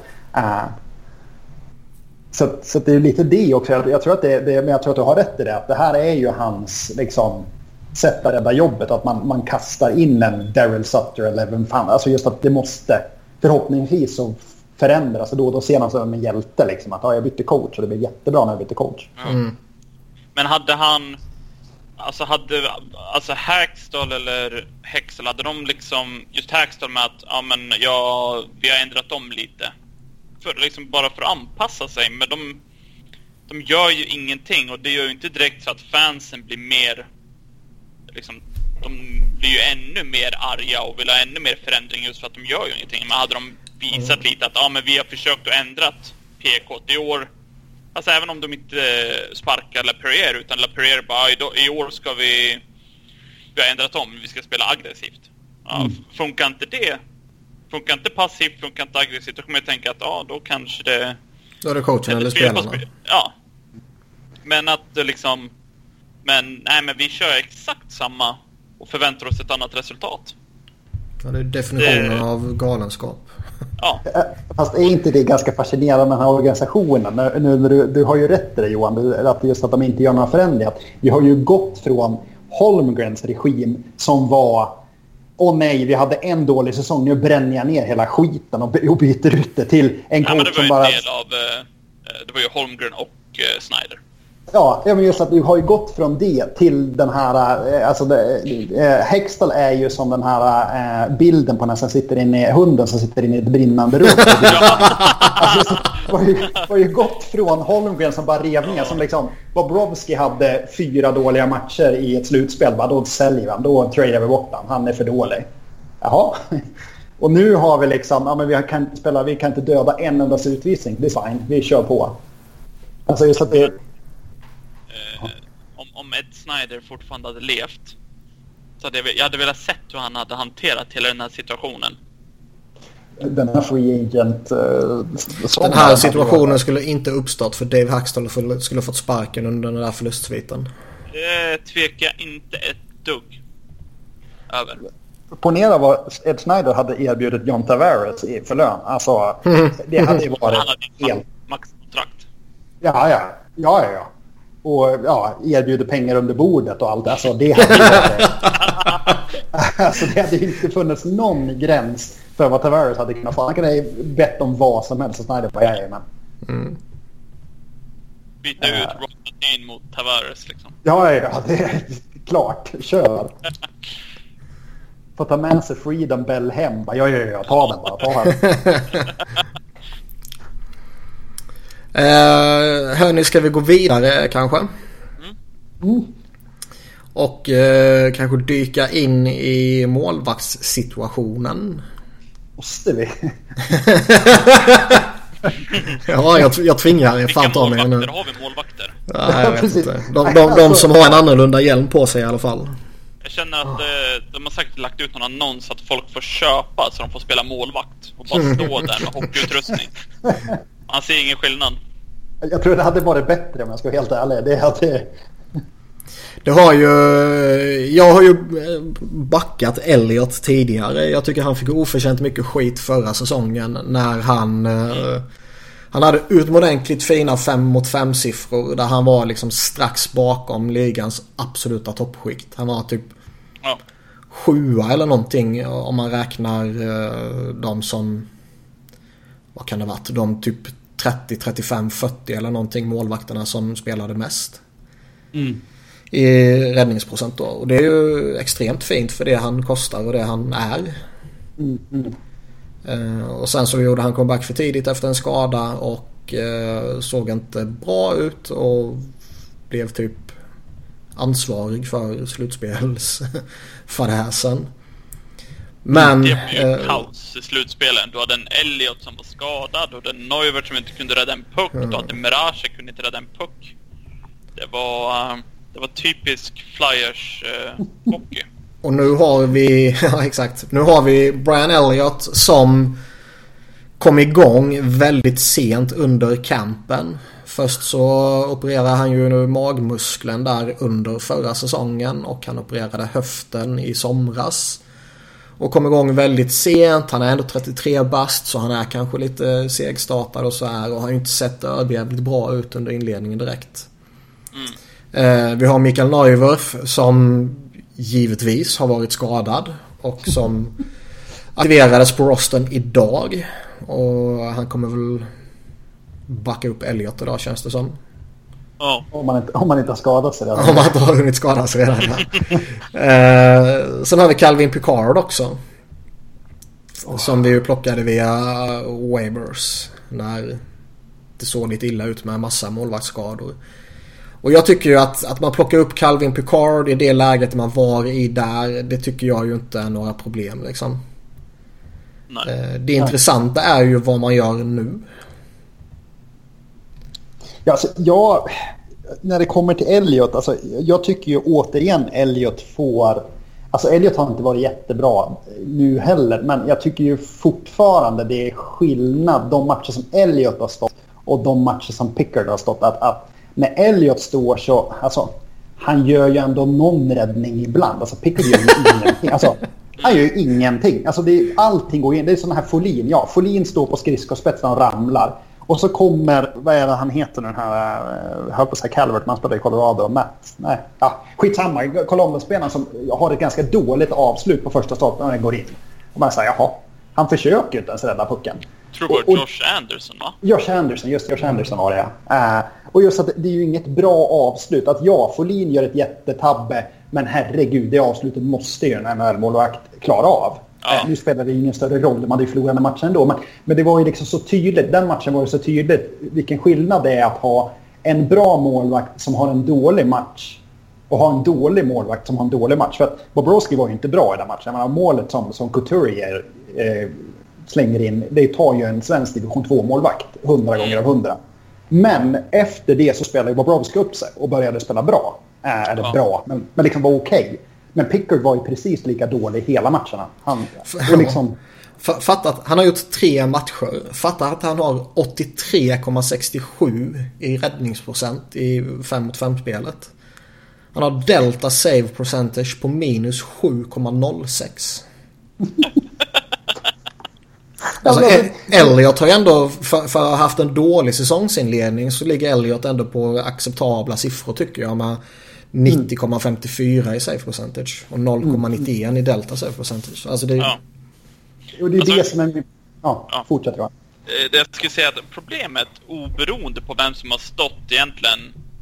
C: Så det är lite det också. Jag tror att men jag tror att du har rätt i det. Att det här är ju hans liksom, sätt att rädda jobbet. Att man kastar in en Daryl Sutter eller vem fan. Alltså just att det måste förhoppningsvis så förändras. Då ser man som en hjälte. Liksom, att jag bytte coach och det blir jättebra när jag bytte coach.
B: Mm. Men hade han... Alltså Hackstall eller Hextall, hade de liksom... Just Hackstall med att vi har ändrat om lite. Liksom bara för att anpassa sig. Men de gör ju ingenting. Och det gör ju inte direkt så att fansen blir mer liksom, de blir ju ännu mer arga och vill ha ännu mer förändring just för att de gör ju ingenting. Men hade de visat lite att men vi har försökt att ändrat PK i år. Alltså även om de inte sparkar Lapierre, utan Lapierre bara i år ska vi har ändrat om, vi ska spela aggressivt. Funkar inte det? Funkar inte passivt, funkar inte aggressivt, då kommer jag tänka att då kanske det...
A: Då är det coachen eller spelarna.
B: Ja. Men att liksom... Men vi kör exakt samma och förväntar oss ett annat resultat.
A: Ja, det är definitionen av galenskap.
B: Ja.
C: Fast är inte det ganska fascinerande med den här organisationen? Du har ju rätt i det, Johan, att just att de inte gör några förändringar. Vi har ju gått från Holmgrens regim som var nej, vi hade en dålig säsong, nu bränner jag ner hela skiten och byter ut det till en coach som bara...
B: Det var ju Holmgren och Snyder.
C: Ja, men just att du har ju gått från det till den här... Hextall är ju som den här bilden på när som sitter inne, hunden som sitter inne i ett brinnande rum. Alltså, var ju gått från Holmgren som bara revningar som liksom... Bobrovski hade 4 dåliga matcher i ett slutspel. Bara, då säljer han, då tradar vi bort han är för dålig. Jaha. Och nu har vi liksom... men vi kan inte döda en enda utvisning. Det är fine, vi kör på. Alltså just att det...
B: Om Ed Snyder fortfarande hade levt, så jag hade velat sett hur han hade hanterat hela den här situationen.
C: Den här free agent...
A: den här situationen skulle inte uppstått för Dave Hackstall skulle fått sparken under den där förlustsviten.
B: Det tvekar jag inte ett dugg över.
C: Ponera vad Ed Snyder hade erbjudit John Tavares för lön. Alltså, det hade ju varit helt...
B: maxkontrakt.
C: Ja. Och erbjuder pengar under bordet och allt. Alltså det hade varit... alltså det hade inte funnits någon gräns för vad Tavares hade kunnat få. Han kunde ju bett om vad som helst och Snyder på
B: byta ut Rotten mot Tavares liksom.
C: Ja, det är klart. Kör. Får ta med sig Freedom Bell hem. Ja, ta den bara.
A: Hörni, ska vi gå vidare kanske? Och kanske dyka in i målvaktssituationen.
C: Måste vi?
A: Ja, jag tvingar er fan ta mig nu.
B: Vilka målvakter har vi målvakter?
A: Nej, jag vet inte. De som har en annorlunda hjälm på sig i alla fall.
B: Jag känner att de har säkert lagt ut någon annons att folk får köpa så de får spela målvakt och bara stå där med hockeyutrustning. Man ser ingen skillnad.
C: Jag tror det hade varit bättre om jag ska vara helt ärlig.
A: Jag har ju backat Elliot tidigare. Jag tycker han fick oförtjänt mycket skit förra säsongen när han hade utomordentligt fina 5-mot-5 siffror där han var liksom strax bakom ligans absoluta toppskikt. Han var typ 7 eller någonting om man räknar de som, vad kan det varit, de typ 30, 35, 40 eller någonting målvakterna som spelade mest i räddningsprocent då. Och det är ju extremt fint för det han kostar och det han är. Och sen så gjorde han comeback för tidigt efter en skada och såg inte bra ut och blev typ ansvarig för slutspelsfadäsen. Men
B: det blev ju kaos i slutspelen. Du hade en Elliott som var skadad, du hade en Neuwirth som inte kunde rädda en puck, du hade Mirage som kunde inte rädda en puck. Det var typisk Flyers hockey.
A: Och nu har vi ja, exakt. Nu har vi Brian Elliott som kom igång väldigt sent under campen. Först så opererade han ju nu magmuskeln där under förra säsongen och han opererade höften i somras. Och kom igång väldigt sent. Han är ändå 33 bast så han är kanske lite segstartad och så här och har ju inte sett överjävligt bra ut under inledningen direkt. Vi har Mikael Neuwirth som givetvis har varit skadad och som aktiverades på rosten idag och han kommer väl backa upp Elliott idag känns det som.
B: Ja.
C: Om man inte har skadat sig redan.
A: Om man inte har hunnit skada sig redan. Sen har vi Calvin Pickard också. Som vi ju plockade via waivers när det såg lite illa ut med en massa målvaktsskador. Och jag tycker ju att man plockar upp Calvin Pickard i det läget man var i där, det tycker jag ju inte är några problem liksom.
B: Nej.
A: Det intressanta är ju vad man gör nu.
C: Ja, alltså, när det kommer till Elliott, alltså, jag tycker ju återigen Elliott Elliott har inte varit jättebra nu heller, men jag tycker ju fortfarande det är skillnad de matcher som Elliott har stått och de matcher som Pickard har stått att när Elliott står så, alltså, han gör ju ändå någon räddning ibland. Alltså Pickard gör ju ingenting. Alltså, han gör ju ingenting. Alltså, allting går in. Det är sån här Folin. Ja, Folin står på skridskospetsen och ramlar. Och så kommer, vad är det han heter nu, den här, höll på att säga Calvert, man spelar i Colorado, Matt. Nej, ja, skitsamma. Columbus-spelaren som har ett ganska dåligt avslut på första starten när den går in. Och man säger, jaha, han försöker ju inte ens rädda pucken.
B: Tror det var Josh Anderson, va?
C: Josh Anderson var det, ja. Och just att det är ju inget bra avslut. Att Folin gör ett jättetabbe, men herregud, det avslutet måste ju en NHL-målvakt klara av.
B: Ja.
C: Nu spelar det ingen större roll, man hade ju förlorat den matchen ändå. Men det var ju liksom så tydligt, den matchen var ju så tydligt vilken skillnad det är att ha en bra målvakt som har en dålig match och ha en dålig målvakt som har en dålig match. För att Bobrovsky var ju inte bra i den matchen. Men målet som Couturier slänger in, det tar ju en svensk division 2-målvakt 100 gånger av 100. Men efter det så spelade Bobrovsky upp sig och började spela bra. Bra, men liksom var okej. Men Pickard var ju precis lika dålig hela matcherna.
A: Fatta att han har gjort 3 matcher. Fatta att han har 83,67 i räddningsprocent i 5-mot-5-spelet. Han har delta save percentage på minus 7,06. Alltså, Elliott har ju ändå för att ha haft en dålig säsongsinledning så ligger Elliott ändå på acceptabla siffror tycker jag med 90,54 i save percentage och 0,91 i delta save percentage. Alltså det är
C: och det är alltså, det som är fortsätter jag.
B: Jag skulle säga att problemet oberoende på vem som har stått egentligen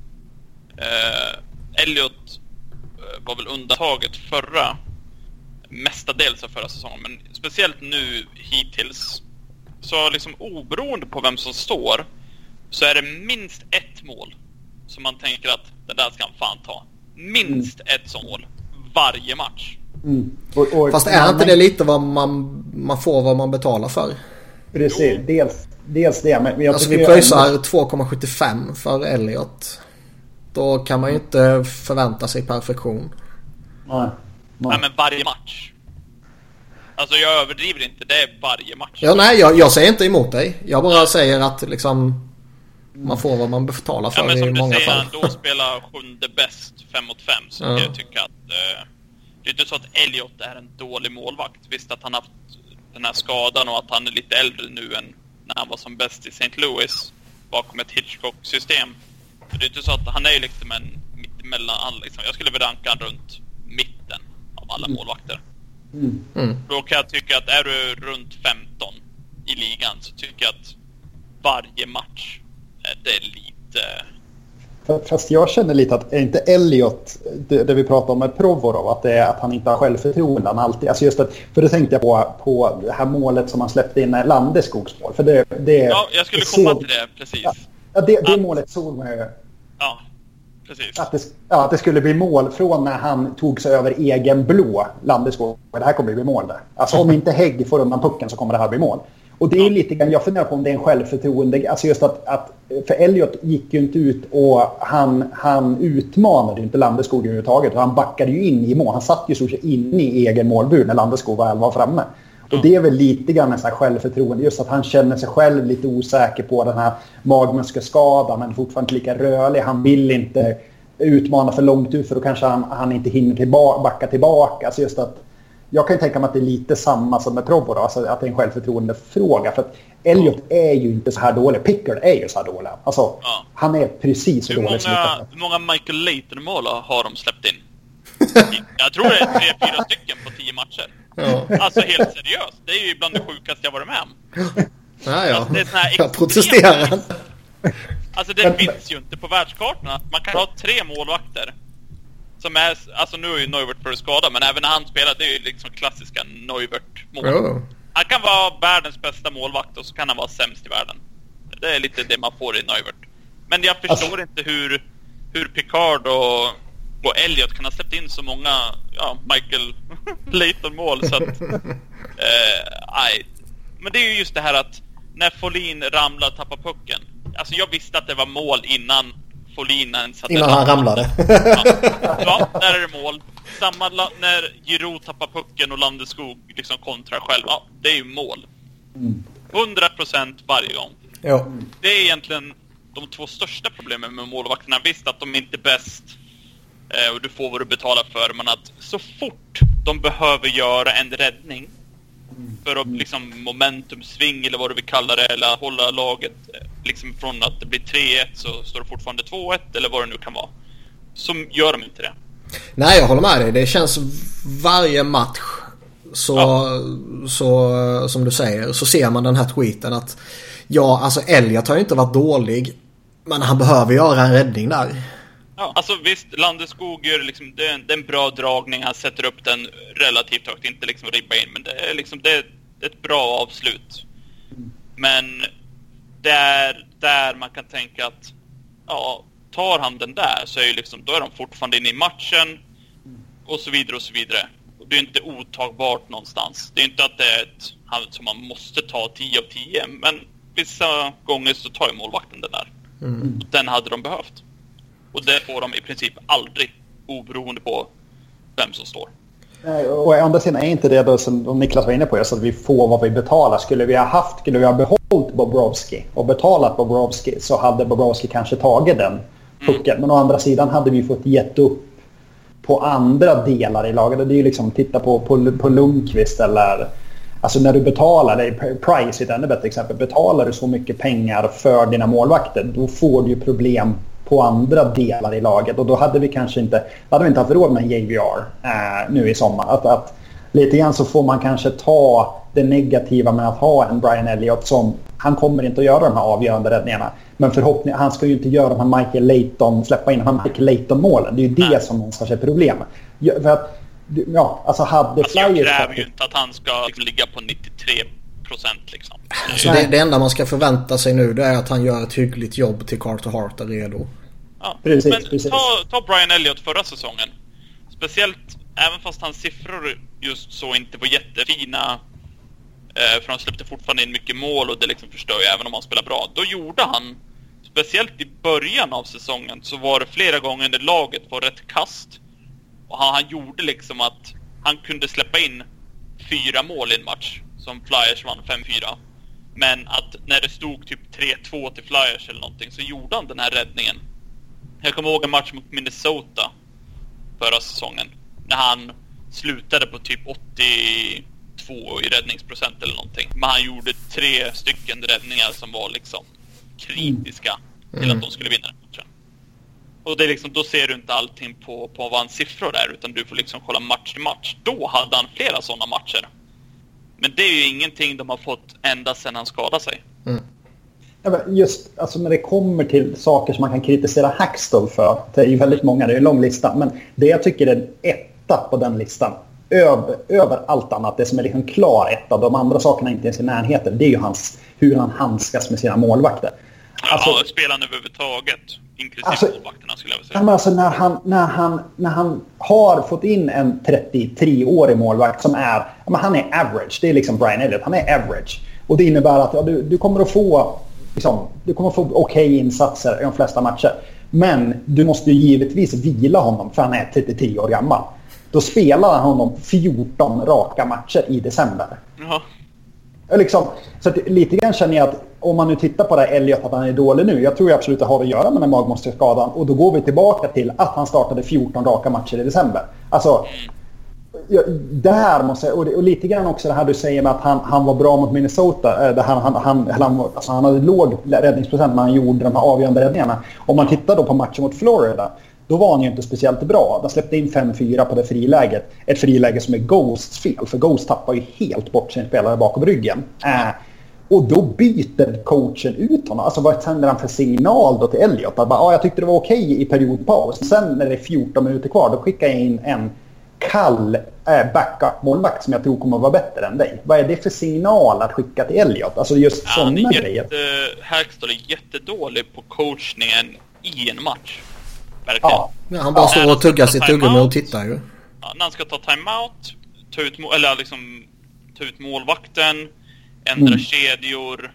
B: Elliott var väl undantaget mestadels av förra säsongen, men speciellt nu hittills så liksom oberoende på vem som står så är det minst ett mål som man tänker att det där ska han fan ta. Minst ett sånt mål varje match.
A: Fast är inte det lite vad man får vad man betalar för?
C: Precis, dels det. Men jag
A: alltså vi pröjsar 2,75 för Elliott. Då kan man ju inte förvänta sig perfektion.
C: Nej,
B: men varje match. Alltså jag överdriver inte, det är varje match.
A: Ja, nej, jag säger inte emot dig. Jag bara säger att liksom man får vad man betalar för i många fall.
B: Men som du säger, då spelar sjunde bäst 5-mot-5 så jag tycker att det är inte så att Elliott är en dålig målvakt. Visst att han haft den här skadan och att han är lite äldre nu än när han var som bäst i St. Louis bakom ett Hitchcock-system. Så det är inte så att han är ju liksom en mittemellan alla liksom. Jag skulle väl ranka runt mitten av alla målvakter. Då kan jag tycka att är du runt 15 i ligan så tycker jag att varje match det är lite...
C: Fast jag känner lite att är inte Elliott det vi pratar om med Provorov att det är att han inte har självförtroende han alltid, alltså just att, för det tänkte jag på det här målet som han släppte in när Landeskogs mål, för det
B: ja, jag skulle komma till det precis.
C: Ja, det målet såg man ju.
B: Ja. precis.
C: Att det skulle bli mål från när han tog sig över egen blå Landeskog. Det här kommer bli mål där. Alltså om inte Hägg får undan pucken så kommer det här bli mål. Och det är lite grann, jag funderar på om det är en självförtroende. Alltså just att för Elliot gick ju inte ut och han utmanade ju inte Landeskog överhuvudtaget. Och han backade ju in i mål. Han satt ju så in i egen målbur när Landeskog var framme. Och det är väl lite grann en sån här självförtroende. Just att han känner sig själv lite osäker på den här magmuskelskadan. Men fortfarande lika rörlig. Han vill inte utmana för långt ut för då kanske han inte hinner backa tillbaka. Alltså just att jag kan ju tänka mig att det är lite samma som med Provo då. Alltså att det är en självförtroendefråga. För att Elliot är ju inte så här dålig. Pickard är ju så här dålig. Alltså han är precis så dålig som
B: hur många Michael Layton-mål har de släppt in? Jag tror det är 3-4 stycken på 10 matcher. Ja. Alltså helt seriöst. Det är ju bland det sjukaste jag varit med om.
A: Ja.
B: Alltså, det är här
A: jag protesterar.
B: Alltså det finns ju inte på världskartan att man kan ha 3 målvakter som är, alltså nu är ju Neuvert för skada, men även när han spelar, det är ju liksom klassiska Neuvert-mål. Han kan vara världens bästa målvakt och så kan han vara sämst i världen. Det är lite det man får i Neuvert. Men jag förstår inte hur Pickard och Elliot kan ha släppt in så många Michael Layton-mål så att men det är ju just det här att när Folin ramlar tappar pucken. Alltså jag visste att det var mål innan Folin
A: innan han ramlade.
B: Ja, där är det mål. Samma när Giroud tappar pucken och Landeskog liksom kontrar själv. Ja, det är ju mål. 100% varje gång.
A: Ja.
B: Det är egentligen de 2 största problemen med målvakterna. Visst att de inte är bäst och du får vad du betalar för, men att så fort de behöver göra en räddning för att liksom momentumsving eller vad du vill kalla det, eller hålla laget liksom från att det blir 3-1 så står det fortfarande 2-1 eller vad det nu kan vara, så gör de inte det.
A: Nej, jag håller med dig. Det känns varje match så som du säger, så ser man den här tweeten att alltså Elliot har ju inte varit dålig, men han behöver göra en räddning där.
B: Ja, alltså visst, Landeskog gör liksom, det är en bra dragning, han sätter upp den relativt högt, inte liksom ribba in, men det är liksom det är ett bra avslut. Men där man kan tänka att tar han den där så är ju liksom, då är de fortfarande inne i matchen och så vidare och så vidare. Och det är inte otagbart någonstans. Det är inte att det är ett som man måste ta 10 av 10, men vissa gånger så tar ju målvakten den där. Och den hade de behövt. Och det får de i princip aldrig, oberoende på vem som står.
C: Och å andra sidan är inte det då som Niklas var inne på, så att vi får vad vi betalar. Skulle vi ha behållit Bobrovsky och betalat Bobrovsky, så hade Bobrovsky kanske tagit den pucken. Men å andra sidan hade vi fått gett upp på andra delar i laget. Det är ju liksom, titta på Lundqvist eller... Alltså när du betalar, Price är ett ännu bättre exempel. Betalar du så mycket pengar för dina målvakter, då får du ju problem på andra delar i laget. Och då hade vi kanske inte haft råd med en JVR nu i sommar. Att lite grann så får man kanske ta det negativa med att ha en Brian Elliott som... Han kommer inte att göra de här avgörande räddningarna. Men han ska ju inte göra de här Michael Layton, släppa in de här Michael Layton-målen. Det är ju det som någonstans är problemet. För att, alltså hade Flyers...
B: Jag kräver ju inte att han ska ligga på 93% liksom.
A: Så det enda man ska förvänta sig nu, det är att han gör ett hyggligt jobb till Carter Hart är redo.
B: Ja,
C: precis,
B: men
C: precis.
B: Ta Brian Elliott förra säsongen. Speciellt, även fast hans siffror just så inte var jättefina, för han släppte fortfarande in mycket mål och det liksom förstör ju även om han spelar bra. Då gjorde han, speciellt i början av säsongen, så var det flera gånger när laget var rätt kast. Och han gjorde liksom att han kunde släppa in 4 mål i en match, som Flyers vann 5-4. Men att när det stod typ 3-2 till Flyers eller någonting, så gjorde han den här räddningen. Jag kommer ihåg en match mot Minnesota förra säsongen, när han slutade på typ 82 i räddningsprocent eller någonting. Men han gjorde 3 stycken räddningar som var liksom kritiska till att de skulle vinna matchen. Och det är liksom, då ser du inte allting på vad hans siffror är, utan du får liksom kolla match till match. Då hade han flera sådana matcher. Men det är ju ingenting de har fått ända sedan han skadade sig.
C: Ja, men just alltså när det kommer till saker som man kan kritisera Hackstall för, det är ju väldigt många, det är en lång lista, men det jag tycker är en etta på den listan över allt annat, det som är liksom klar etta, de andra sakerna inte ens i närheten, det är ju hur han handskas med sina målvakter.
B: Alltså, spelarna överhuvudtaget, inklusive målvakterna skulle jag vilja säga.
C: Men alltså när han har fått in en 33-årig målvakt som är, han är average, det är liksom Brian Elliott, han är average. Och det innebär att du kommer att få liksom, okej insatser i de flesta matcher. Men du måste ju givetvis vila honom för han är 33 år gammal. Då spelar han honom 14 raka matcher i december.
B: Ja.
C: Liksom, så att lite grann känner jag att om man nu tittar på det här Elliott att han är dålig nu. Jag tror absolut att det har att göra med den magmuskelskadan. Och då går vi tillbaka till att han startade 14 raka matcher i december. Alltså, där måste och lite grann också det här du säger med att han var bra mot Minnesota. Där han hade låg räddningsprocent men han gjorde de här avgörande räddningarna. Om man tittar då på matchen mot Florida, då var han ju inte speciellt bra. De släppte in 5-4 på det friläget. Ett friläge som är Ghosts fel. För Ghost tappar ju helt bort sin spelare bakom ryggen. Och då byter coachen ut honom. Alltså vad sänder han för signal då till Elliott? Att bara, jag tyckte det var okej i periodpaus. Sen när det är 14 minuter kvar, då skickar jag in en kall backup-målvakt som jag tror kommer att vara bättre än dig. Vad är det för signal att skicka till Elliott? Alltså just sådana grejer.
B: Hextall är jättedålig på coachningen i en match. Verkligen.
A: Ja, han bara står och tuggar sitt tuggummi och tittar ju.
B: Ja, när han ska ta timeout, ta ut målvakten, ändra kedjor.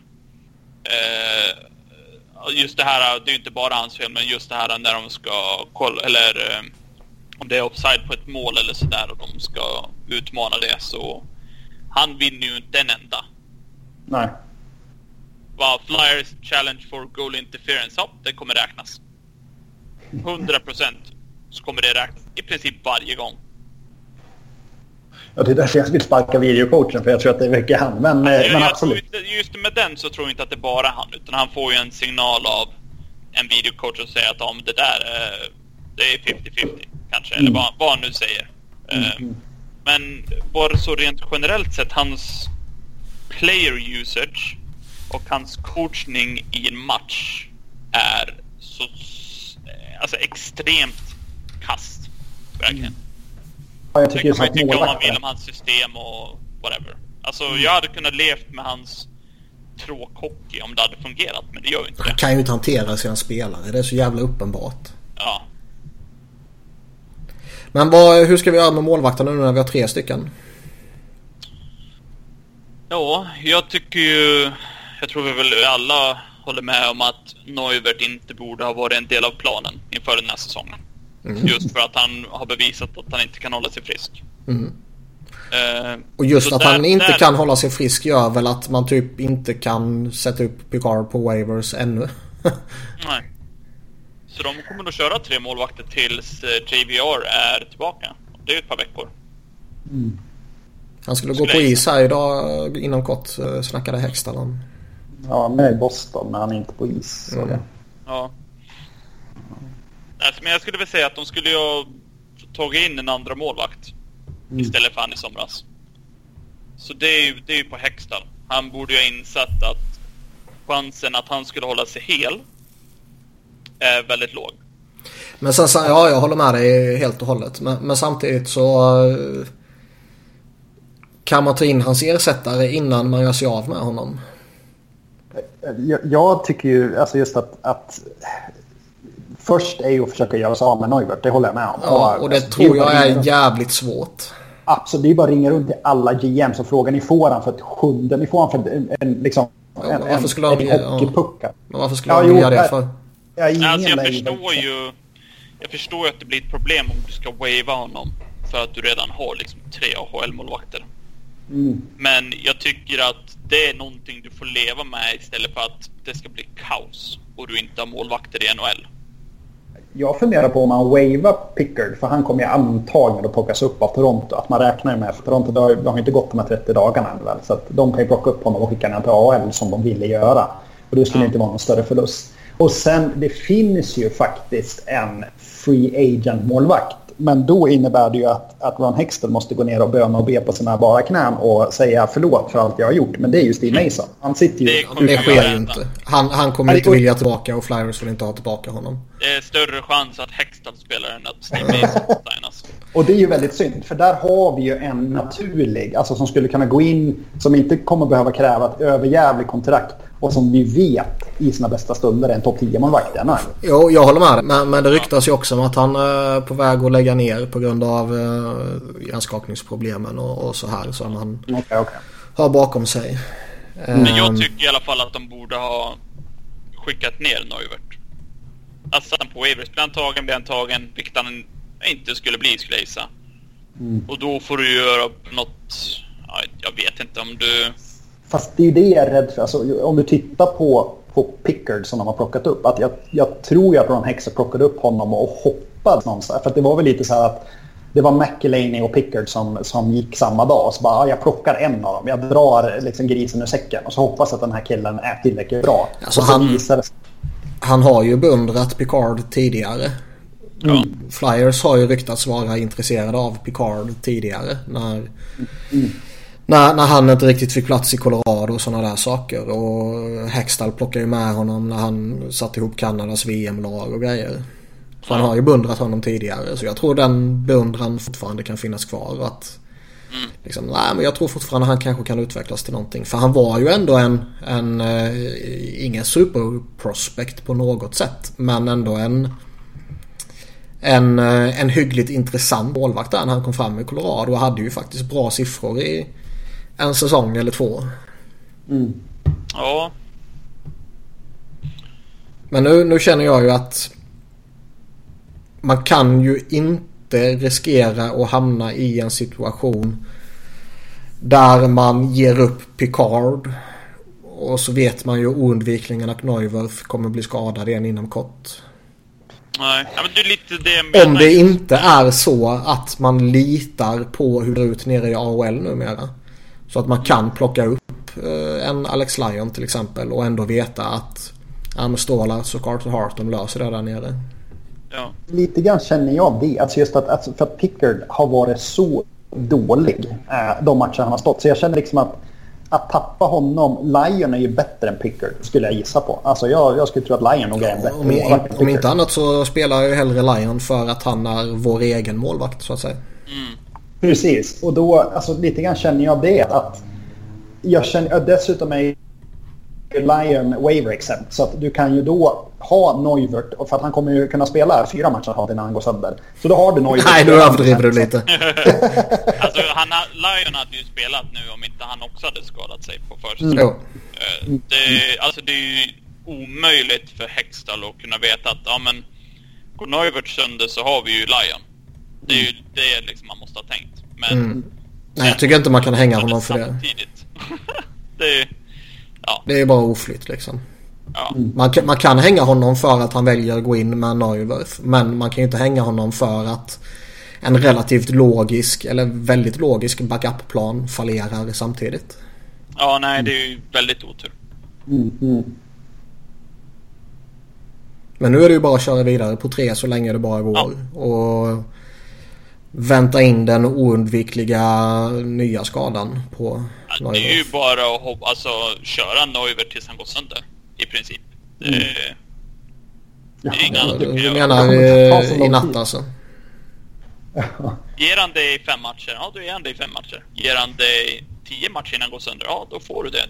B: Just det här, det är ju inte bara hans fel, men just det här när de ska kolla, eller om det är offside på ett mål eller sådär och de ska utmana det, så han vinner ju inte en enda.
C: Nej.
B: Flyers challenge for goal interference, det kommer räknas. 100% så kommer det räknas i princip varje gång.
C: Ja, det är därför jag vill sparka videocoachen, för jag tror att det är mycket han. Men absolut.
B: Just med den så tror jag inte att det är bara han, utan han får ju en signal av en videocoach och säger att det där det är 50-50 kanske, eller vad han nu säger. Men bara så rent generellt sett, hans player usage och hans coachning i en match är så extremt kast, verkligen.
C: Jag tycker
B: det kan man ju tycka om man vill om hans system och whatever. Alltså jag hade kunnat levt med hans tråkhockey om det hade fungerat, men det gör ju inte det.
A: Han kan ju inte hantera sina spelare, det är så jävla uppenbart.
B: Ja.
A: Men hur ska vi göra med målvakterna nu när vi har 3 stycken?
B: Ja, jag tror vi väl alla håller med om att Neuwirth inte borde ha varit en del av planen inför den här säsongen. Just för att han har bevisat att han inte kan hålla sig frisk.
A: Och just att han inte kan hålla sig frisk gör väl att man typ inte kan sätta upp Picard på waivers ännu.
B: Nej. Så de kommer nog köra 3 målvakter tills JVR är tillbaka. Det är ett par veckor.
A: Han skulle gå på is här idag inom kort, snackade Hextall om.
C: Ja, med i Boston, men han är inte på is. Så
B: Ja. Alltså, men jag skulle väl säga att de skulle ju ha tagit in en andra målvakt istället för han i somras. Så det är ju på Hextall. Han borde ju ha insett att chansen att han skulle hålla sig hel är väldigt låg.
A: Men sen ja, jag håller med dig helt och hållet. Men samtidigt så kan man ta in hans ersättare innan man gör sig av med honom.
C: Jag tycker ju alltså just att först är ju att försöka göra sig av med Neuwirth, det håller jag med om.
A: Ja, och det alltså, tror jag är jävligt svårt.
C: Absolut, det är bara att ringa runt till alla GMs och fråga, ni får han för ett sjunde, ni får han för en liksom
A: varför skulle han
C: hockeypucka.
A: Men varför skulle han vilja det för?
B: Jag förstår att det blir ett problem om du ska waiva honom för att du redan har liksom 3 AHL-målvakter. Men jag tycker att det är någonting du får leva med istället för att det ska bli kaos och du inte har målvakter i NHL.
C: Jag funderar på om man waivar Pickard, för han kommer ju antagligen att plockas upp av Toronto. Att man räknar med, för Toronto de har inte gått de här 30 dagarna än väl. Så att de kan ju plocka upp honom och skicka ner till AHL som de ville göra. Och det skulle inte vara någon större förlust. Och sen, det finns ju faktiskt en free agent-målvakt. Men då innebär det ju att Ron Hextall måste gå ner och böna och be på sina bara knän och säga förlåt för allt jag har gjort. Men det är ju Steve Mason. Han sitter ju...
A: Det sker ju inte. Han kommer inte vilja tillbaka och Flyers vill inte ha tillbaka honom.
B: Det är större chans att Hextall spelar än att Steve Mason signas.
C: Och det är ju väldigt synd, för där har vi ju en naturlig, alltså som skulle kunna gå in, som inte kommer behöva kräva ett överjävligt kontrakt och som vi vet i sina bästa stunder är en topp 10-målvakt.
A: Jo, jag håller med. Men det ryktas ju också om att han är på väg att lägga ner på grund av hjärnskakningsproblemen och så här som han har bakom sig.
B: Men jag tycker i alla fall att de borde ha skickat ner Neuwirth. Alltså på waivers blir han tagen, vilket han inte skulle bli, skulle jag gissa. Och då får du göra något, jag vet inte om du...
C: Fast det är ju det jag är rädd för. Alltså, om du tittar på Pickard som de har plockat upp. Att jag tror att Ron Hextall plockade upp honom och hoppade någonstans. För att det var väl lite så här att det var McElhaney och Pickard som gick samma dag. Och så bara, jag plockar en av dem. Jag drar liksom grisen ur säcken. Och så hoppas att den här killen är tillräckligt bra.
A: Alltså han har ju beundrat Picard tidigare. Flyers har ju ryktats vara intresserade av Picard tidigare. När han inte riktigt fick plats i Colorado och sådana där saker. Och Hextall plockade ju med honom när han satt ihop Kanadas VM-lag och grejer. Så han har ju beundrat honom tidigare. Så jag tror den beundran fortfarande kan finnas kvar. Att, liksom, men jag tror fortfarande han kanske kan utvecklas till någonting. För han var ju ändå ingen superprospect på något sätt. Men ändå en hyggligt intressant målvakt där när han kom fram i Colorado. Och hade ju faktiskt bra siffror i en säsong eller 2.
B: Ja.
A: Men nu känner jag ju att man kan ju inte riskera att hamna i en situation där man ger upp Picard och så vet man ju oundvikligen att Neuwirth kommer bli skadad igen inom kort.
B: Nej, men det är lite det.
A: Om det inte är så att man litar på hur det ser ut nere i AHL numera. Så att man kan plocka upp en Alex Lyon till exempel och ändå veta att Stolas och Carter Hart, de löser det där nere.
B: Ja.
C: Lite grann känner jag det. Alltså just att för att Pickard har varit så dålig de matcher han har stått. Så jag känner liksom att tappa honom. Lyon är ju bättre än Pickard, skulle jag gissa på. Alltså jag skulle tro att Lyon nog är en bättre målvakt.
A: Om inte annat så spelar jag ju hellre Lyon för att han är vår egen målvakt så att säga.
C: Precis. Och då alltså, lite grann känner jag det. Att jag känner dessutom är Lyon waiver exempt. Så att du kan ju då ha Neuwirth, för att han kommer ju kunna spela 4 matcher innan han går sönder. Så då har du Neuwirth.
A: Nej, nu överdriver du lite.
B: Alltså Lyon hade ju spelat nu om inte han också hade skadat sig på försäsongen. Det är ju omöjligt för Hextall att kunna veta att går Neuwirth sönder så har vi ju Lyon. Det är ju det liksom man måste ha tänkt. Men
A: nej, jag tycker inte man kan hänga honom för det. Det är bara oflytt liksom.
B: Ja.
A: Man kan hänga honom för att han väljer att gå in med Neuwirth. Men man kan ju inte hänga honom för att en relativt logisk eller väldigt logisk backup-plan fallerar samtidigt.
B: Ja, nej, det är ju väldigt otur.
A: Men nu är det ju bara att köra vidare på 3 så länge det bara går. Och vänta in den oundvikliga nya skadan på Neuwirth.
B: Det är ju bara att köra Neuwirth tills han går sönder i princip. Det är inga andra.
A: Du menar i natt alltså?
B: Ger han dig 5 matcher? Ja, då ger han dig 5 matcher. Ger han dig 10 matcher innan han går sönder? Ja, då får du det.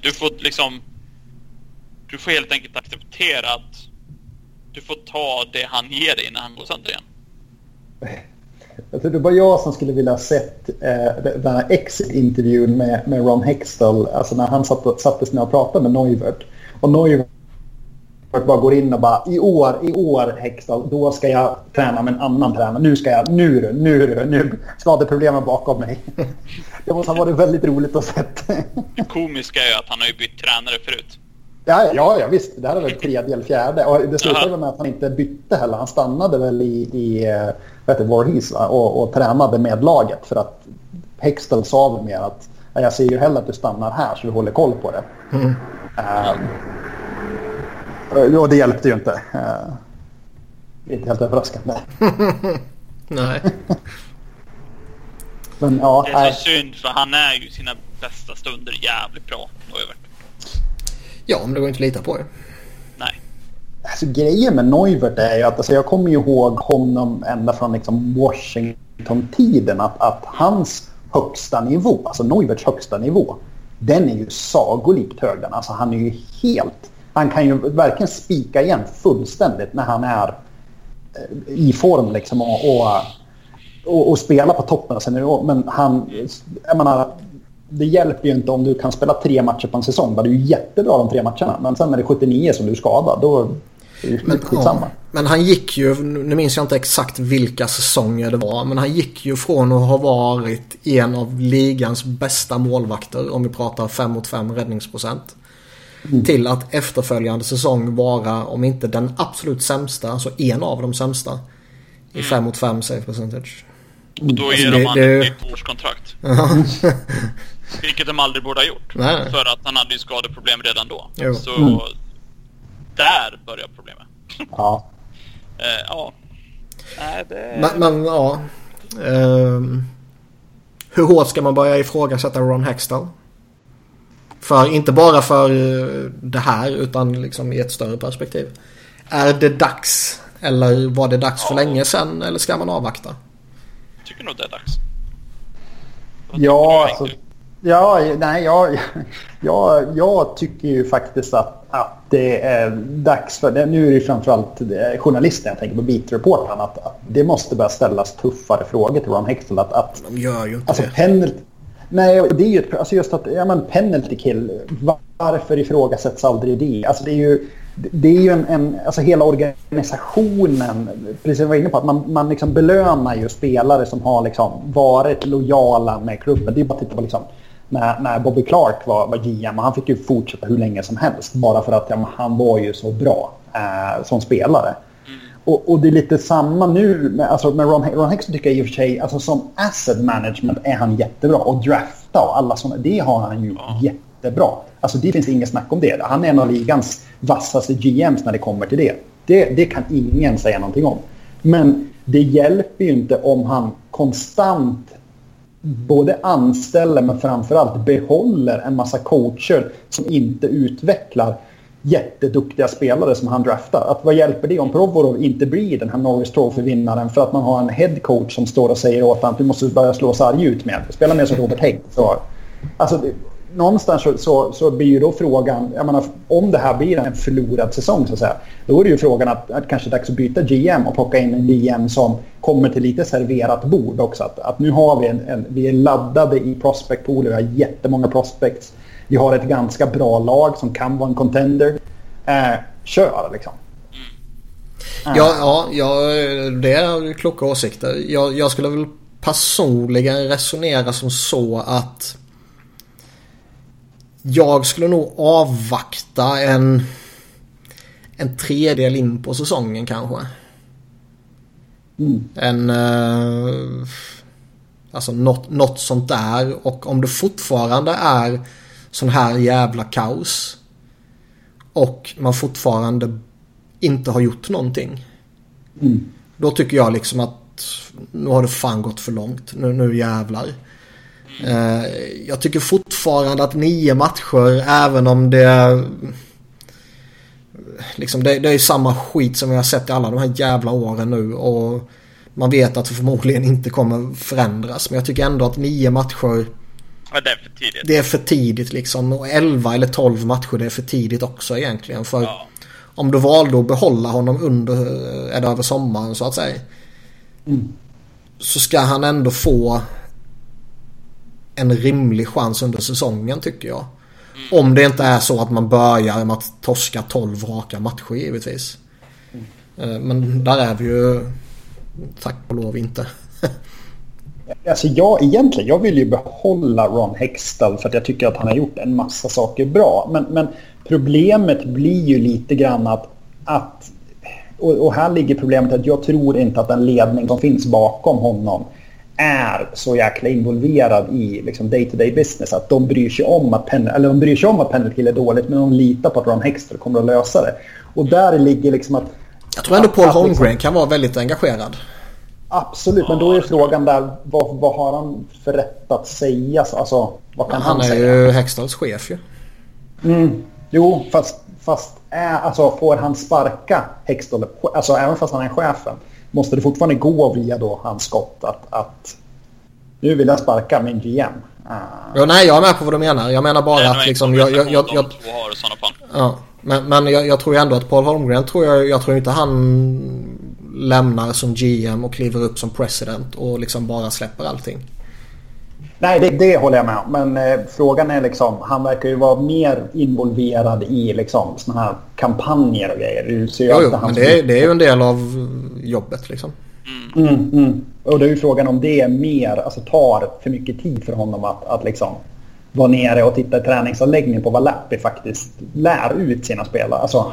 B: Du får helt enkelt acceptera att du får ta det han ger dig innan han går sönder igen.
C: Jag tror det var jag som skulle vilja ha sett den här exit-intervjun med Ron Hextall. Alltså när han sattes ner och pratade med Neuwirth. Och Neuwirth bara går in och bara i år Hextall, då ska jag träna med en annan tränare. Nu skadeproblemen bakom mig. Det måste ha varit väldigt roligt att se.
B: Det komiska är ju att han har ju bytt tränare förut.
C: Ja, visst. Det här är väl 3:e eller 4:e. Och det slutade med att han inte bytte heller. Han stannade väl i Voorhees och tränade med laget. För att Hextall sa väl mer att jag ser ju hellre att du stannar här så vi håller koll på det. Och det hjälpte ju inte. Det är inte helt överraskande.
A: Nej.
C: Men,
B: det är så synd för han är ju sina bästa stunder jävligt bra.
A: Ja, men det går inte att lita på det.
B: Nej.
C: Alltså grejen med Neuwirth är ju att jag kommer ju ihåg honom ända från liksom Washington-tiden att hans högsta nivå, alltså Neuwirths högsta nivå, den är ju sagolikt hög den. Alltså han är ju han kan ju verkligen spika igen fullständigt när han är i form liksom och spela på toppen. Men jag menar, det hjälper ju inte om du kan spela 3 matcher på en säsong. Det är ju jättebra de 3 matcherna. Men sen när det är 79 som du är skadad, då är det ju skitsamma.
A: Men han gick ju, nu minns jag inte exakt vilka säsonger det var, men han gick ju från att ha varit en av ligans bästa målvakter, om vi pratar 5-5 räddningsprocent, till att efterföljande säsong vara, om inte den absolut sämsta, så en av de sämsta i 5-5 save percentage.
B: Och då är de ett årskontrakt. Vilket de aldrig borde ha gjort.
A: Nej.
B: För att han hade ju skadeproblem redan då.
A: Jo.
B: Så där börjar problemet.
C: Ja.
B: Ja. Nej, det...
A: Men ja. Hur hårt ska man börja ifrågasätta Ron Hextall? Inte bara för det här, utan liksom i ett större perspektiv. Är det dags? Eller var det dags för länge sedan? Eller ska man avvakta?
B: Jag tycker nog det är dags.
C: Ja, alltså, jag tycker ju faktiskt att det är dags för det. Nu är det ju framförallt journalister, jag tänker på beat-reportern, att det måste börja ställas tuffare frågor till Ron Hextall.
A: De gör ju inte
C: alltså,
A: det.
C: Nej, det är ju alltså just att penalty kill, varför ifrågasätts aldrig det? Alltså det är ju en alltså hela organisationen, precis som jag var inne på, att man liksom belönar ju spelare som har liksom varit lojala med klubben. Det är bara att titta på liksom när Bobby Clark var GM, och han fick ju fortsätta hur länge som helst bara för att han var ju så bra som spelare. Och det är lite samma nu med Ron Hextall, tycker jag i och för sig, alltså som asset management är han jättebra, och drafta och alla sådana, det har han ju jättebra. Alltså det finns inget snack om det. Han är en av ligans vassaste GMs när det kommer till det. Det kan ingen säga någonting om. Men det hjälper ju inte om han konstant både anställer men framförallt behåller en massa coacher som inte utvecklar jätteduktiga spelare som han draftar. Att vad hjälper det om Provorov inte blir den här Norris Trophy-vinnaren för att man har en head coach som står och säger åt att du måste börja slå sarg ut med. Spela med som Robert Hägg. Alltså någonstans så blir ju då frågan, jag menar, om det här blir en förlorad säsong så att säga, då är det ju frågan att kanske dags att byta GM och plocka in en GM som kommer till lite serverat bord också. Att nu har vi vi är laddade i prospect pool, vi har jättemånga prospects. Vi har ett ganska bra lag som kan vara en contender. Kör liksom.
A: Ja, det är kloka åsikter. Jag skulle väl personligen resonera som så att jag skulle nog avvakta en tredjedel in på säsongen kanske. Alltså något sånt där. Och om det fortfarande är sån här jävla kaos och man fortfarande inte har gjort någonting, då tycker jag liksom att nu har det fan gått för långt. Nu jävlar. Jag tycker fortfarande att 9 matcher, även om det liksom det är samma skit som vi har sett i alla de här jävla åren nu, och man vet att det förmodligen inte kommer förändras, men jag tycker ändå att 9 matcher,
B: ja, det är för tidigt.
A: Det är för tidigt liksom, och 11 eller 12 matcher, det är för tidigt också egentligen, för om du valde att behålla honom över sommaren så att säga, så ska han ändå få en rimlig chans under säsongen, tycker jag. Om det inte är så att man börjar med att torska 12 raka matcher givetvis. Men där är vi ju tack och lov inte.
C: Alltså jag vill ju behålla Ron Hextall för att jag tycker att han har gjort en massa saker bra. Men problemet blir ju lite grann att och här ligger problemet, att jag tror inte att den ledning som finns bakom honom är så jäkla involverad i liksom day-to-day business att de bryr sig om att Penalty är dåligt, men de litar på att Ron Hextall kommer att lösa det. Och där ligger liksom att
A: jag tror ändå Paul Holmgren kan vara väldigt engagerad.
C: Absolut, men då är frågan där, vad har han för rätt att säga? Alltså, vad kan han säga?
A: Han är ju Hextalls chef ju.
C: Jo, fast alltså, får han sparka Hextall, alltså även fast han är chefen, måste det fortfarande gå via då hans skott att nu vill jag sparka min GM.
A: Ja, nej, jag är med på vad du menar. Jag menar bara att liksom... Jag
B: två har i sådana fall.
A: Ja, men jag tror ju ändå att Paul Holmgren jag tror inte han lämnar som GM och kliver upp som president och liksom bara släpper allting.
C: Nej, det håller jag med om. Men frågan är liksom, han verkar ju vara mer involverad i liksom såna här kampanjer och grejer.
A: Men det är ju en del av jobbet liksom.
C: Och det är ju frågan om det är mer, alltså tar för mycket tid för honom att liksom vara nere och titta i träningsanläggningen på vad Lappi faktiskt lär ut sina spelare. Alltså.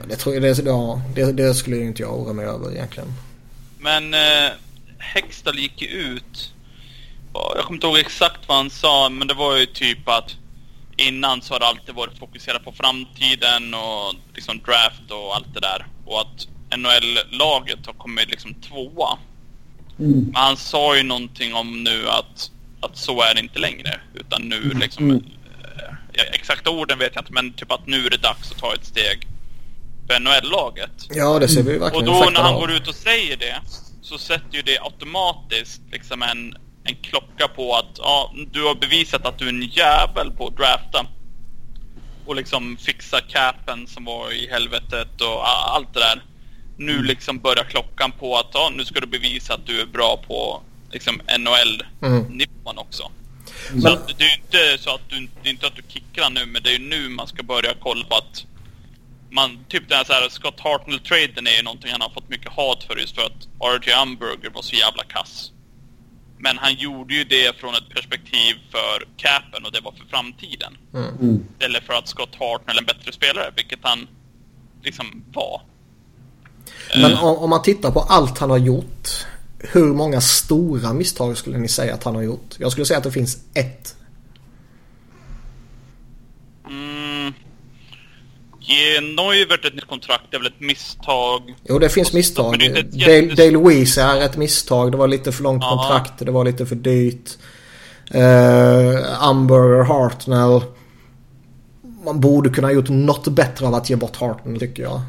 A: Det skulle ju inte jag oroa mig över egentligen.
B: Men Hextall gick ju ut. Jag kommer inte ihåg exakt vad han sa, men det var ju typ att innan så har det alltid varit fokuserat på framtiden och liksom draft och allt det där. Och att NHL-laget har kommit liksom tvåa. Men han sa ju någonting om nu att så är det inte längre. Utan nu liksom... exakta orden vet jag inte, men typ att nu är det dags att ta ett steg för NHL-laget.
A: Ja, det ser vi verkligen.
B: Och då när han går ut och säger det, så sätter ju det automatiskt liksom en klocka på att du har bevisat att du är en jävel på att drafta och liksom fixa capen som var i helvetet och allt det där. Nu liksom börjar klockan på att nu ska du bevisa att du är bra på liksom NHL-nivån också. Så att det är ju inte så att det är inte att du kickar nu, men det är ju nu man ska börja kolla på att man, typ den här så här Scott Hartnell-traden är ju någonting han har fått mycket hat för, just för att R.J. Umberger var så jävla kass. Men han gjorde ju det från ett perspektiv för capen, och det var för framtiden. Eller för att Scott Hartnell är en bättre spelare, vilket han liksom var.
A: Men om man tittar på allt han har gjort, hur många stora misstag skulle ni säga att han har gjort? Jag skulle säga att det finns ett.
B: Ge Neuvert ett nytt kontrakt, det är väl ett misstag.
A: Jo, det finns misstag. Dale Louise är ett misstag. Det var lite för långt kontrakt. Det var lite för dyrt. Umberger, Hartnell. Man borde kunna ha gjort något bättre av att ge bort Hartnell, tycker jag.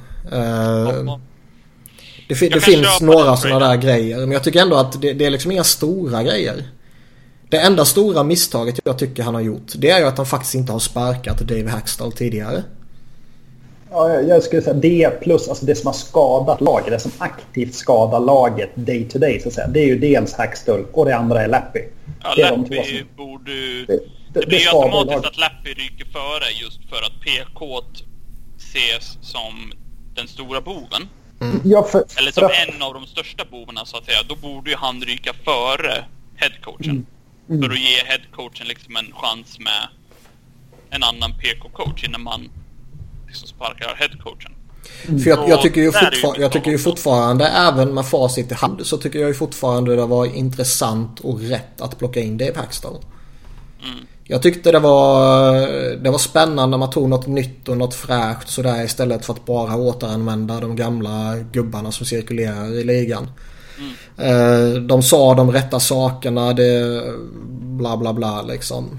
A: Det finns några sådana där grejer. Men jag tycker ändå att det är liksom inga stora grejer. Det enda stora misstaget jag tycker han har gjort, det är ju att han faktiskt inte har sparkat Dave Haxtell tidigare.
C: Ja, jag skulle säga det plus alltså det som har skadat laget, det som aktivt skadar laget day to day så att säga. Det är ju dels Haxtell och det andra är Lappi.
B: Ja, Lappi borde... Det blir ju automatiskt att Lappi ryker före, just för att PK ses som den stora boven.
C: Ja,
B: eller som en av de största bovarna så att säga. Då borde ju han ryka före headcoachen. För att ge headcoachen liksom en chans med en annan PK-coach innan man liksom sparkar headcoachen.
A: För jag tycker ju fortfarande, även med facit i hand, så tycker jag ju fortfarande det var intressant och rätt att plocka in Dave Haxtell. Jag tyckte det var spännande. Man tog något nytt och något fräscht sådär, istället för att bara återanvända de gamla gubbarna som cirkulerar i ligan. De sa de rätta sakerna, det bla bla bla liksom.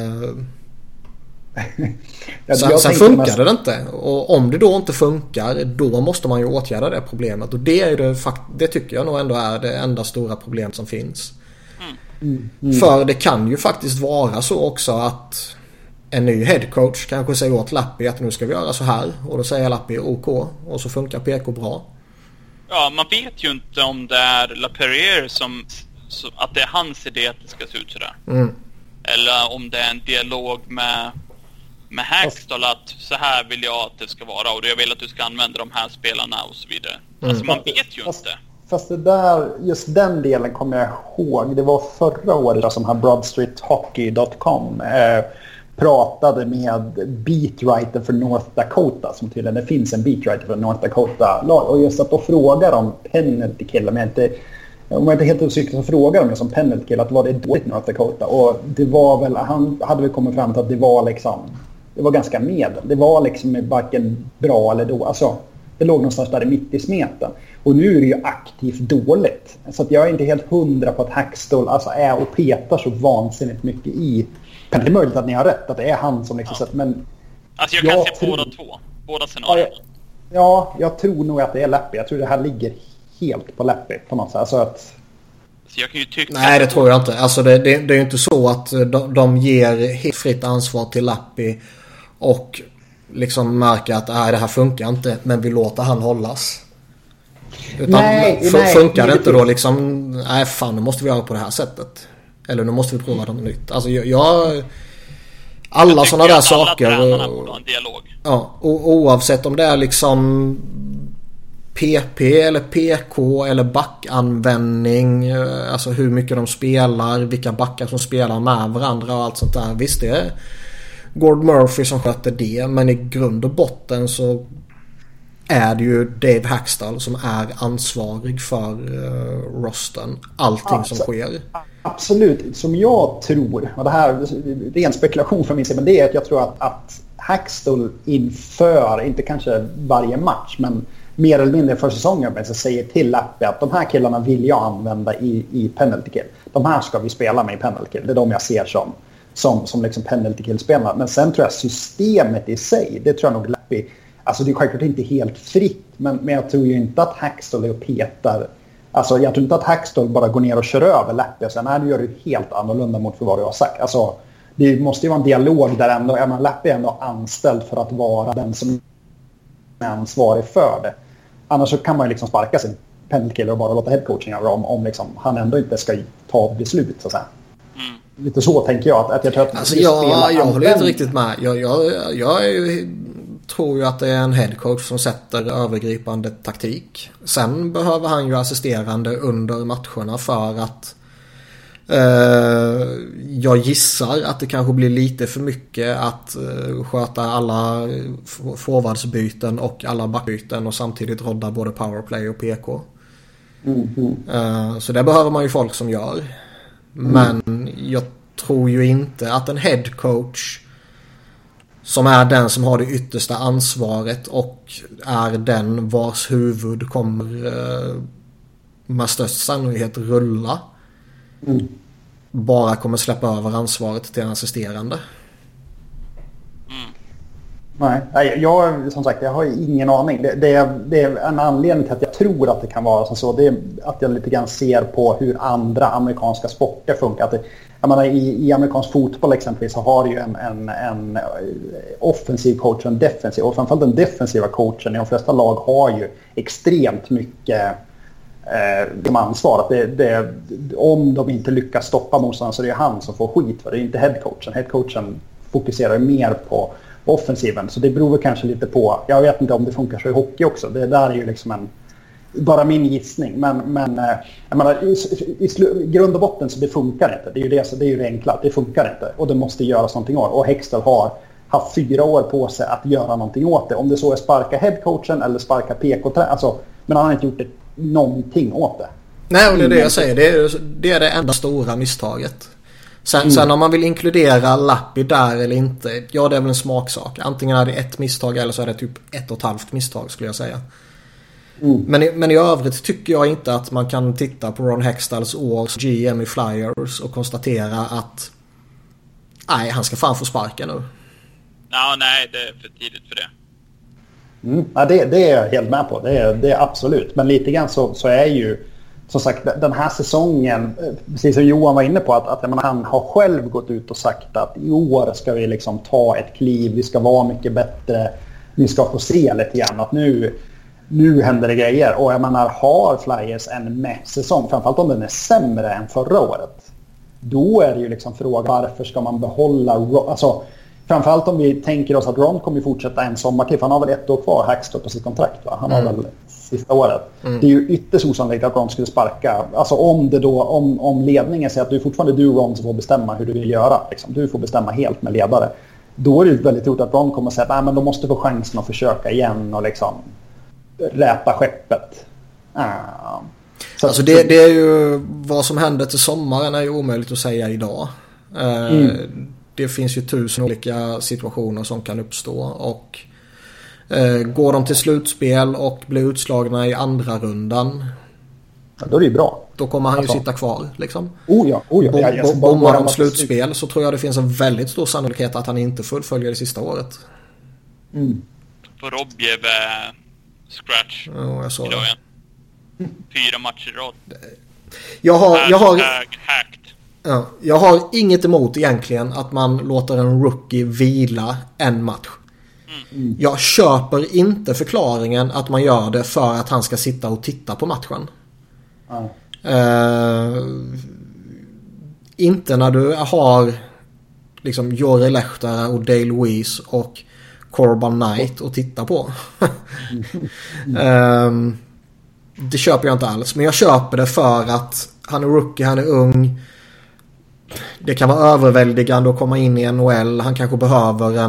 A: Sen funkade det inte. Och om det då inte funkar, då måste man ju åtgärda det problemet. Och det är det tycker jag nog ändå är det enda stora problemet som finns. För det kan ju faktiskt vara så också att en ny headcoach kanske säger åt Lappi att nu ska vi göra så här, och då säger Lappi OK, och så funkar PK bra. Ja,
B: man vet ju inte om det är Laperriere som att det är hans idé att det ska se ut sådär. Eller om det är en dialog med Haxtell att så här vill jag att det ska vara, och jag vill att du ska använda de här spelarna och så vidare. Alltså man vet ju inte. Fast
C: det där, just den delen kommer jag ihåg. Det var förra året som här BroadStreetHockey.com pratade med beatwriter för North Dakota, som tydligen det finns en beatwriter för North Dakota lag, och just att då frågar de penalty kill, om jag inte helt osäker så frågar de som penalty kill att var det dåligt North Dakota, och det var väl, han hade väl kommit fram till att det var liksom, det var ganska medel, det var liksom varken bra eller då, alltså det låg någonstans där mitt i smeten. Och nu är det ju aktivt dåligt. Så att jag är inte helt 100 på att Haxtell alltså är och petar så vansinnigt mycket i. Det är möjligt att ni har rätt, att det är han som liksom sett, men
B: alltså jag kan se båda scenarierna.
C: Ja, jag tror nog att det är Lappi. Jag tror det här ligger helt på Lappi på något sätt. Alltså att
B: Så jag kan ju tycka...
A: Nej, det tror jag inte. Alltså det är ju inte så att de ger helt fritt ansvar till Lappi och liksom märker att det här funkar inte, men vi låter han hållas. Utan funkar det inte då liksom, nej fan, nu måste vi göra på det här sättet. Eller nu måste vi prova något nytt. Alltså alla sådana där saker.
B: Alla tränarna borde ha en dialog.
A: Ja, och oavsett om det är liksom PP eller PK eller backanvändning, alltså hur mycket de spelar, vilka backar som spelar med varandra och allt sånt där. Visst, det är Gord Murphy som sköter det, men i grund och botten så är det ju Dave Hackstall som är ansvarig för rosten. Allting som sker.
C: Absolut. Som jag tror, och det här är en spekulation för min sida, men det är att jag tror att Hackstall inför, inte kanske varje match, men mer eller mindre för säsongen, så säger till Lappi att de här killarna vill jag använda i penalty kill. De här ska vi spela med i penalty kill. Det är de jag ser som liksom penalty kill-spelare. Men sen tror jag systemet i sig, det tror jag nog Lappi, alltså det är självklart inte helt fritt, men jag tror ju inte att Hackstall är och petar. Alltså jag tror inte att Hackstall bara går ner och kör över Lappi och säger nej, du gör det helt annorlunda mot vad du har sagt. Alltså det måste ju vara en dialog där ändå, Lappi är ändå anställd för att vara den som är ansvarig för det. Annars så kan man ju liksom sparka sin penalty och bara låta headcoaching göra om liksom, han ändå inte ska ta beslut så att säga. Lite så tänker jag att jag tror att
A: alltså jag håller inte riktigt med. Jag tror ju att det är en headcoach som sätter övergripande taktik. Sen behöver han ju assisterande under matcherna för att jag gissar att det kanske blir lite för mycket att sköta alla forwardsbyten och alla backbyten och samtidigt rodda både powerplay och PK. Så det behöver man ju folk som gör. Men jag tror ju inte att en headcoach som är den som har det yttersta ansvaret och är den vars huvud kommer med störst sannolikhet rulla bara kommer släppa över ansvaret till en assisterande.
C: Nej, som sagt, jag har ingen aning. Det är en anledning till att jag tror att det kan vara så. Det är att jag lite grann ser på hur andra amerikanska sporter funkar. Jag menar, i amerikansk fotboll exempelvis så har du ju en offensiv coach och en defensiv. Och framförallt den defensiva coachen i de flesta lag har ju extremt mycket ansvar. Att om de inte lyckas stoppa motståndaren så är det han som får skit för det. Det är inte headcoachen. Headcoachen fokuserar mer på offensiven. Så det beror väl kanske lite på. Jag vet inte om det funkar så i hockey också. Det där är ju liksom bara min gissning. Men jag menar, i grund och botten så det funkar inte. Det är ju det enkla. Det funkar inte. Och det måste göras någonting åt. Och Hextall har haft 4 år på sig att göra någonting åt det. Om det så är sparka headcoachen eller sparka PK. Alltså, men han har inte gjort någonting åt det.
A: Nej, och det är det jag säger. Det är det enda stora misstaget. Sen om man vill inkludera Lappi där eller inte, ja, det är väl en smaksak. Antingen är det ett misstag eller så är det typ 1,5 misstag skulle jag säga. Men i övrigt tycker jag inte att man kan titta på Ron Hextalls år som GM i Flyers och konstatera att nej, han ska fan få sparken nu.
B: Nej, det är för tidigt för det.
C: Ja, det är jag helt med på. Det är absolut. Men lite grann så är ju som sagt den här säsongen, precis som Johan var inne på, att han har själv gått ut och sagt att i år ska vi liksom ta ett kliv, vi ska vara mycket bättre, vi ska få se lite grann att nu händer det grejer. Och jag menar, har Flyers en mässäsong, framförallt om den är sämre än förra året, då är det ju liksom frågan, varför ska man behålla, alltså framförallt om vi tänker oss att Ron kommer fortsätta en sommar till, för han har väl 1 år kvar Hackstall på sitt kontrakt, va? Han har väl sista året. Det är ju ytterst osannolikt att Ron skulle sparka. Alltså om ledningen säger att du är fortfarande Ron som får bestämma hur du vill göra. Liksom. Du får bestämma helt med ledare. Då är det väldigt troligt att Ron kommer säga att men de måste få chansen att försöka igen och liksom räta skeppet.
A: Alltså det är ju vad som händer till sommaren är ju omöjligt att säga idag. Det finns ju 1000 olika situationer som kan uppstå och går de till slutspel och blir utslagna i andra rundan,
C: då är det ju bra.
A: Då kommer han ju sitta kvar liksom.
C: Bommar
A: de slutspel så tror jag det finns en väldigt stor sannolikhet att han inte fullföljer det sista året.
B: För Robjev scratch
A: jag såg
B: idag igen. 4 matcher i rad.
A: Jag har inget emot egentligen att man låter en rookie vila en match. Jag köper inte förklaringen att man gör det för att han ska sitta och titta på matchen. Inte när du har liksom Jori Lehtara och Dale Weiss och Corbin Knight att titta på. Det köper jag inte alls. Men jag köper det för att han är rookie, han är ung. Det kan vara överväldigande att komma in i NHL. Han kanske behöver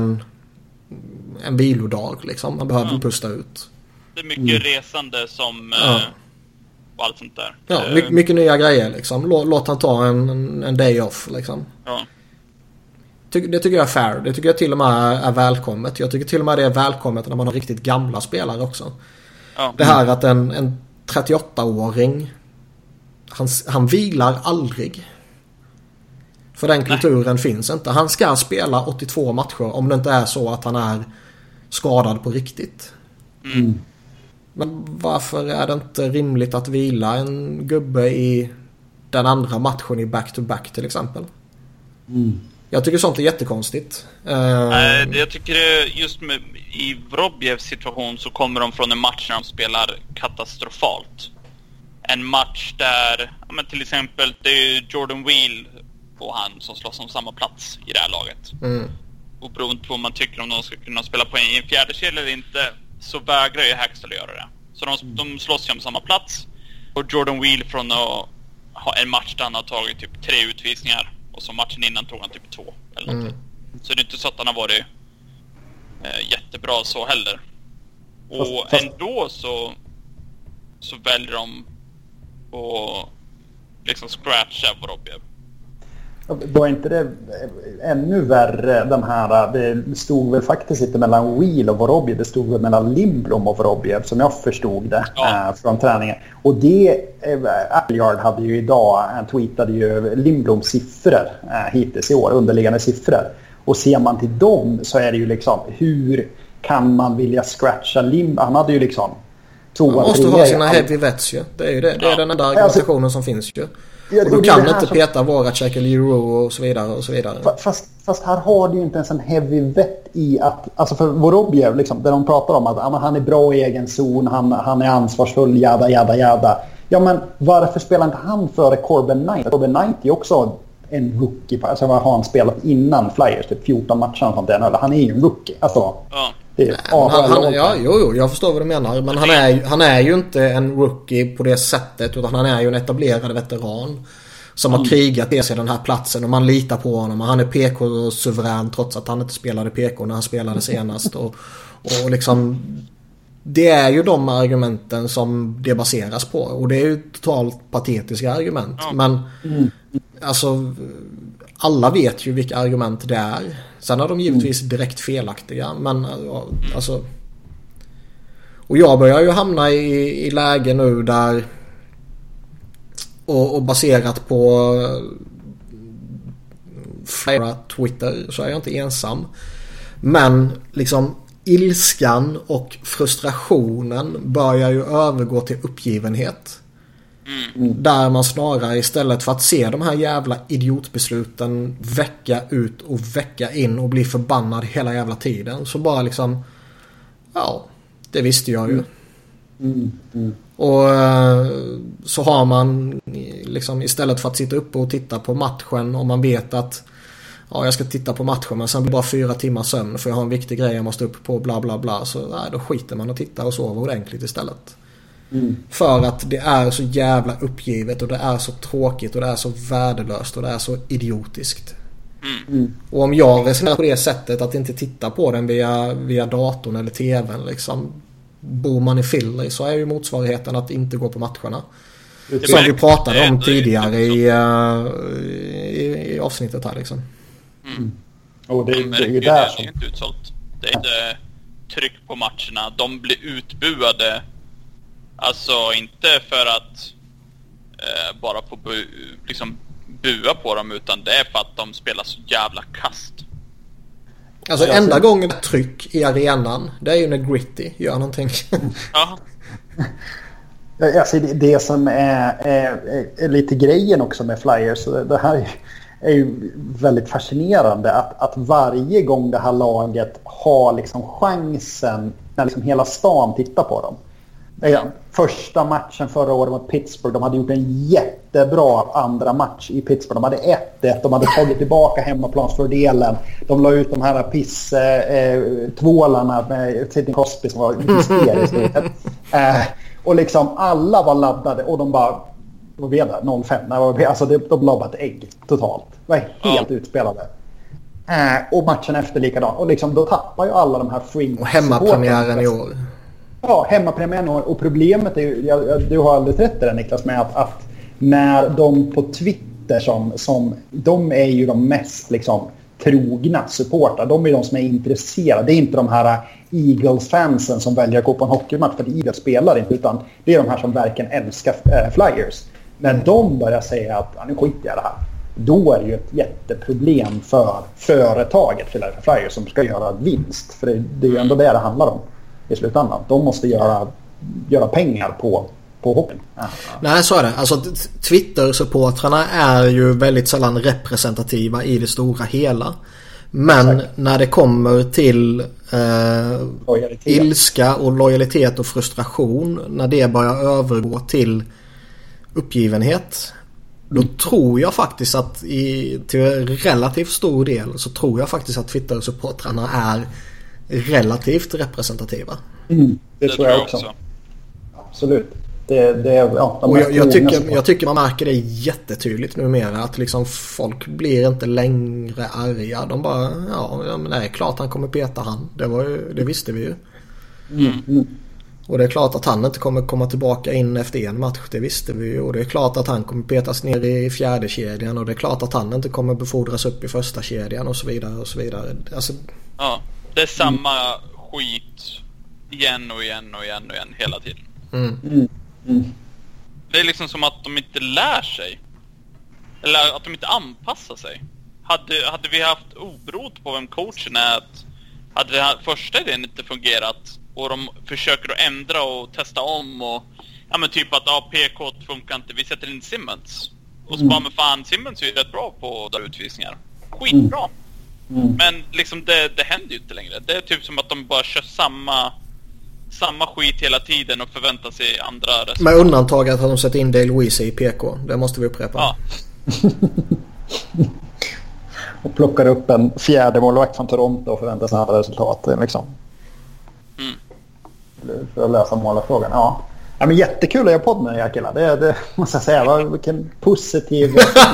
A: en vilodag liksom. Han behöver pusta ut.
B: Det är mycket resande som och allt sånt där.
A: Ja, mycket nya grejer liksom. Låt han ta en day off liksom.
B: Ja.
A: Det tycker jag är fair. Det tycker jag till och med är välkommet. Jag tycker till och med det är välkommet när man har riktigt gamla spelare också.
B: Ja.
A: Det här att en 38-åring han vilar aldrig. För den kulturen finns inte. Han ska spela 82 matcher om det inte är så att han är skadad på riktigt. Men varför är det inte rimligt att vila en gubbe i den andra matchen i back-to-back till exempel? Jag tycker sånt är jättekonstigt.
B: Jag tycker just i Vorobjevs situation så kommer de från en match när de spelar katastrofalt. En match där, till exempel, det är ju Jordan Wheel och han som slåss om samma plats i det här laget. Och beroende på vad man tycker om de ska kunna spela poäng i en fjärde kedja eller inte, så vägrar ju Hackstall göra det. Så de slåss ju om samma plats. Och Jordan Wheel från att ha en match där han har tagit typ 3 utvisningar, och så matchen innan tog han typ 2 eller någonting. Så det är inte så att han har varit jättebra så heller. Och ändå så väljer de att liksom scratcha Vorobjev.
C: Var inte det ännu värre de här, det stod väl faktiskt inte mellan Wheel och Vorobjev, det stod väl mellan Lindblom och Vorobjev som jag förstod det från träningen. Och det, Alliard hade ju idag, han tweetade ju Lindbloms siffror hittills i år, underliggande siffror. Och ser man till dem så är det ju liksom, hur kan man vilja scratcha Lindblom? Han hade ju liksom
A: man måste ha sina heavy vets ju. Det är ju det. Det är den enda argumentationen som finns ju. Och du kan inte peta Voracek eller Euro och så vidare och så vidare.
C: Fast här har du ju inte ens en heavy vet i att, alltså för Vorobjev liksom, där de pratar om att han är bra i egen zon, han är ansvarsfull, jada. Ja, men varför spelar inte han före Corbin Knight? Corbin Knight är också en rookie. Alltså vad har han spelat innan Flyers? Typ 14 matcher och sånt där. Han är ju en rookie. Alltså, jag förstår vad du menar. Men han är ju inte en rookie på det sättet, utan han är ju en etablerad veteran som har krigat med sig den här platsen, och man litar på honom. Han är PK-suverän trots att han inte spelade PK när han spelade senast. och liksom, det är ju de argumenten som det baseras på, och det är ju totalt patetiska argument. Men alltså, alla vet ju vilka argument det är. Sen är de givetvis direkt felaktiga, men alltså, och jag börjar ju hamna i läge nu där och baserat på flera Twitter så är jag inte ensam, men liksom ilskan och frustrationen börjar ju övergå till uppgivenhet. Där man snarare, istället för att se de här jävla idiotbesluten vecka ut och vecka in och bli förbannad hela jävla tiden, så bara liksom, ja, det visste jag ju. Och så har man liksom, istället för att sitta uppe och titta på matchen, och man vet att jag ska titta på matchen, men sen blir det bara 4 timmar sömn för jag har en viktig grej jag måste upp på, bla bla bla, så då skiter man och tittar och sover ordentligt istället. För att det är så jävla uppgivet, och det är så tråkigt, och det är så värdelöst, och det är så idiotiskt. Och om jag resonerar på det sättet, att inte titta på den via datorn eller tvn liksom, bor man i Philly, så är ju motsvarigheten att inte gå på matcherna. Som vi pratade om tidigare i avsnittet här liksom. Och det är ju
B: där som... Det är inte utsålt. Det är inte tryck på matcherna. De blir utbuade. Alltså inte för att bara få liksom bua på dem, utan det är för att de spelar så jävla kast.
A: Alltså enda gången tryck i arenan, det är ju när Gritty gör någonting.
C: Alltså det som är lite grejen också med Flyers, det här är ju väldigt fascinerande att varje gång det här laget har liksom chansen när liksom hela stan tittar på dem. Första matchen förra året mot Pittsburgh, de hade gjort en jättebra andra match i Pittsburgh. De hade 1-1, de hade tagit tillbaka hemmaplansfördelen. De la ut de här tvålarna med Sidney Crosby som var hysteriskt. Och liksom alla var laddade och de bara, vad vet jag, 0-5. Alltså de la bara ett ägg totalt. De var helt utspelade. Och matchen efter likadan. Och liksom, då tappar ju alla de här
A: och hemmapremiären i år.
C: Ja, hemmapremiären och problemet är ju, du har alldeles rätt i det, Niklas, med att när de på Twitter som de är ju de mest liksom trogna supportrar, de är de som är intresserade. Det är inte de här Eagles-fansen som väljer att gå på en hockeymatch för att Eagles spelar inte, utan det är de här som verkligen älskar Flyers. När de börjar säga att nu skiter jag i det här, då är det ju ett jätteproblem för företaget Flyers som ska göra vinst. För det är ju ändå det handlar om i slutändan. De måste göra pengar på hockeyn.
A: Nej, så är det. Alltså Twitter-supportrarna är ju väldigt sällan representativa i det stora hela. Men när det kommer till ilska och lojalitet och frustration, när det börjar övergå till uppgivenhet, då tror jag faktiskt att till relativt stor del så tror jag faktiskt att Twitter-supportrarna är relativt representativa.
C: Det tror jag också. Absolut. Jag tycker man märker det jättetydligt numera att liksom folk blir inte längre arga. De bara, men det är klart han kommer peta han. Det visste vi ju. Och det är klart att han inte kommer komma tillbaka in efter en match. Det visste vi ju. Och det är klart att han kommer petas ner i fjärde kedjan. Och det är klart att han inte kommer befordras upp i första kedjan och så vidare och så vidare. Alltså,
B: ja, det är samma skit igen och igen och igen och igen hela tiden. Det är liksom som att de inte lär sig. Eller att de inte anpassar sig. Hade vi haft oberoende på vem coachen är, att hade den första idén inte fungerat och de försöker att ändra och testa om och men typ att PK funkar inte, vi sätter in Simmons. Och så bara, men fan, Simmons är ju rätt bra på där utvisningar. Skitbra. Men liksom det händer ju inte längre. Det är typ som att de bara kör samma skit hela tiden och förväntar sig andra resultat.
A: Med undantag att de sätter in Dale Weise i PK. Det måste vi upprepa. Ja.
C: Och plockar upp en fjärde målvakt från Toronto och förväntar sig andra resultat liksom. För att lösa målarfrågan. Ja, men jättekul att göra podd med er killar. Det måste jag säga. Vilken positiv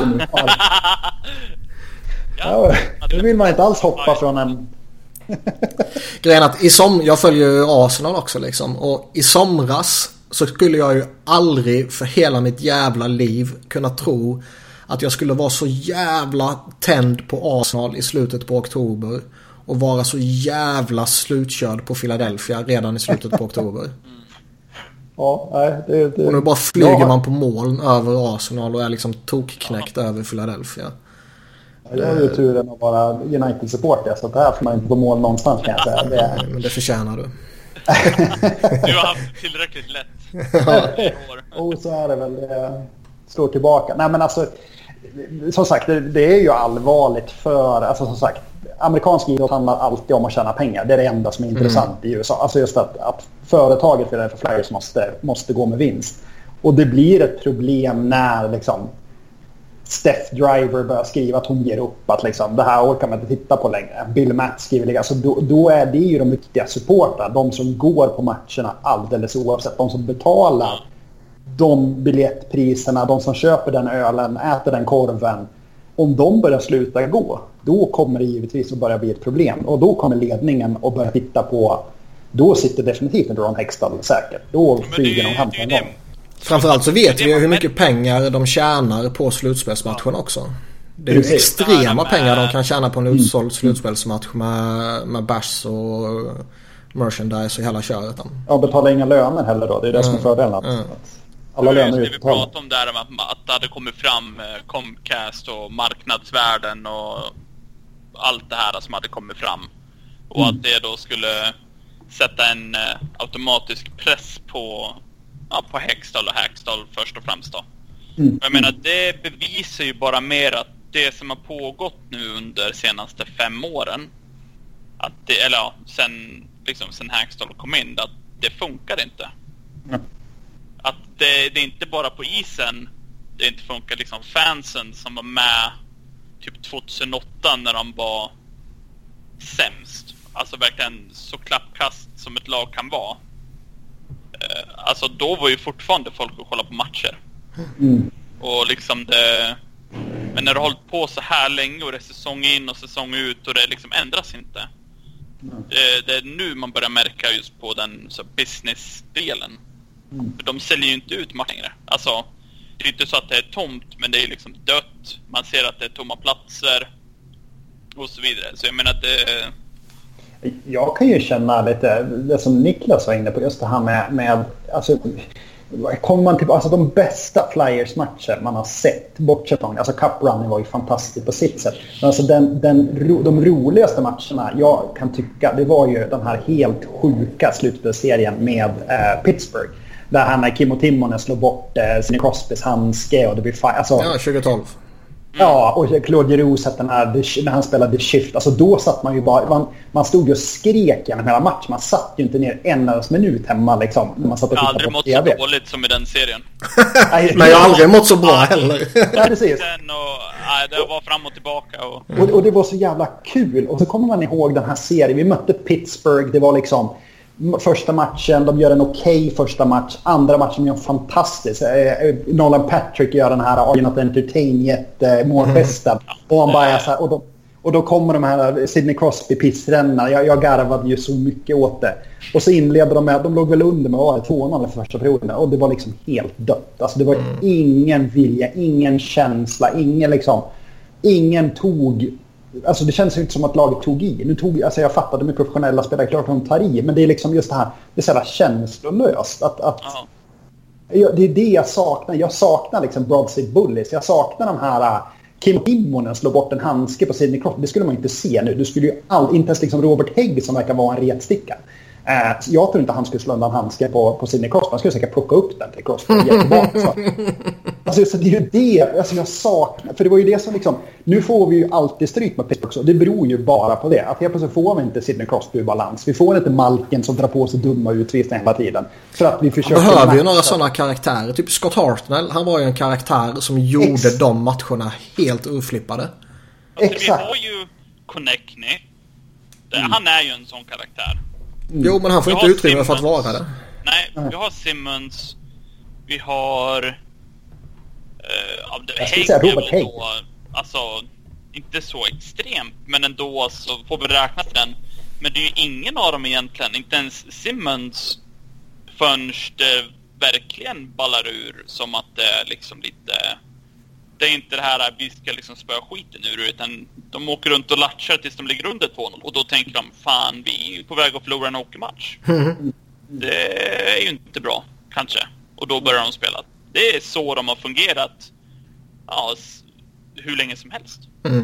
C: nu vill man inte alls hoppa från en
A: grejen att jag följer ju Arsenal också liksom, och i somras så skulle jag ju aldrig för hela mitt jävla liv kunna tro att jag skulle vara så jävla tänd på Arsenal i slutet på oktober och vara så jävla slutkörd på Philadelphia redan i slutet på oktober.
C: Ja,
A: och nu bara flyger man på moln över Arsenal och är liksom tokknäckt över Philadelphia.
C: Jag har ju turen att vara United-supporter, så att här får man inte gå mål någonstans, kan jag säga.
A: Men det förtjänar du.
B: Du har haft tillräckligt lätt.
C: Och så är det väl slår tillbaka. Nej, men alltså, som sagt, det är ju allvarligt för, alltså som sagt, amerikansk idrott handlar alltid om att tjäna pengar. Det är det enda som är intressant i USA. Alltså just att företaget för Flyers måste gå med vinst. Och det blir ett problem när liksom Steph Driver börjar skriva att hon ger upp, att liksom, det här orkar man inte titta på längre. Bill Matt skriver, alltså då är det ju de viktiga supportrarna, de som går på matcherna alldeles oavsett, de som betalar de biljettpriserna, de som köper den ölen, äter den korven. Om de börjar sluta gå, då kommer det givetvis att börja bli ett problem. Och då kommer ledningen att börja titta på, då sitter definitivt en Ron Hextall säkert. Då flyger de hem på en gång.
A: Framförallt så vet vi hur mycket pengar de tjänar på slutspelsmatchen också. Det är ju extrema pengar de kan tjäna på en utsåld slutspelsmatch med bärs och merchandise och hela köret.
C: Ja, betala inga löner heller då. Det är det som är fördelen.
B: Alla löner vi pratade om där att det hade kommit fram Comcast och marknadsvärden och allt det här som hade kommit fram. Och att det då skulle sätta en automatisk press på på Hextall och Hackstall först och främst då. Jag menar, det bevisar ju bara mer att det som har pågått nu under senaste 5 åren, att det, eller ja, sen Hackstall kom in, att det funkar inte. Att det är inte bara på isen det inte funkar. Liksom fansen som var med typ 2008 när de var sämst, alltså verkligen så klappkast som ett lag kan vara, alltså då var ju fortfarande folk att kolla på matcher. Och liksom det, men när du har hållit på så här länge och det är säsong in och säsong ut och det liksom ändras inte. Det är nu man börjar märka just på den så business-delen. För de säljer ju inte ut match längre. Alltså, det är inte så att det är tomt, men det är liksom dött. Man ser att det är tomma platser och så vidare. Så jag menar att det...
C: Jag kan ju känna lite, det som Niklas var inne på, just det här med alltså, kommer man till, alltså de bästa Flyers-matcher man har sett, bortsett från, alltså Cup Run var ju fantastiskt på sitt sätt. Men alltså de roligaste matcherna jag kan tycka, det var ju den här helt sjuka slutspelsserien med Pittsburgh. Där han när Kimmo Timonen slår bort Sidney Crosbys handske och det blir alltså,
A: ja, 2012.
C: Ja, och Claude Giroux när han spelade Shift. Alltså då satt man ju bara... Man stod ju och skrek genom hela matchen. Man satt ju inte ner en minut hemma liksom. När man satt och
B: jag har aldrig mått så dåligt som i den serien.
A: Men jag har aldrig mått så bra heller.
C: Ja, precis.
B: Det var fram och tillbaka.
C: Och det var så jävla kul. Och så kommer man ihåg den här serien. Vi mötte Pittsburgh. Det var liksom... Första matchen, de gör en okej första match. Andra matchen gör en fantastisk. Nolan Patrick gör den här Are You Not Entertained målfesten. Och han bara är så här, och då kommer de här Sidney Crosby pissränna. Jag garvade ju så mycket åt det. Och så inleder de med, de låg väl under med 2-0 för första perioden. Och det var liksom helt dött. Alltså det var ingen vilja, ingen känsla, ingen tog... Alltså det känns inte som att laget tog i. Alltså jag fattade med professionella spelare, klart att de tar i. Men det är liksom just det här, det är så här känslolöst. Det är det jag saknar. Jag saknar liksom Broadside Bullies. Jag saknar de här Kim Timonen slår bort en handske på Sidney Crosby. Det skulle man inte se nu. Du skulle ju inte ens liksom Robert Hägg som verkar vara en retsticka. Jag tror inte han skulle slå undan handske på Sidney Crosby. Han skulle säkert plocka upp den till Crosby. Alltså så det är ju det alltså jag saknar. För det var ju det som liksom... Nu får vi ju alltid stryk med Pittsburgh också. Det beror ju bara på det. Att helt plötsligt får vi inte Sidney Crosby i balans. Vi får inte Malkin som drar på sig dumma utvisningar hela tiden. För att vi försöker...
A: Man behöver ju några sådana karaktärer. Typ Scott Hartnell. Han var ju en karaktär som gjorde de matcherna helt urflippade.
B: Alltså, vi har ju Konechny. Han är ju en sån karaktär.
A: Jo, men han får inte utrymme för att vara det.
B: Nej, vi har Simmons. Vi har...
C: Robert Hägg.
B: Alltså, inte så extremt, men ändå så får vi räkna för den. Men det är ju ingen av dem egentligen, inte ens Simmons, förrän det verkligen ballar ur som att det är liksom lite... Det är inte det här att vi ska liksom spöa skiten ur, utan de åker runt och latchar tills de ligger under 2-0. Och då tänker de, fan, vi är på väg att förlora en hockeymatch. Det är ju inte bra, kanske. Och då börjar de spela. Det är så de har fungerat hur länge som helst.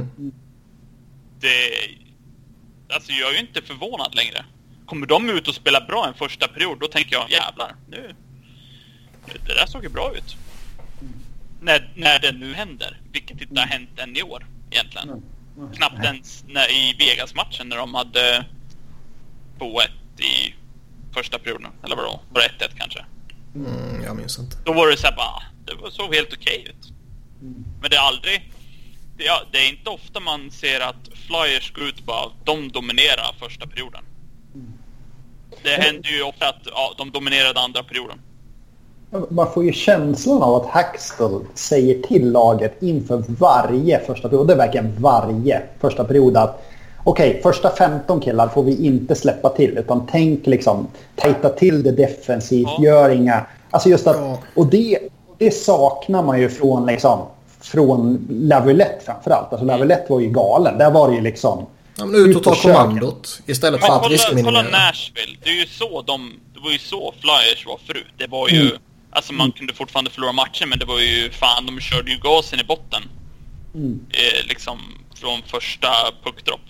B: Alltså jag är ju inte förvånad längre. Kommer de ut och spela bra en första period, då tänker jag, jävlar, nu det där såg ju bra ut. När det nu händer, vilket inte har hänt än i år egentligen. Knappt ens i Vegas-matchen när de hade 2-1 i första perioden, eller vadå? Var det 1-1 kanske?
A: Jag minns inte.
B: Då var det så här bara, det såg helt okej ut. Men det är aldrig... Det är inte ofta man ser att Flyers går ut bara, de dominerar första perioden. Det händer ju ofta att de dominerade andra perioden.
C: Man får ju känslan av att Hackstall säger till laget inför varje första period, det är verkligen varje första period, att okej, första 15 killar får vi inte släppa till, utan tänk liksom tajta till det defensivt, gör inga... Alltså just att, och det saknar man ju från Laviolette framförallt. Alltså Laviolette var ju galen. Där var det ju liksom...
A: Ja, men ut och ta kommandot istället för att riskminimera.
B: Kolla Nashville. Det är ju så det var ju så Flyers var förut. Det var ju... Alltså man kunde fortfarande förlora matchen, men det var ju fan, de körde ju gasen i botten. Liksom från första puckdropp.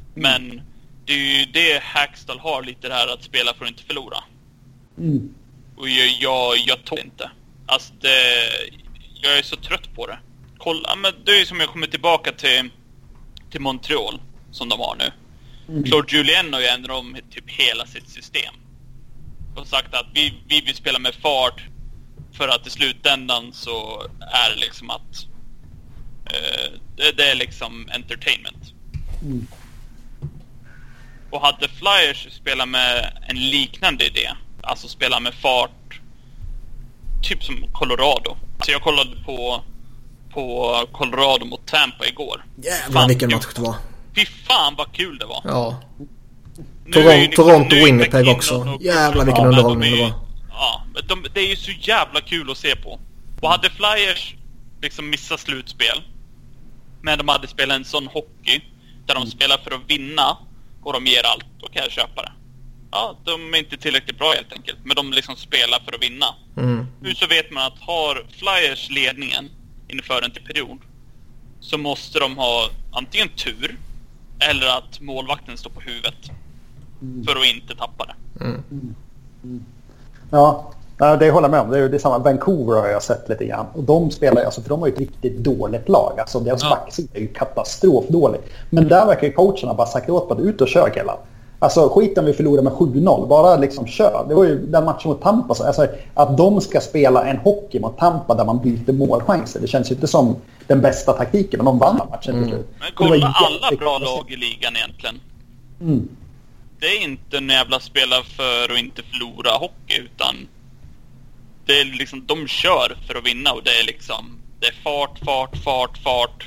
B: Men det är ju det Hackstall har lite det här att spela för att inte förlora. Och jag tog inte. Alltså jag är så trött på det. Kolla, men det är ju som jag kommer tillbaka till Montreal som de har nu. Claude Julien har ju ändrat om typ hela sitt system. Och sagt att vi vill spela med fart, för att i slutändan så är det liksom att det är liksom entertainment. Och hade Flyers spelat med en liknande idé, alltså spela med fart typ som Colorado. Så jag kollade på Colorado mot Tampa igår.
A: Jävlar vilken match det var.
B: Fy fan vad kul det var.
A: Ja. Toronto Winnipeg också. Jävlar vilken underhållning det var.
B: Ja, det är ju så jävla kul att se på. Och hade Flyers liksom missat slutspel, men de hade spelat en sån hockey där de spelar för att vinna och de ger allt, då kan jag köpa det. Ja, de är inte tillräckligt bra helt enkelt, men de liksom spelar för att vinna. Nu så vet man att har Flyers ledningen inför en till period, så måste de ha antingen tur eller att målvakten står på huvudet för att inte tappa det.
C: Ja, det håller jag med om. Det är samma. Vancouver har jag sett lite grann. Och de spelar, alltså, för de har ju ett riktigt dåligt lag. Alltså deras backsida är ju katastrofdålig. Men där verkar ju coacherna bara sagt åt på att ut och kör killar. Alltså skiten vi förlorar med 7-0. Bara liksom kör. Det var ju den matchen mot Tampa. Alltså, att de ska spela en hockey mot Tampa där man byter målchanser. Det känns ju inte som den bästa taktiken. Men de vann matchen till slut.
B: Men kolla alla bra lag i ligan egentligen. Det är inte en jävla spela för att inte förlora hockey, utan det är liksom, de kör för att vinna, och det är liksom, det är fart.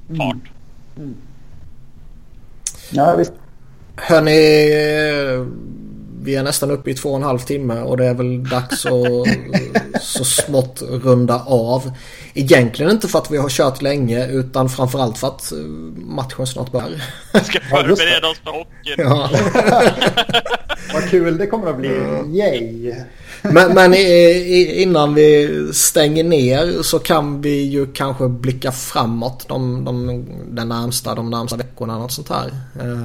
C: Ja, visst.
A: Hörrni, vi är nästan uppe i 2,5 timmar och det är väl dags att så smått runda av. Egentligen inte för att vi har kört länge, utan framförallt för att matchen snart börjar.
B: Vi ska förbereda oss för hockeyn.
A: Ja.
C: Vad kul det kommer att bli. Yay!
A: Men innan vi stänger ner så kan vi ju kanske blicka framåt de närmsta veckorna, något sånt här.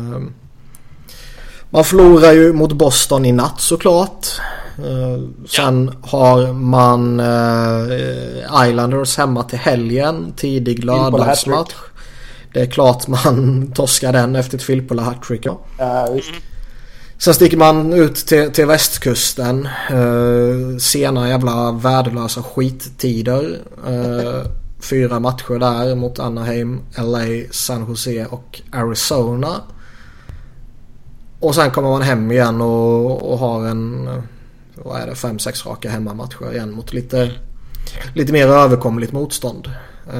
A: Man förlorar ju mot Boston i natt såklart. Sen har man Islanders hemma till helgen. Tidig lördagsmatch. Det är klart man torskar den efter ett Filippola hattrick. Sen sticker man ut till västkusten. Sena jävla värdelösa skittider. 4 matcher där mot Anaheim, LA, San Jose och Arizona. Och sen kommer man hem igen och har en 5-6 raka hemmamatcher igen mot lite mer överkomligt motstånd.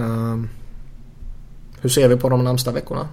A: Hur ser vi på de närmsta veckorna?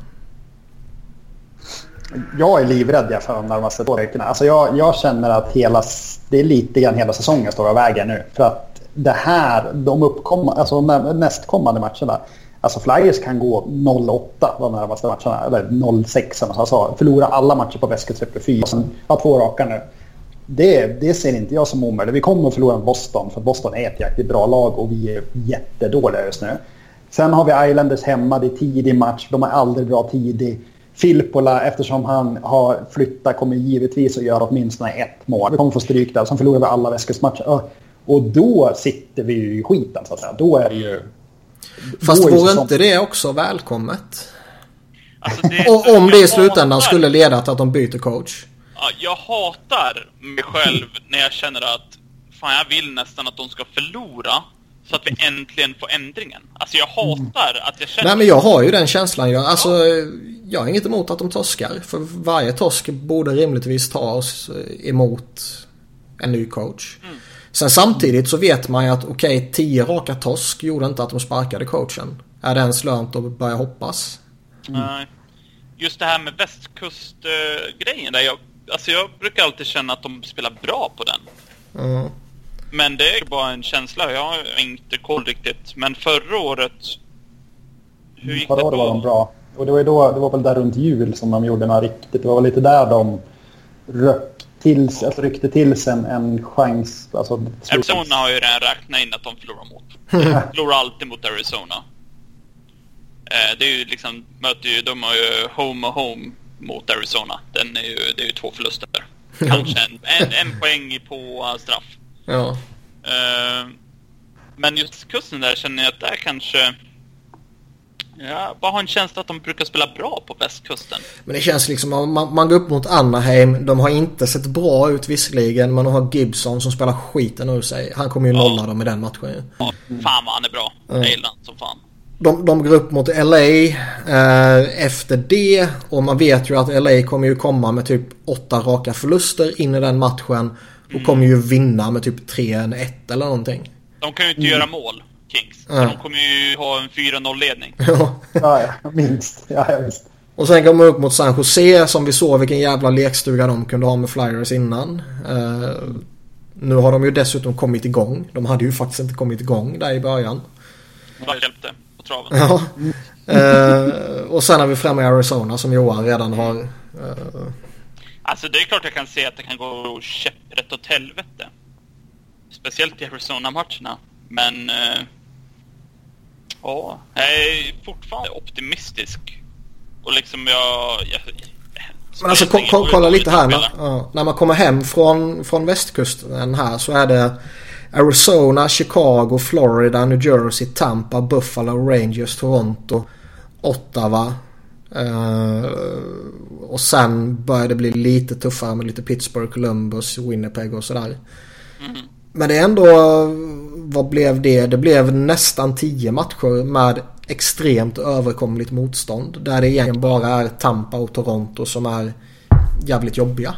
A: Jag
C: är livrädd för de närmaste 2 veckorna. Alltså jag känner att det är lite grann hela säsongen står av vägen nu. För att det här, nästkommande matcherna, alltså Flyers kan gå 0-8 de närmaste matcherna, eller 0-6, alltså förlora alla matcher på väsketräppet 4 och sen 2 raka nu. Det ser inte jag som omöjligt. Vi kommer att förlora mot Boston, för Boston är ett jäkligt bra lag och vi är jättedåliga just nu. Sen har vi Islanders hemma, det är tidig match, de är aldrig bra tidig. Filippola, eftersom han har flyttat, kommer givetvis att göra åtminstone 1 mål. Vi kommer få stryk där, sen förlorar vi alla väskesmatcher. Och då sitter vi ju i skiten så att säga. Då är det ju...
A: Fast vore inte det också välkommet? Alltså om det i slutändan skulle leda till att de byter coach.
B: Ja, jag hatar mig själv när jag känner att fan, jag vill nästan att de ska förlora så att vi äntligen får ändringen. Alltså jag hatar att jag känner...
A: Nej, men jag har ju den känslan. Jag har inget emot att de torskar. För varje torsk borde rimligtvis ta oss emot en ny coach. Sen samtidigt så vet man ju att 10 raka torsk gjorde inte att de sparkade coachen. Är det ens lönt att börja hoppas?
B: Nej. Just det här med västkustgrejen där jag brukar alltid känna att de spelar bra på den. Men det är bara en känsla. Jag har inte koll riktigt. Men förra året, hur gick det då?
C: Var de bra. Och det var väl där runt jul som de gjorde något riktigt. Det var väl lite där de ryckte till sig en chans. Alltså,
B: Arizona har ju redan räknat in att de förlorar mot. De förlorar alltid mot Arizona. Det är ju liksom, de har ju home mot Arizona. Det är ju 2 förluster. Kanske en poäng på straff.
A: Ja.
B: Men just kusten där känner jag att där kanske... Ja, bara har en känsla att de brukar spela bra på västkusten.
A: Men det känns liksom, man går upp mot Anaheim. De har inte sett bra ut visserligen, men de har Gibson som spelar skiten ur sig. Han kommer ju nolla dem i den matchen.
B: Ja, fan vad han är bra. Nejland som fan.
A: De går upp mot LA efter det, och man vet ju att LA kommer ju komma med typ 8 raka förluster in i den matchen och kommer ju vinna med typ 3-1 eller någonting.
B: De kan ju inte göra mål, Kings. Så de kommer ju ha en 4-0-ledning.
C: Ja, minst. Ja, visst.
A: Och sen kommer man upp mot San Jose, som vi såg vilken jävla lekstuga de kunde ha med Flyers innan. Nu har de ju dessutom kommit igång. De hade ju faktiskt inte kommit igång där i början.
B: Vad hjälpte på traven?
A: Ja. Och sen har vi framme i Arizona som Johan redan har...
B: Alltså det är klart jag kan se att det kan gå käpprätt åt helvete. Speciellt i Arizona-matcherna. Men ja, jag är fortfarande optimistisk. Och liksom
A: men alltså kolla lite här när man kommer hem från västkusten här, så är det Arizona, Chicago, Florida, New Jersey, Tampa, Buffalo, Rangers, Toronto, Ottawa, och sen börjar det bli lite tuffare med lite Pittsburgh, Columbus, Winnipeg och sådär. Men det är ändå, vad blev det? Det blev nästan 10 matcher med extremt överkomligt motstånd. Där det egentligen bara är Tampa och Toronto som är jävligt jobbiga.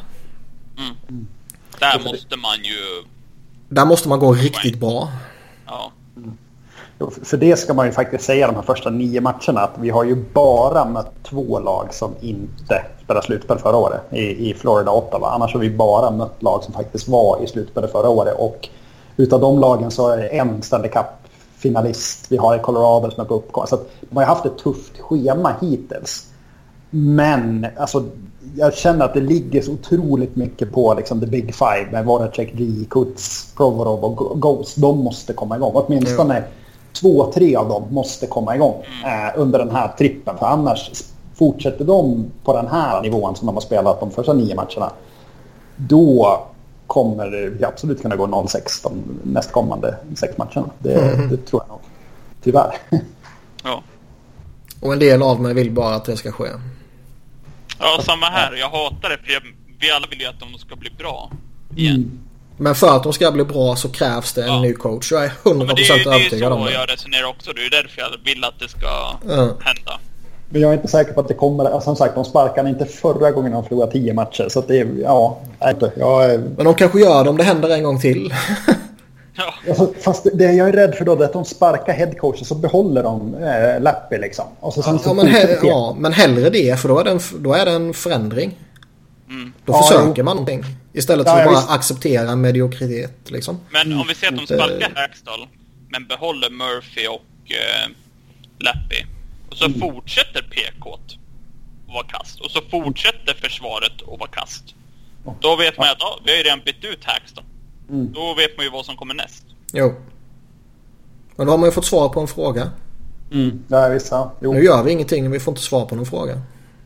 A: Där måste man gå riktigt bra.
B: Ja.
C: För det ska man ju faktiskt säga, de här första 9 matcherna, att vi har ju bara mött 2 lag som inte spelade slutspel förra året i Florida och Ottawa. Annars har vi bara mött lag som faktiskt var i slutspel förra året, och utav de lagen så är det en Stanley Cup-finalist vi har i Colorado som är på uppgång. Så att de har ju haft ett tufft schema hittills. Men alltså, jag känner att det ligger så otroligt mycket på liksom the big five med Voracek, G, Kuts, Provorov och Ghost. De måste komma igång. Åtminstone 2-3 av dem måste komma igång under den här trippen. För annars fortsätter de på den här nivån som de har spelat de första 9 matcherna, då kommer det absolut kunna gå 0-6 de nästkommande 6 matcherna. Det tror jag nog. Tyvärr.
B: Ja.
A: Och en del av mig vill bara att det ska ske.
B: Ja, samma här. Jag hatar det, för vi alla vill ju att de ska bli bra igen.
A: Men för att de ska bli bra så krävs det en ny coach. Jag är 100% övertygad om det.
B: Det är så jag resonerar också. Det är därför jag vill att det ska hända.
C: Men jag är inte säker på att det kommer... Som sagt, de sparkade inte förra gången de förlorade 10 matcher. Så att det är... Ja,
A: Men de kanske gör det om det händer en gång till.
B: Ja.
C: Alltså, fast det jag är rädd för då är att de sparkar headcoachen, så behåller de Lappy liksom. Och så
A: men hellre det, för då är det en förändring. Då försöker man någonting istället för att bara acceptera mediokritet liksom.
B: Men om vi ser att de sparkar Hackstall men behåller Murphy och Lappy, och så fortsätter PK att vara kast, och så fortsätter försvaret att vara kast, då vet man att vi har ju redan bytt ut Hackstall. Då vet man ju vad som kommer näst.
A: Jo. Men då har man ju fått svar på en fråga.
C: Ja, vissa. Jo.
A: Nu gör vi ingenting om vi får inte svar på någon fråga.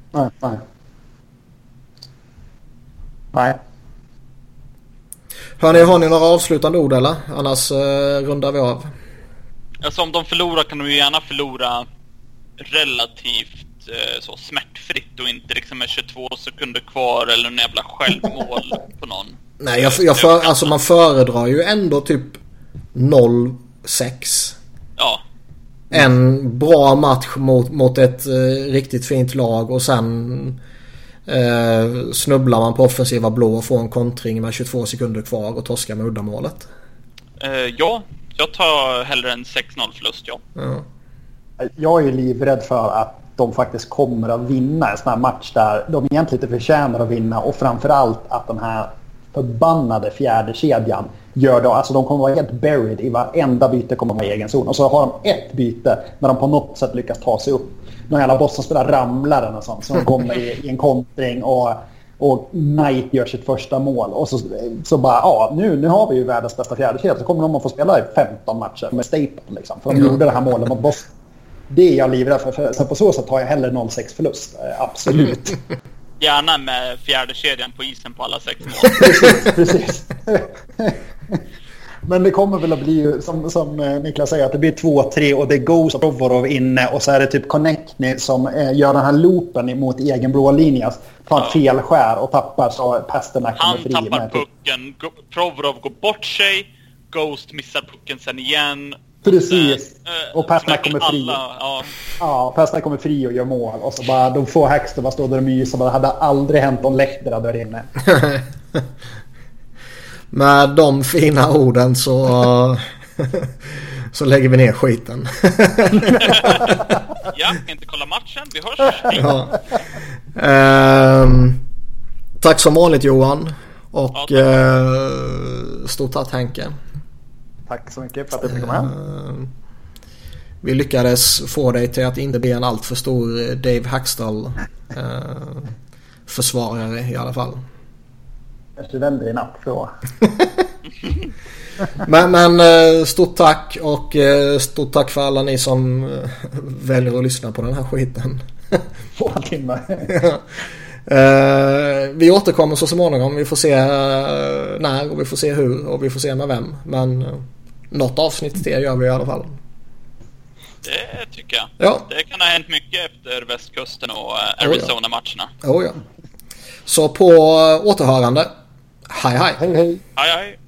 C: Nej.
A: Hörni, har ni några avslutande ord eller? Annars rundar vi av.
B: Alltså om de förlorar kan de ju gärna förlora relativt så smärtfritt och inte liksom med 22 sekunder kvar eller en jävla självmål på någon.
A: Nej, alltså man föredrar ju ändå typ 0-6.
B: Ja.
A: En bra match mot ett riktigt fint lag, och sen snubblar man på offensiva blå och får en kontring med 22 sekunder kvar och torskar med uddamålet.
B: Ja, jag tar hellre en 6-0 förlust, ja.
C: Jag är ju livrädd för att de faktiskt kommer att vinna en sån här match där de egentligen inte förtjänar att vinna, och framförallt att den här förbannade fjärde kedjan gör det. Alltså de kommer vara helt buried i varenda byte, kommer vara i egen zon, och så har de ett byte när de på något sätt lyckas ta sig upp. Någon jävla Boston spelar ramlaren och sånt som kommer i en kontring, och Knight gör sitt första mål, och så bara nu har vi ju världens bästa fjärde kedja, så kommer de att få spela i 15 matcher med Staple liksom, för de gjorde det här målet mot Boston. Det är jag livrädd för. Så på så sätt har jag hellre 0-6 förlust. Absolut.
B: Gärna med fjärde kedjan på isen på alla 6 mål.
C: Precis. Men det kommer väl att bli som Niklas säger, att det blir 2-3 och det är Ghost och Provorov inne och så är det typ Konechny som gör den här loopen mot egen blå linje. Tar en felskär och tappar så Pasternak kommer fri.
B: Han tappar pucken, Provorov går bort sig, Ghost missar pucken sen igen.
C: Precis. Och Pasternak kommer fri.
B: Ja,
C: Pasternak kommer fri och gör mål. Och så bara, de får Hextall bara stå där och mysa. Det hade aldrig hänt om Lehtera där inne.
A: Med de fina orden så lägger vi ner skiten.
B: Ja, inte kolla matchen. Vi hörs.
A: Ja. Tack som vanligt Johan. Och stort tack Henke.
C: Tack så mycket för att du fick komma hem.
A: Vi lyckades få dig till att inte bli en allt för stor Dave Hextall försvarare i alla fall.
C: Kanske vände i natt så.
A: Men stort tack och stort tack för alla ni som väljer att lyssna på den här skiten.
C: 2 timmar.
A: Vi återkommer så småningom. Vi får se när och vi får se hur och vi får se med vem. Men något avsnitt till gör vi i alla fall.
B: Det tycker jag.
A: Ja.
B: Det kan ha hänt mycket efter västkusten och Arizona-matcherna.
A: Ja. Så på återhörande. Hej hej.
C: Hej hej.
B: Hej hej.